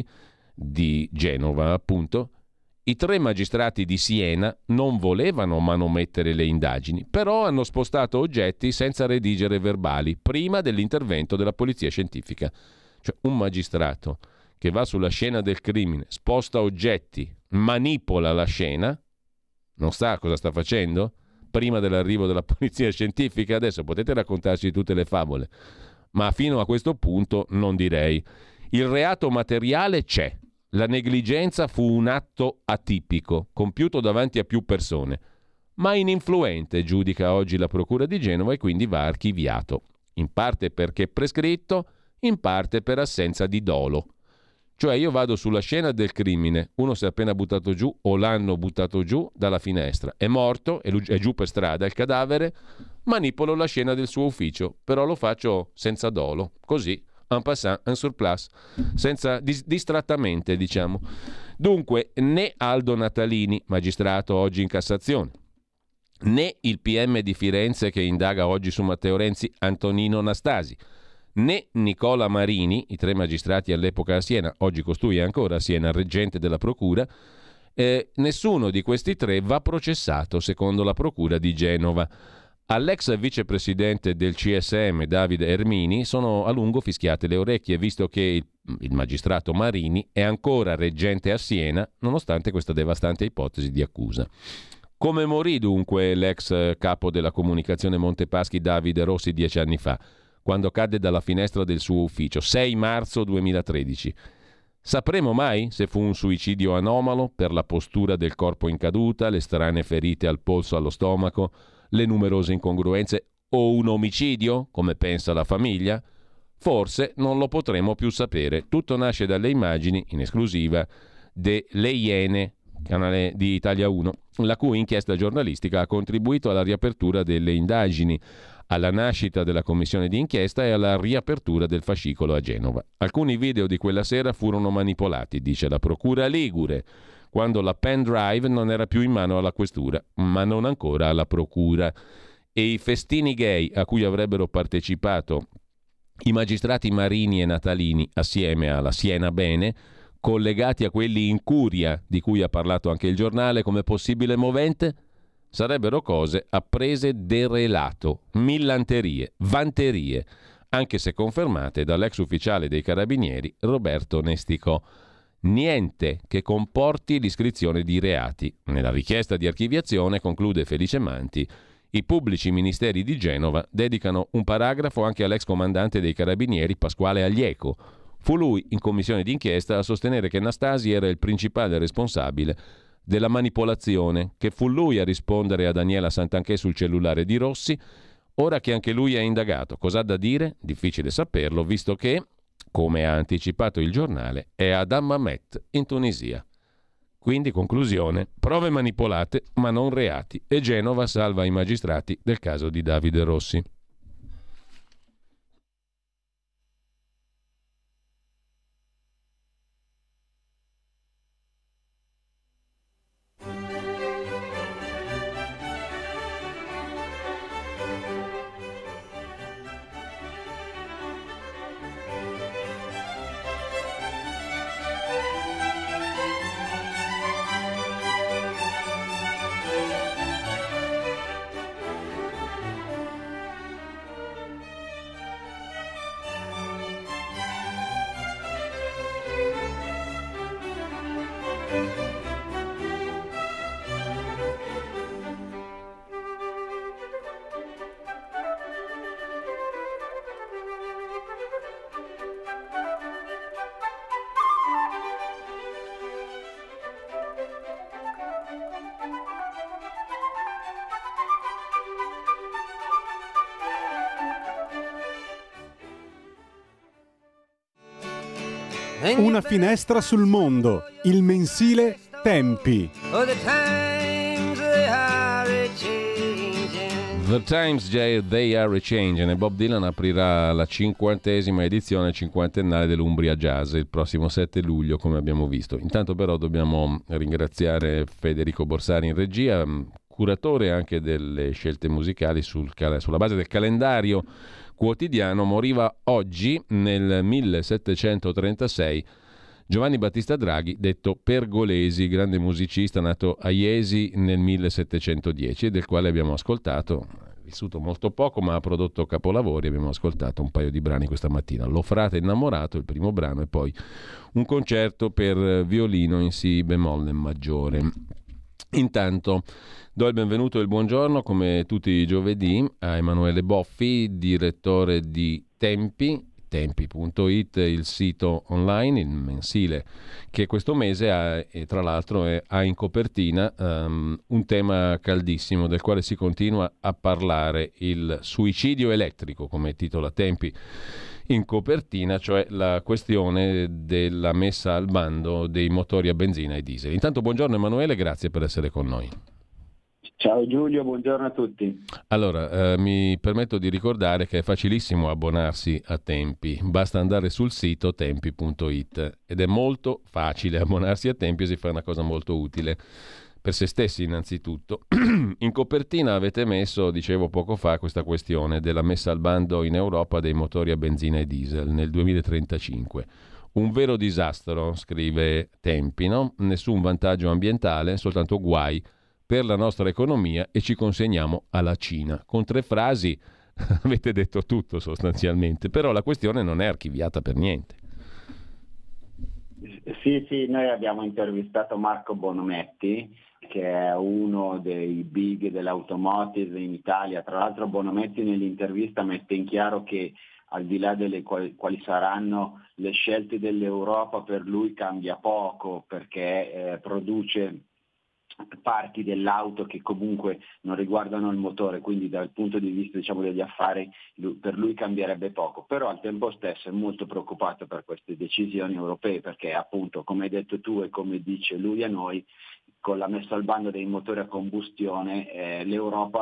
Speaker 2: di Genova, appunto, i tre magistrati di Siena non volevano manomettere le indagini, però hanno spostato oggetti senza redigere verbali prima dell'intervento della polizia scientifica. Cioè un magistrato che va sulla scena del crimine, sposta oggetti, manipola la scena, non sa cosa sta facendo? Prima dell'arrivo della polizia scientifica. Adesso potete raccontarci tutte le favole, ma fino a questo punto non direi. Il reato materiale c'è, la negligenza fu un atto atipico, compiuto davanti a più persone, ma ininfluente, giudica oggi la Procura di Genova, e quindi va archiviato, in parte perché prescritto, in parte per assenza di dolo. Cioè io vado sulla scena del crimine, uno si è appena buttato giù o l'hanno buttato giù dalla finestra, è morto, è giù per strada il cadavere, manipolo la scena del suo ufficio, però lo faccio senza dolo, così, en passant, en surplace, senza dis- distrattamente, diciamo. Dunque, né Aldo Natalini, magistrato oggi in Cassazione, né il P M di Firenze che indaga oggi su Matteo Renzi, Antonino Nastasi, né Nicola Marini, i tre magistrati all'epoca a Siena, oggi costui è ancora a Siena, reggente della procura, eh, nessuno di questi tre va processato secondo la Procura di Genova. All'ex vicepresidente del C S M, Davide Ermini, sono a lungo fischiate le orecchie, visto che il, il magistrato Marini è ancora reggente a Siena, nonostante questa devastante ipotesi di accusa. Come morì dunque l'ex capo della comunicazione Montepaschi Davide Rossi dieci anni fa, quando cadde dalla finestra del suo ufficio, sei marzo duemilatredici. Sapremo mai se fu un suicidio anomalo per la postura del corpo in caduta, le strane ferite al polso, allo stomaco, le numerose incongruenze, o un omicidio, come pensa la famiglia? Forse non lo potremo più sapere. Tutto nasce dalle immagini, in esclusiva, delle Iene, canale di Italia uno, la cui inchiesta giornalistica ha contribuito alla riapertura delle indagini. alla nascita della commissione di inchiesta e alla riapertura del fascicolo a Genova. Alcuni video di quella sera furono manipolati, dice la procura ligure, quando la pen drive non era più in mano alla questura, ma non ancora alla procura. E i festini gay a cui avrebbero partecipato i magistrati Marini e Natalini assieme alla Siena Bene, collegati a quelli in curia di cui ha parlato anche il giornale come possibile movente, sarebbero cose apprese de relato, millanterie, vanterie, anche se confermate dall'ex ufficiale dei Carabinieri Roberto Nesticò. Niente che comporti l'iscrizione di reati. Nella richiesta di archiviazione, conclude Felice Manti, i pubblici ministeri di Genova dedicano un paragrafo anche all'ex comandante dei Carabinieri Pasquale Aglieco. Fu lui, in commissione d'inchiesta, a sostenere che Nastasi era il principale responsabile della manipolazione, che fu lui a rispondere a Daniela Santanchè sul cellulare di Rossi. Ora che anche lui è indagato, cos'ha da dire? Difficile saperlo, visto che, come ha anticipato il giornale, è ad Hammamet, in Tunisia. Quindi, conclusione, prove manipolate ma non reati, e Genova salva i magistrati del caso di Davide Rossi.
Speaker 1: Una finestra sul mondo, il mensile Tempi.
Speaker 2: The Times, They Are Changing, e Bob Dylan aprirà la cinquantesima edizione cinquantennale dell'Umbria Jazz il prossimo sette luglio, come abbiamo visto. Intanto però dobbiamo ringraziare Federico Borsari in regia, curatore anche delle scelte musicali sul, sulla base del calendario quotidiano. Moriva oggi, nel millesettecentotrentasei, Giovanni Battista Draghi, detto Pergolesi, grande musicista nato a Iesi nel millesettecentodieci e del quale abbiamo ascoltato, vissuto molto poco ma ha prodotto capolavori. Abbiamo ascoltato un paio di brani questa mattina: Lo frate innamorato, il primo brano, e poi un concerto per violino in si bemolle maggiore. Intanto do il benvenuto e il buongiorno, come tutti i giovedì, a Emanuele Boffi, direttore di Tempi, tempi punto it, il sito online, il mensile che questo mese ha, e tra l'altro è, ha in copertina um, un tema caldissimo del quale si continua a parlare, il suicidio elettrico, come titola Tempi in copertina, cioè la questione della messa al bando dei motori a benzina e diesel. Intanto buongiorno Emanuele, grazie per essere con noi.
Speaker 9: Ciao Giulio, buongiorno a tutti.
Speaker 2: Allora, eh, mi permetto di ricordare che è facilissimo abbonarsi a Tempi, basta andare sul sito tempi punto it ed è molto facile abbonarsi a Tempi e si fa una cosa molto utile per se stessi innanzitutto. In copertina avete messo, dicevo poco fa, questa questione della messa al bando in Europa dei motori a benzina e diesel nel duemilatrentacinque. Un vero disastro, scrive Tempi, no? Nessun vantaggio ambientale, soltanto guai per la nostra economia e ci consegniamo alla Cina. Con tre frasi avete detto tutto sostanzialmente, però la questione non è archiviata per niente.
Speaker 9: Sì, sì, noi abbiamo intervistato Marco Bonometti, che è uno dei big dell'automotive in Italia. Tra l'altro Bonometti nell'intervista mette in chiaro che al di là delle quali, quali saranno le scelte dell'Europa, per lui cambia poco, perché eh, produce parti dell'auto che comunque non riguardano il motore, quindi dal punto di vista, diciamo, degli affari lui, per lui cambierebbe poco, però al tempo stesso è molto preoccupato per queste decisioni europee, perché appunto, come hai detto tu e come dice lui a noi, con la messa al bando dei motori a combustione eh, l'Europa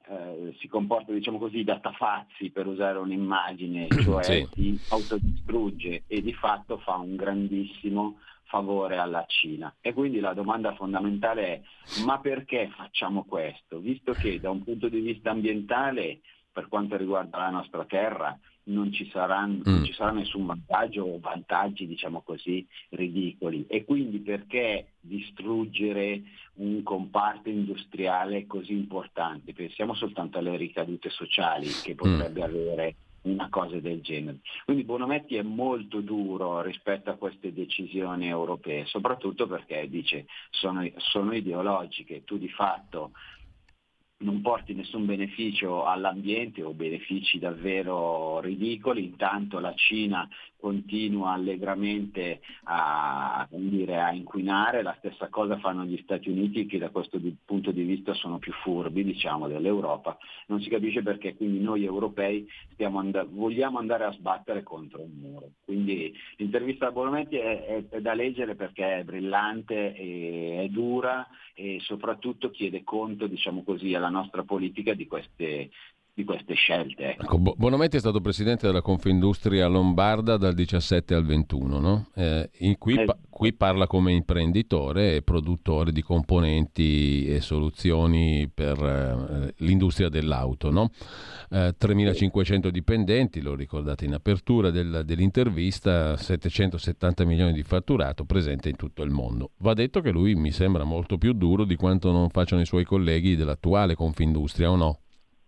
Speaker 9: eh, si comporta, diciamo così, da tafazzi, per usare un'immagine, cioè
Speaker 2: sì.
Speaker 9: si autodistrugge e di fatto fa un grandissimo favore alla Cina. E quindi la domanda fondamentale è: ma perché facciamo questo? Visto che da un punto di vista ambientale, per quanto riguarda la nostra terra, non ci sarà, non ci sarà nessun vantaggio o vantaggi, diciamo così, ridicoli. E quindi perché distruggere un comparto industriale così importante? Pensiamo soltanto alle ricadute sociali che potrebbe mm. avere una cosa del genere. Quindi Bonometti è molto duro rispetto a queste decisioni europee, soprattutto perché dice sono, sono ideologiche. Tu di fatto non porti nessun beneficio all'ambiente o benefici davvero ridicoli, intanto la Cina continua allegramente a, come dire, a inquinare, la stessa cosa fanno gli Stati Uniti, che da questo di, punto di vista sono più furbi, diciamo, dell'Europa. Non si capisce perché quindi noi europei stiamo and- vogliamo andare a sbattere contro un muro. Quindi l'intervista a Bonometti è, è, è da leggere perché è brillante, e è dura e soprattutto chiede conto, diciamo così, alla nostra politica di queste di queste scelte.
Speaker 2: Ecco, Bonometti è stato presidente della Confindustria Lombarda dal diciassette al ventuno, no? Eh, in qui, pa- qui parla come imprenditore e produttore di componenti e soluzioni per eh, l'industria dell'auto, no? Eh, tremilacinquecento dipendenti, l'ho ricordato in apertura del, dell'intervista, settecentosettanta milioni di fatturato, presente in tutto il mondo. Va detto che lui mi sembra molto più duro di quanto non facciano i suoi colleghi dell'attuale Confindustria, o no?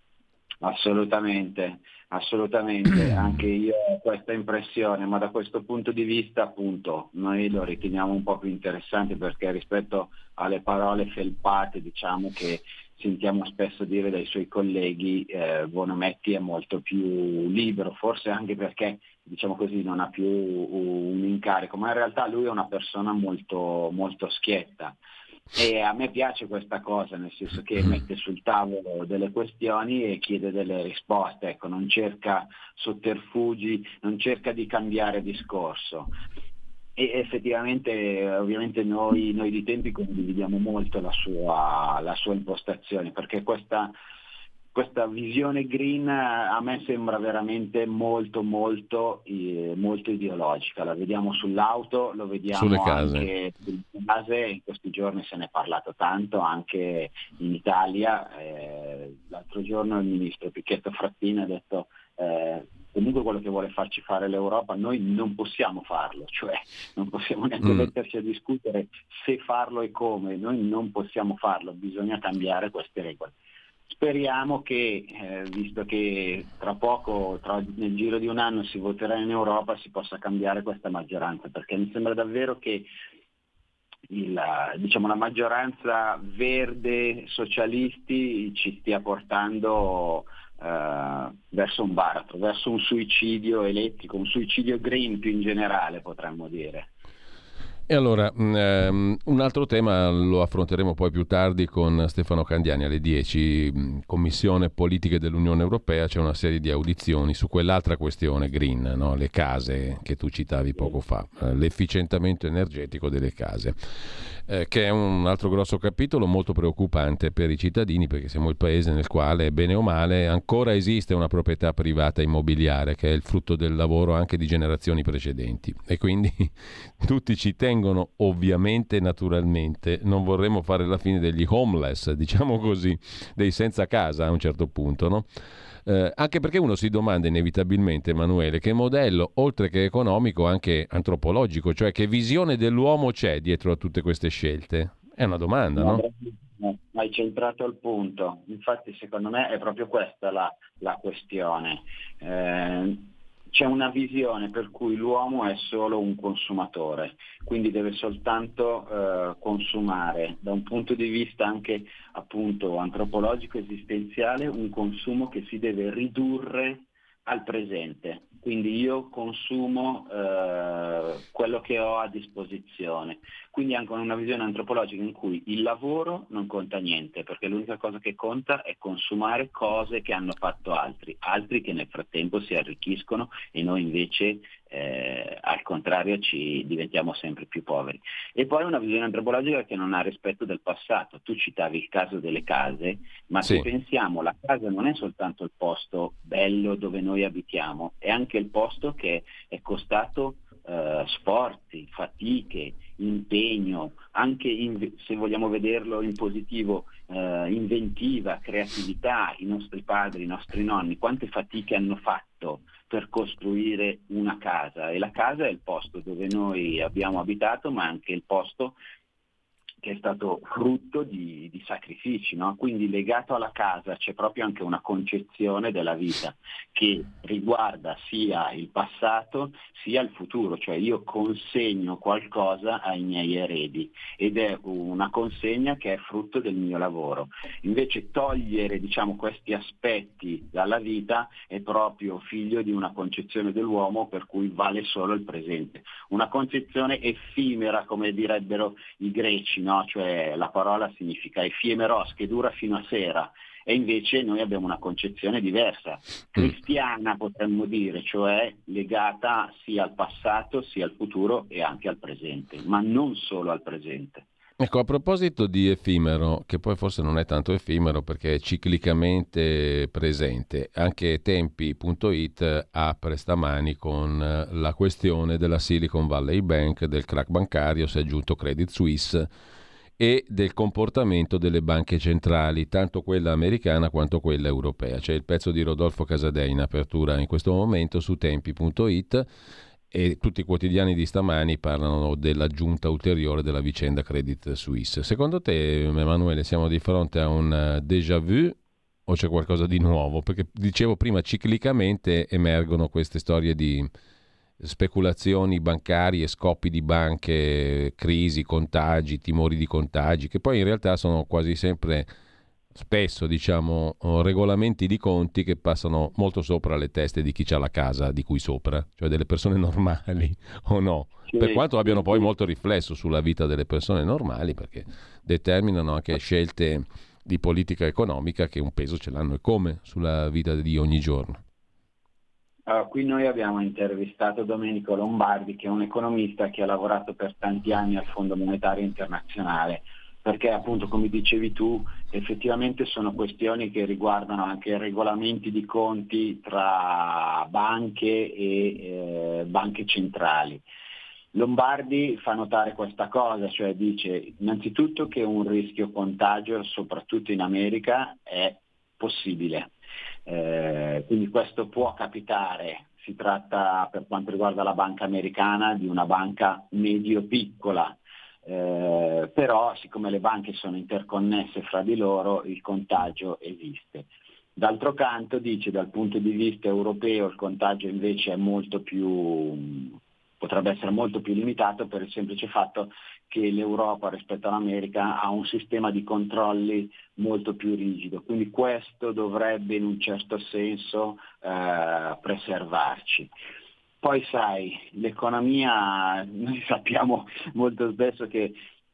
Speaker 9: Assolutamente, assolutamente, anche io ho questa impressione, ma da questo punto di vista appunto noi lo riteniamo un po' più interessante, perché rispetto alle parole felpate, diciamo, che sentiamo spesso dire dai suoi colleghi, eh, Bonometti è molto più libero, forse anche perché, diciamo così, non ha più un incarico, ma in realtà lui è una persona molto, molto schietta. E a me piace questa cosa, nel senso che mette sul tavolo delle questioni e chiede delle risposte, ecco, non cerca sotterfugi, non cerca di cambiare discorso. E effettivamente, ovviamente noi, noi di Tempi condividiamo molto la sua, la sua impostazione, perché questa Questa visione green a me sembra veramente molto molto eh, molto ideologica. La vediamo sull'auto, lo vediamo
Speaker 2: sulle case.
Speaker 9: Anche sulle case, in questi giorni se ne è parlato tanto anche in Italia. Eh, l'altro giorno il ministro Pichetto Frattini ha detto eh, comunque quello che vuole farci fare l'Europa noi non possiamo farlo, cioè non possiamo neanche mm. metterci a discutere se farlo e come, noi non possiamo farlo, bisogna cambiare queste regole. Speriamo che, eh, visto che tra poco, tra, nel giro di un anno si voterà in Europa, si possa cambiare questa maggioranza, perché mi sembra davvero che il, diciamo, la maggioranza verde socialisti ci stia portando eh, verso un baratro, verso un suicidio elettrico, un suicidio green più in generale, potremmo dire.
Speaker 2: E allora, um, un altro tema lo affronteremo poi più tardi con Stefano Candiani alle dieci, Commissione Politiche dell'Unione Europea, c'è una serie di audizioni su quell'altra questione green, no? Le case che tu citavi poco fa, eh, l'efficientamento energetico delle case, eh, che è un altro grosso capitolo molto preoccupante per i cittadini, perché siamo il paese nel quale, bene o male, ancora esiste una proprietà privata immobiliare che è il frutto del lavoro anche di generazioni precedenti, e quindi tutti ci tengono ovviamente, naturalmente, non vorremmo fare la fine degli homeless, diciamo così, dei senza casa a un certo punto, no? Eh, anche perché uno si domanda inevitabilmente, Emanuele, che modello, oltre che economico, anche antropologico, cioè che visione dell'uomo c'è dietro a tutte queste scelte? È una domanda, no?
Speaker 9: no? Hai centrato il punto, infatti secondo me è proprio questa la, la questione. Eh, C'è una visione per cui l'uomo è solo un consumatore, quindi deve soltanto eh, consumare, da un punto di vista anche appunto antropologico esistenziale, un consumo che si deve ridurre al presente. Quindi io consumo eh, quello che ho a disposizione. Quindi anche una visione antropologica in cui il lavoro non conta niente, perché l'unica cosa che conta è consumare cose che hanno fatto altri, altri che nel frattempo si arricchiscono e noi invece eh, al contrario ci diventiamo sempre più poveri. E poi una visione antropologica che non ha rispetto del passato. Tu citavi il caso delle case, ma
Speaker 2: Sì.
Speaker 9: se pensiamo, la casa non è soltanto il posto bello dove noi abitiamo, è anche il posto che è costato eh, sforzi, fatiche, impegno, anche in, se vogliamo vederlo in positivo, eh, inventiva, creatività. I nostri padri, i nostri nonni, quante fatiche hanno fatto per costruire una casa, e la casa è il posto dove noi abbiamo abitato, ma anche il posto che è stato frutto di, di sacrifici, no? Quindi legato alla casa c'è proprio anche una concezione della vita che riguarda sia il passato sia il futuro, cioè io consegno qualcosa ai miei eredi ed è una consegna che è frutto del mio lavoro. Invece togliere, diciamo, questi aspetti dalla vita è proprio figlio di una concezione dell'uomo per cui vale solo il presente, una concezione effimera, come direbbero i greci, no? Cioè la parola significa effemeros, che dura fino a sera, e invece noi abbiamo una concezione diversa, cristiana potremmo dire, cioè legata sia al passato sia al futuro e anche al presente, ma non solo al presente.
Speaker 2: Ecco, a proposito di effimero, che poi forse non è tanto effimero perché è ciclicamente presente, anche Tempi punto it apre stamani con la questione della Silicon Valley Bank, del crack bancario, si è aggiunto Credit Suisse, e del comportamento delle banche centrali, tanto quella americana quanto quella europea. C'è il pezzo di Rodolfo Casadei in apertura in questo momento su Tempi punto it, e tutti i quotidiani di stamani parlano dell'aggiunta ulteriore della vicenda Credit Suisse. Secondo te, Emanuele, siamo di fronte a un déjà vu o c'è qualcosa di nuovo? Perché dicevo prima, ciclicamente emergono queste storie di speculazioni bancarie, scoppi di banche, crisi, contagi, timori di contagi, che poi in realtà sono quasi sempre, spesso diciamo, regolamenti di conti che passano molto sopra le teste di chi ha la casa di cui sopra, cioè delle persone normali o no,
Speaker 9: sì,
Speaker 2: per quanto abbiano
Speaker 9: sì,
Speaker 2: poi
Speaker 9: sì.
Speaker 2: molto riflesso sulla vita delle persone normali, perché determinano anche scelte di politica economica che un peso ce l'hanno, e come, sulla vita di ogni giorno.
Speaker 9: Allora, qui noi abbiamo intervistato Domenico Lombardi, che è un economista che ha lavorato per tanti anni al Fondo Monetario Internazionale, perché appunto, come dicevi tu, effettivamente sono questioni che riguardano anche regolamenti di conti tra banche e eh, banche centrali. Lombardi fa notare questa cosa, cioè dice innanzitutto che un rischio contagio, soprattutto in America, è possibile. Eh, quindi questo può capitare. Si tratta, per quanto riguarda la banca americana, di una banca medio-piccola, eh, però siccome le banche sono interconnesse fra di loro, il contagio esiste. D'altro canto, dice, dal punto di vista europeo il contagio invece è molto più, potrebbe essere molto più limitato, per il semplice fatto che l'Europa rispetto all'America ha un sistema di controlli molto più rigido, quindi questo dovrebbe in un certo senso eh, preservarci. Poi sai, l'economia, noi sappiamo molto spesso che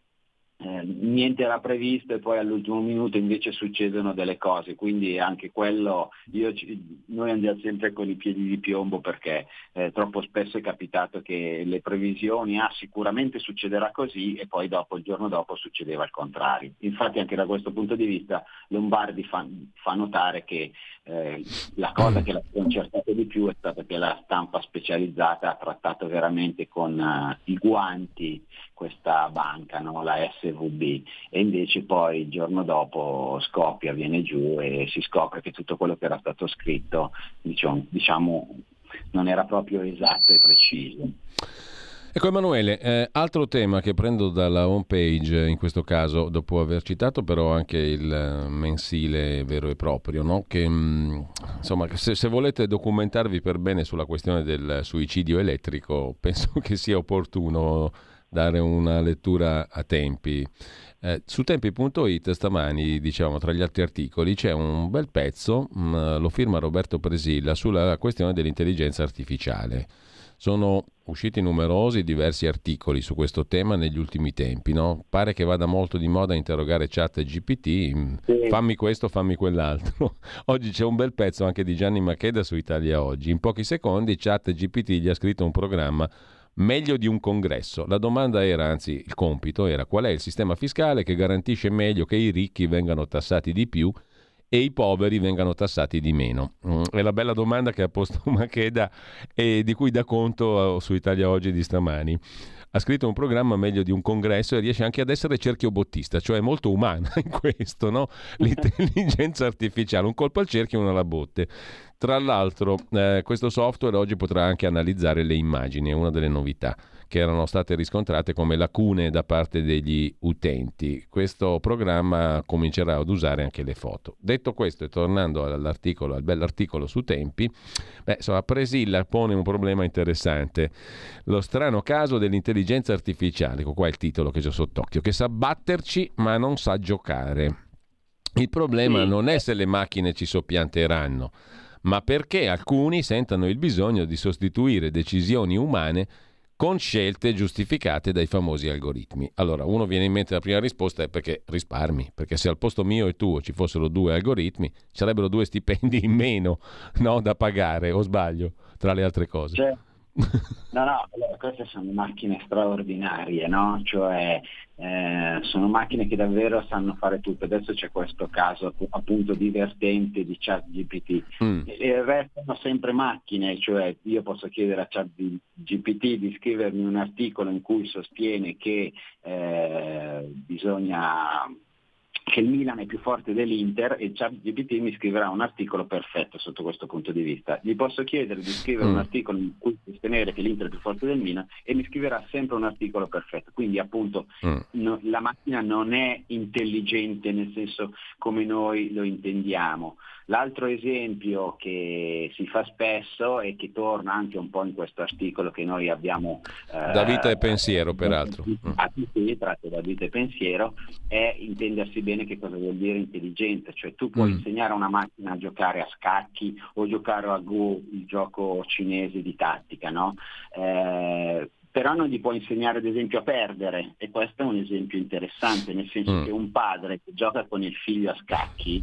Speaker 9: Eh, niente era previsto e poi all'ultimo minuto invece succedono delle cose, quindi anche quello io, noi andiamo sempre con i piedi di piombo, perché eh, troppo spesso è capitato che le previsioni, ah sicuramente succederà così, e poi dopo, il giorno dopo, succedeva il contrario. Infatti anche da questo punto di vista Lombardi fa, fa notare che eh, la cosa che l'ha sconcertato di più è stata che la stampa specializzata ha trattato veramente con uh, i guanti questa banca, no? La S V B, e invece poi il giorno dopo scoppia, viene giù e si scopre che tutto quello che era stato scritto, diciamo, diciamo non era proprio esatto e preciso.
Speaker 2: Ecco Emanuele, eh, altro tema che prendo dalla home page, in questo caso dopo aver citato però anche il mensile vero e proprio, no? Che mh, insomma se, se volete documentarvi per bene sulla questione del suicidio elettrico, penso che sia opportuno dare una lettura a Tempi. Eh, su Tempi punto it stamani, diciamo, tra gli altri articoli c'è un bel pezzo, mh, lo firma Roberto Presilla, sulla questione dell'intelligenza artificiale. Sono usciti numerosi, diversi articoli su questo tema negli ultimi tempi, no? Pare che vada molto di moda interrogare Chat G P T, sì. fammi questo, fammi quell'altro. Oggi c'è un bel pezzo anche di Gianni Macheda su Italia Oggi. In pochi secondi Chat G P T gli ha scritto un programma meglio di un congresso. La domanda era, anzi il compito era, qual è il sistema fiscale che garantisce meglio che i ricchi vengano tassati di più e i poveri vengano tassati di meno? Mm, è la bella domanda che ha posto Macheda e di cui dà conto su Italia Oggi di stamani. Ha scritto un programma meglio di un congresso e riesce anche ad essere cerchiobottista, cioè molto umana in questo, no? L'intelligenza artificiale, un colpo al cerchio e uno alla botte. Tra l'altro eh, questo software oggi potrà anche analizzare le immagini, è una delle novità che erano state riscontrate come lacune da parte degli utenti. Questo programma comincerà ad usare anche le foto. Detto questo, e tornando all'articolo, al bell'articolo su Tempi, beh, insomma, Presilla pone un problema interessante. Lo strano caso dell'intelligenza artificiale, ecco qua il titolo che c'è sott'occhio, che sa batterci ma non sa giocare. Il problema non è se le macchine ci soppianteranno, ma perché alcuni sentano il bisogno di sostituire decisioni umane con scelte giustificate dai famosi algoritmi. Allora, uno viene in mente, la prima risposta è perché risparmi, perché se al posto mio e tuo ci fossero due algoritmi, ci sarebbero due stipendi in meno, no, da pagare, o sbaglio, tra le altre cose.
Speaker 9: Cioè, no, no, allora, queste sono macchine straordinarie, no? Cioè, eh, sono macchine che davvero sanno fare tutto. Adesso c'è questo caso appunto divertente di ChatGPT. Mm. E restano sempre macchine, cioè io posso chiedere a ChatGPT di scrivermi un articolo in cui sostiene che eh, bisogna che il Milan è più forte dell'Inter e ChatGPT mi scriverà un articolo perfetto sotto questo punto di vista. Gli posso chiedere di scrivere mm. un articolo in cui sostenere che l'Inter è più forte del Milan e mi scriverà sempre un articolo perfetto. Quindi appunto mm. no, la macchina non è intelligente nel senso come noi lo intendiamo. L'altro esempio che si fa spesso e che torna anche un po' in questo articolo che noi abbiamo eh,
Speaker 2: da Vita e Pensiero, peraltro
Speaker 9: sì, tratto da Vita e Pensiero, è intendersi bene che cosa vuol dire intelligenza, cioè tu puoi mm. insegnare a una macchina a giocare a scacchi o giocare a Go, il gioco cinese di tattica, no? Eh, però non gli puoi insegnare ad esempio a perdere, e questo è un esempio interessante, nel senso mm. che un padre che gioca con il figlio a scacchi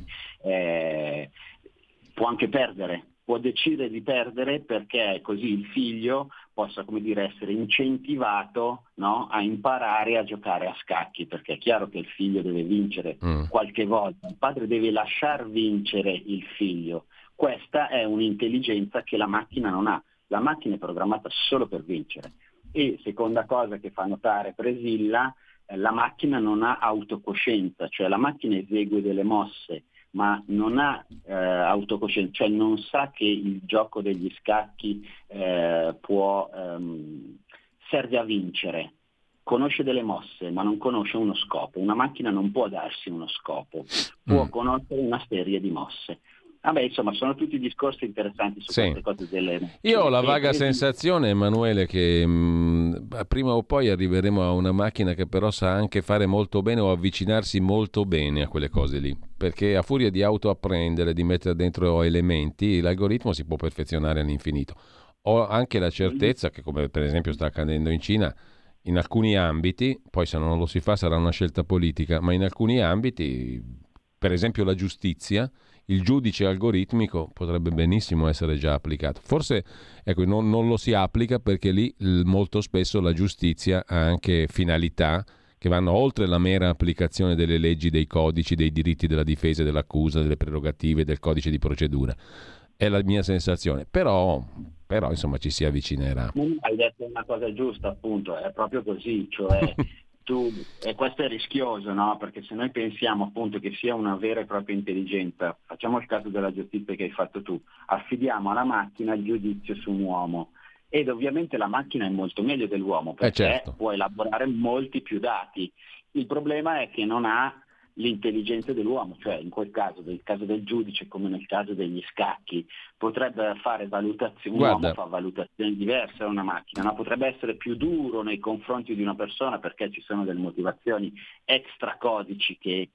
Speaker 9: eh, può anche perdere, può decidere di perdere perché così il figlio possa, come dire, essere incentivato, no, a imparare a giocare a scacchi, perché è chiaro che il figlio deve vincere mm. qualche volta, il padre deve lasciar vincere il figlio. Questa è un'intelligenza che la macchina non ha, la macchina è programmata solo per vincere. E seconda cosa che fa notare Presilla, eh, la macchina non ha autocoscienza, cioè la macchina esegue delle mosse, ma non ha eh, autocoscienza, cioè non sa che il gioco degli scacchi eh, può ehm, serve a vincere. Conosce delle mosse, ma non conosce uno scopo. Una macchina non può darsi uno scopo, può mm. conoscere una serie di mosse. Vabbè, insomma, sono tutti discorsi interessanti su sì. queste cose delle...
Speaker 2: Io ho la vaga sensazione, Emanuele, che mh, prima o poi arriveremo a una macchina che però sa anche fare molto bene o avvicinarsi molto bene a quelle cose lì, perché a furia di autoapprendere, di mettere dentro elementi, l'algoritmo si può perfezionare all'infinito. Ho anche la certezza che, come per esempio sta accadendo in Cina, in alcuni ambiti, poi se non lo si fa sarà una scelta politica, ma in alcuni ambiti, per esempio la giustizia, il giudice algoritmico potrebbe benissimo essere già applicato. Forse ecco, non, non lo si applica perché lì molto spesso la giustizia ha anche finalità che vanno oltre la mera applicazione delle leggi, dei codici, dei diritti della difesa e dell'accusa, delle prerogative, del codice di procedura. È la mia sensazione. Però, però insomma, ci si avvicinerà.
Speaker 9: Hai detto una cosa giusta, appunto, è proprio così, cioè... Tu, e questo è rischioso, no? Perché se noi pensiamo appunto che sia una vera e propria intelligenza, facciamo il caso della giustizia che hai fatto tu, affidiamo alla macchina il giudizio su un uomo ed ovviamente la macchina è molto meglio dell'uomo perché
Speaker 2: eh certo.
Speaker 9: può elaborare molti più dati. Il problema è che non ha l'intelligenza dell'uomo, cioè in quel caso, nel caso del giudice come nel caso degli scacchi, potrebbe fare valutazioni, un
Speaker 2: Guarda.
Speaker 9: uomo fa valutazioni diverse da una macchina, ma potrebbe essere più duro nei confronti di una persona perché ci sono delle motivazioni extracodici che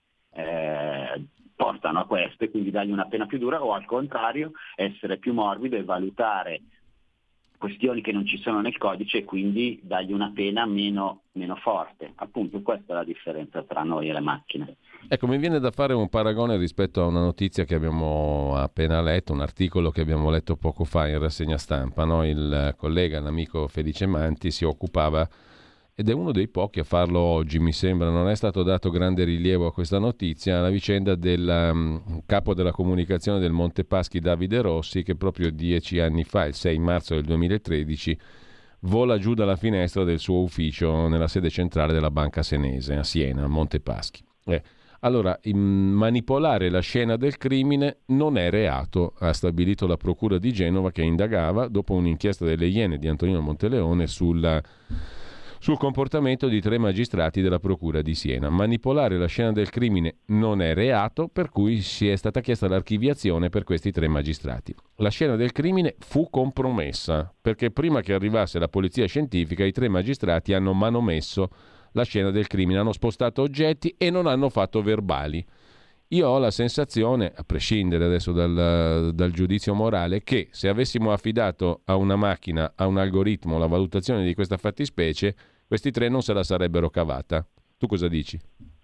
Speaker 9: eh, portano a questo e quindi dargli una pena più dura, o al contrario essere più morbido e valutare questioni che non ci sono nel codice e quindi dargli una pena meno, meno forte. Appunto questa è la differenza tra noi e le macchine.
Speaker 2: Ecco, mi viene da fare un paragone rispetto a una notizia che abbiamo appena letto, un articolo che abbiamo letto poco fa in rassegna stampa, no? Il collega, l'amico Felice Manti si occupava, ed è uno dei pochi a farlo oggi, mi sembra, non è stato dato grande rilievo a questa notizia, la vicenda del um, capo della comunicazione del Montepaschi, Davide Rossi, che proprio dieci anni fa, il sei marzo del duemilatredici, vola giù dalla finestra del suo ufficio nella sede centrale della Banca Senese a Siena, a Montepaschi. Eh, allora, manipolare la scena del crimine non è reato, ha stabilito la Procura di Genova, che indagava dopo un'inchiesta delle Iene di Antonino Monteleone sulla sul comportamento di tre magistrati della Procura di Siena. Manipolare la scena del crimine non è reato, per cui si è stata chiesta l'archiviazione per questi tre magistrati. La scena del crimine fu compromessa, perché prima che arrivasse la polizia scientifica i tre magistrati hanno manomesso la scena del crimine, hanno spostato oggetti e non hanno fatto verbali. Io ho la sensazione, a prescindere adesso dal, dal giudizio morale, che se avessimo affidato a una macchina, a un algoritmo, la valutazione di questa fattispecie, questi tre non se la sarebbero cavata. Tu cosa dici?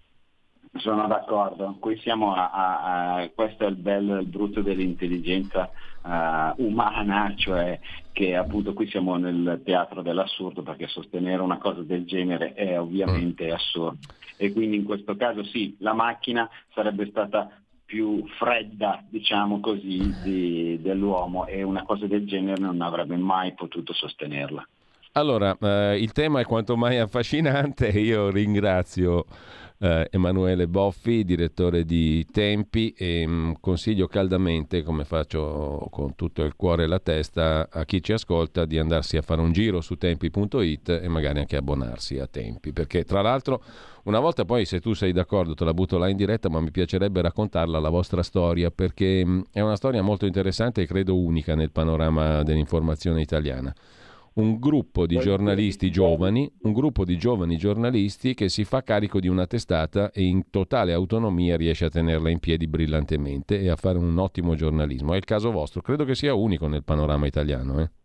Speaker 9: Sono d'accordo. Qui siamo a, a, a questo è il bello e il brutto dell'intelligenza uh, umana, cioè che appunto qui siamo nel teatro dell'assurdo, perché sostenere una cosa del genere è ovviamente assurdo. E quindi in questo caso sì, la macchina sarebbe stata più fredda, diciamo così, di, dell'uomo, e una cosa del genere non avrebbe mai potuto sostenerla.
Speaker 2: Allora, eh, il tema è quanto mai affascinante. Io ringrazio eh, Emanuele Boffi, direttore di Tempi, e mh, consiglio caldamente, come faccio con tutto il cuore e la testa, a chi ci ascolta di andarsi a fare un giro su tempi punto it e magari anche abbonarsi a Tempi, perché tra l'altro una volta, poi se tu sei d'accordo te la butto là in diretta, ma mi piacerebbe raccontarla la vostra storia, perché mh, è una storia molto interessante e credo unica nel panorama dell'informazione italiana. Un gruppo di giornalisti giovani, un gruppo di giovani giornalisti che si fa carico di una testata e in totale autonomia riesce a tenerla in piedi brillantemente e a fare un ottimo giornalismo. È il caso vostro, credo che sia unico nel panorama italiano. Eh?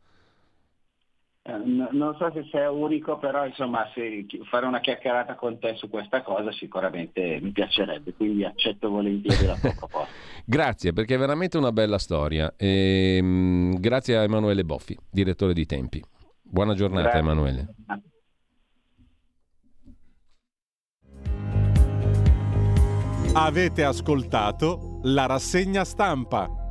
Speaker 9: Eh, no, non so se sia unico, però insomma se fare una chiacchierata con te su questa cosa sicuramente mi piacerebbe, quindi accetto volentieri la tua proposta.
Speaker 2: Grazie, perché è veramente una bella storia. E, mh, grazie a Emanuele Boffi, direttore di Tempi. Buona giornata. Grazie. Emanuele.
Speaker 1: Avete ascoltato la rassegna stampa.